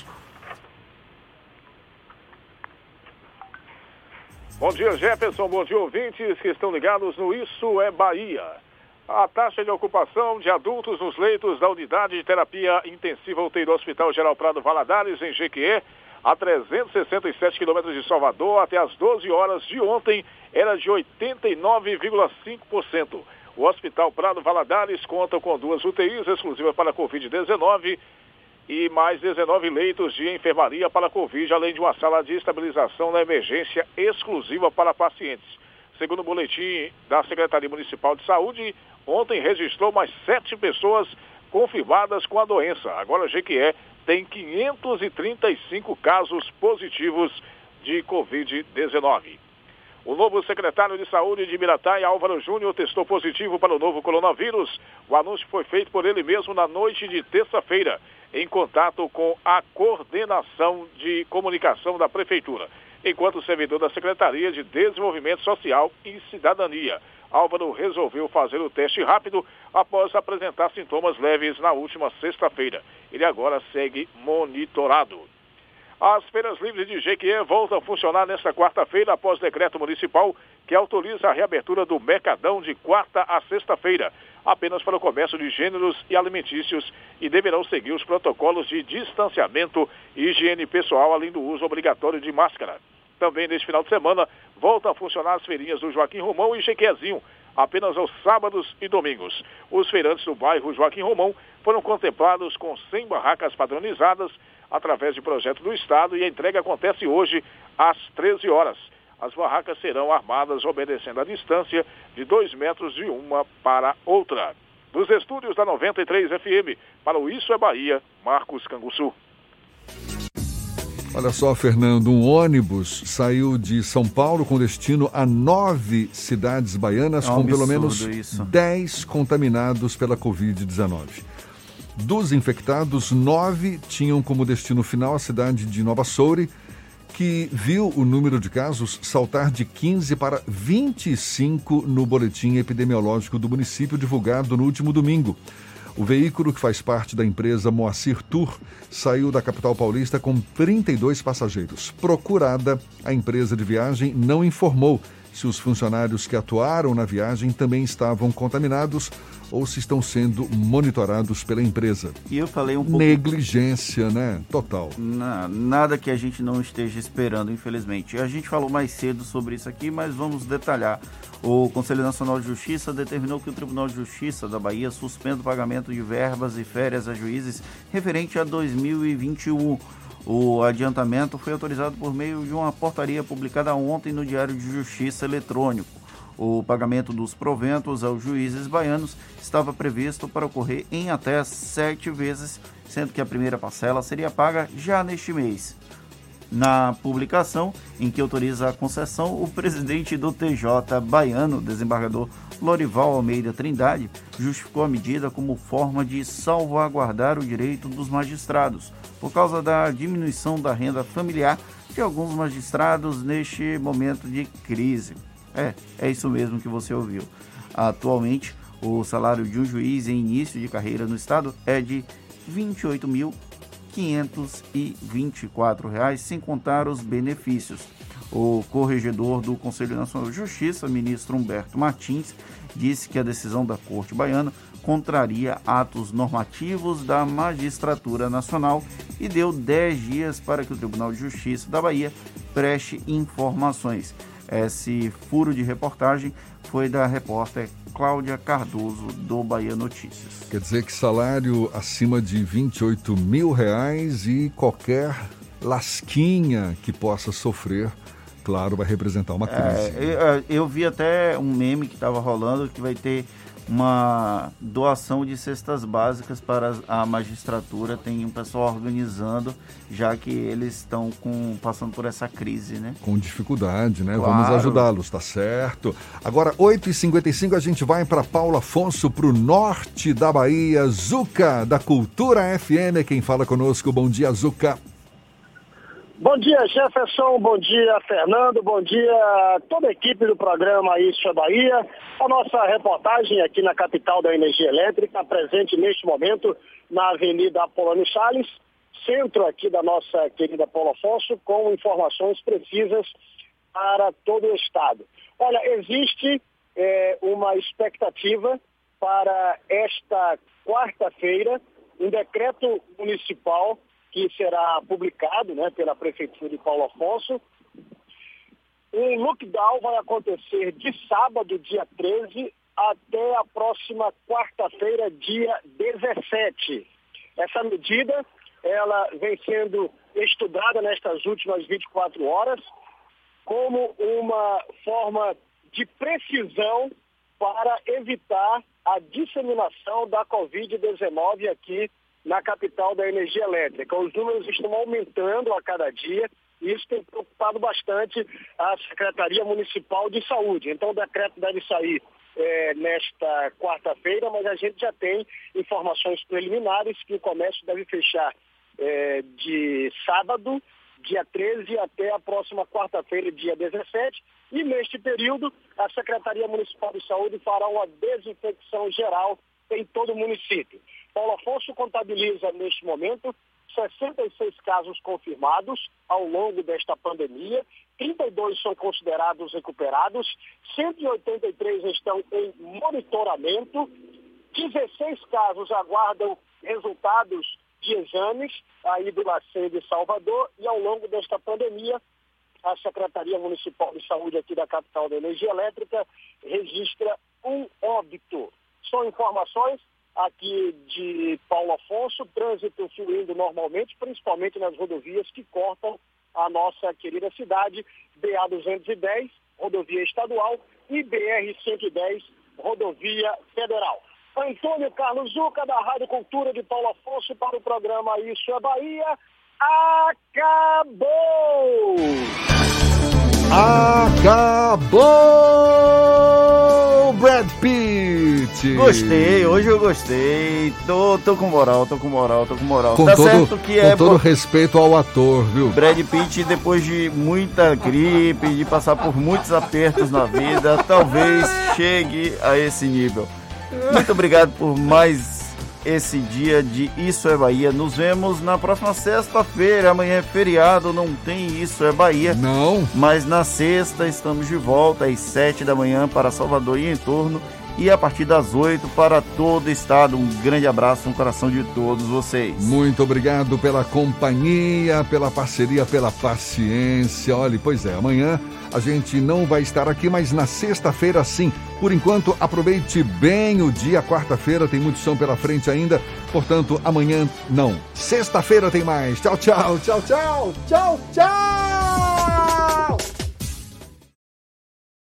Bom dia, Jefferson. Bom dia, ouvintes que estão ligados no Isso é Bahia. A taxa de ocupação de adultos nos leitos da unidade de terapia intensiva U T I do Hospital Geral Prado Valadares, em Jequié, a trezentos e sessenta e sete quilômetros de Salvador, até as doze horas de ontem, era de oitenta e nove vírgula cinco por cento. O Hospital Prado Valadares conta com duas U T Is exclusivas para a covid dezenove e mais dezenove leitos de enfermaria para a Covid, além de uma sala de estabilização na emergência exclusiva para pacientes. Segundo o boletim da Secretaria Municipal de Saúde, ontem registrou mais sete pessoas confirmadas com a doença. Agora, Jequié tem quinhentos e trinta e cinco casos positivos de covid dezenove. O novo secretário de Saúde de Mirataia, Álvaro Júnior, testou positivo para o novo coronavírus. O anúncio foi feito por ele mesmo na noite de terça-feira, em contato com a coordenação de comunicação da Prefeitura, enquanto servidor da Secretaria de Desenvolvimento Social e Cidadania. Álvaro resolveu fazer o teste rápido após apresentar sintomas leves na última sexta-feira. Ele agora segue monitorado. As feiras livres de Jequié voltam a funcionar nesta quarta-feira após decreto municipal que autoriza a reabertura do Mercadão de quarta a sexta-feira, apenas para o comércio de gêneros e alimentícios, e deverão seguir os protocolos de distanciamento e higiene pessoal, além do uso obrigatório de máscara. Também neste final de semana voltam a funcionar as feirinhas do Joaquim Romão e Jequiézinho, apenas aos sábados e domingos. Os feirantes do bairro Joaquim Romão foram contemplados com cem barracas padronizadas através de projeto do Estado, e a entrega acontece hoje às treze horas. As barracas serão armadas obedecendo a distância de dois metros de uma para outra. Dos estúdios da noventa e três F M, para o Isso é Bahia, Marcos Canguçu. Olha só, Fernando, um ônibus saiu de São Paulo com destino a nove cidades baianas, é um com pelo menos isso. dez contaminados pela covid dezenove. Dos infectados, nove tinham como destino final a cidade de Nova Soure, que viu o número de casos saltar de quinze para vinte e cinco no boletim epidemiológico do município divulgado no último domingo. O veículo, que faz parte da empresa Moacir Tour, saiu da capital paulista com trinta e dois passageiros. Procurada, a empresa de viagem não informou se os funcionários que atuaram na viagem também estavam contaminados ou se estão sendo monitorados pela empresa. E eu falei um pouco... Negligência, né? Total. Na, nada que a gente não esteja esperando, infelizmente. A gente falou mais cedo sobre isso aqui, mas vamos detalhar. O Conselho Nacional de Justiça determinou que o Tribunal de Justiça da Bahia suspenda o pagamento de verbas e férias a juízes referente a dois mil e vinte e um. O adiantamento foi autorizado por meio de uma portaria publicada ontem no Diário de Justiça Eletrônico. O pagamento dos proventos aos juízes baianos estava previsto para ocorrer em até sete vezes, sendo que a primeira parcela seria paga já neste mês. Na publicação, em que autoriza a concessão, o presidente do T J baiano, desembargador Lorival Almeida Trindade, justificou a medida como forma de salvaguardar o direito dos magistrados, por causa da diminuição da renda familiar de alguns magistrados neste momento de crise. É, é isso mesmo que você ouviu. Atualmente, o salário de um juiz em início de carreira no estado é de vinte e oito mil quinhentos e vinte e quatro reais, sem contar os benefícios. O corregedor do Conselho Nacional de Justiça, ministro Humberto Martins, disse que a decisão da Corte Baiana contraria atos normativos da Magistratura Nacional e deu dez dias para que o Tribunal de Justiça da Bahia preste informações. Esse furo de reportagem foi da repórter Cláudia Cardoso, do Bahia Notícias. Quer dizer que salário acima de vinte e oito mil reais e qualquer lasquinha que possa sofrer, claro, vai representar uma crise. É, eu, eu vi até um meme que estava rolando que vai ter uma doação de cestas básicas para a magistratura. Tem um pessoal organizando, já que eles estão com, passando por essa crise, né? Com dificuldade, né? Claro. Vamos ajudá-los, tá certo? Agora, oito e cinquenta e cinco, a gente vai para Paulo Afonso, para o norte da Bahia. Zuca, da Cultura F M, é quem fala conosco. Bom dia, Zuca. Bom dia, Jefferson, bom dia, Fernando, bom dia a toda a equipe do programa Isso é Bahia. A nossa reportagem aqui na capital da energia elétrica, presente neste momento na Avenida Apolônio Salles, centro aqui da nossa querida Paulo Afonso, com informações precisas para todo o estado. Olha, existe é, uma expectativa para esta quarta-feira, um decreto municipal que será publicado, né, pela Prefeitura de Paulo Afonso. O lockdown vai acontecer de sábado, dia treze, até a próxima quarta-feira, dia dezessete. Essa medida, ela vem sendo estudada nestas últimas vinte e quatro horas como uma forma de precisão para evitar a disseminação da covid dezenove aqui na capital da energia elétrica. Os números estão aumentando a cada dia e isso tem preocupado bastante a Secretaria Municipal de Saúde. Então o decreto deve sair é, nesta quarta-feira, mas a gente já tem informações preliminares que o comércio deve fechar é, de sábado, dia treze, até a próxima quarta-feira, dia dezessete. E neste período, a Secretaria Municipal de Saúde fará uma desinfecção geral em todo o município. Paulo Afonso contabiliza, neste momento, sessenta e seis casos confirmados ao longo desta pandemia, trinta e dois são considerados recuperados, cento e oitenta e três estão em monitoramento, dezesseis casos aguardam resultados de exames aí do LACEN de Salvador, e ao longo desta pandemia, a Secretaria Municipal de Saúde aqui da capital da energia elétrica registra um óbito. São informações aqui de Paulo Afonso, trânsito fluindo normalmente, principalmente nas rodovias que cortam a nossa querida cidade, B A duzentos e dez, rodovia estadual, e B R cento e dez, rodovia federal. Antônio Carlos Zucca, da Rádio Cultura de Paulo Afonso, para o programa Isso é Bahia. Acabou! Acabou, Brad Pitt! Gostei, hoje eu gostei. Tô, tô com moral, tô com moral, tô com moral. Com tá todo, certo que com é todo respeito ao ator, viu? Brad Pitt, depois de muita gripe, de passar por muitos apertos na vida, talvez chegue a esse nível. Muito obrigado por mais esse dia de Isso é Bahia. Nos vemos na próxima sexta-feira. Amanhã é feriado, não tem Isso é Bahia. Não. Mas na sexta estamos de volta às sete da manhã para Salvador e entorno, e a partir das oito para todo o estado. Um grande abraço no coração de todos vocês. Muito obrigado pela companhia, pela parceria, pela paciência. Olha, pois é, amanhã a gente não vai estar aqui, mas na sexta-feira sim. Por enquanto, aproveite bem o dia. Quarta-feira tem muito som pela frente ainda. Portanto, amanhã não. Sexta-feira tem mais. Tchau, tchau, tchau, tchau, tchau, tchau.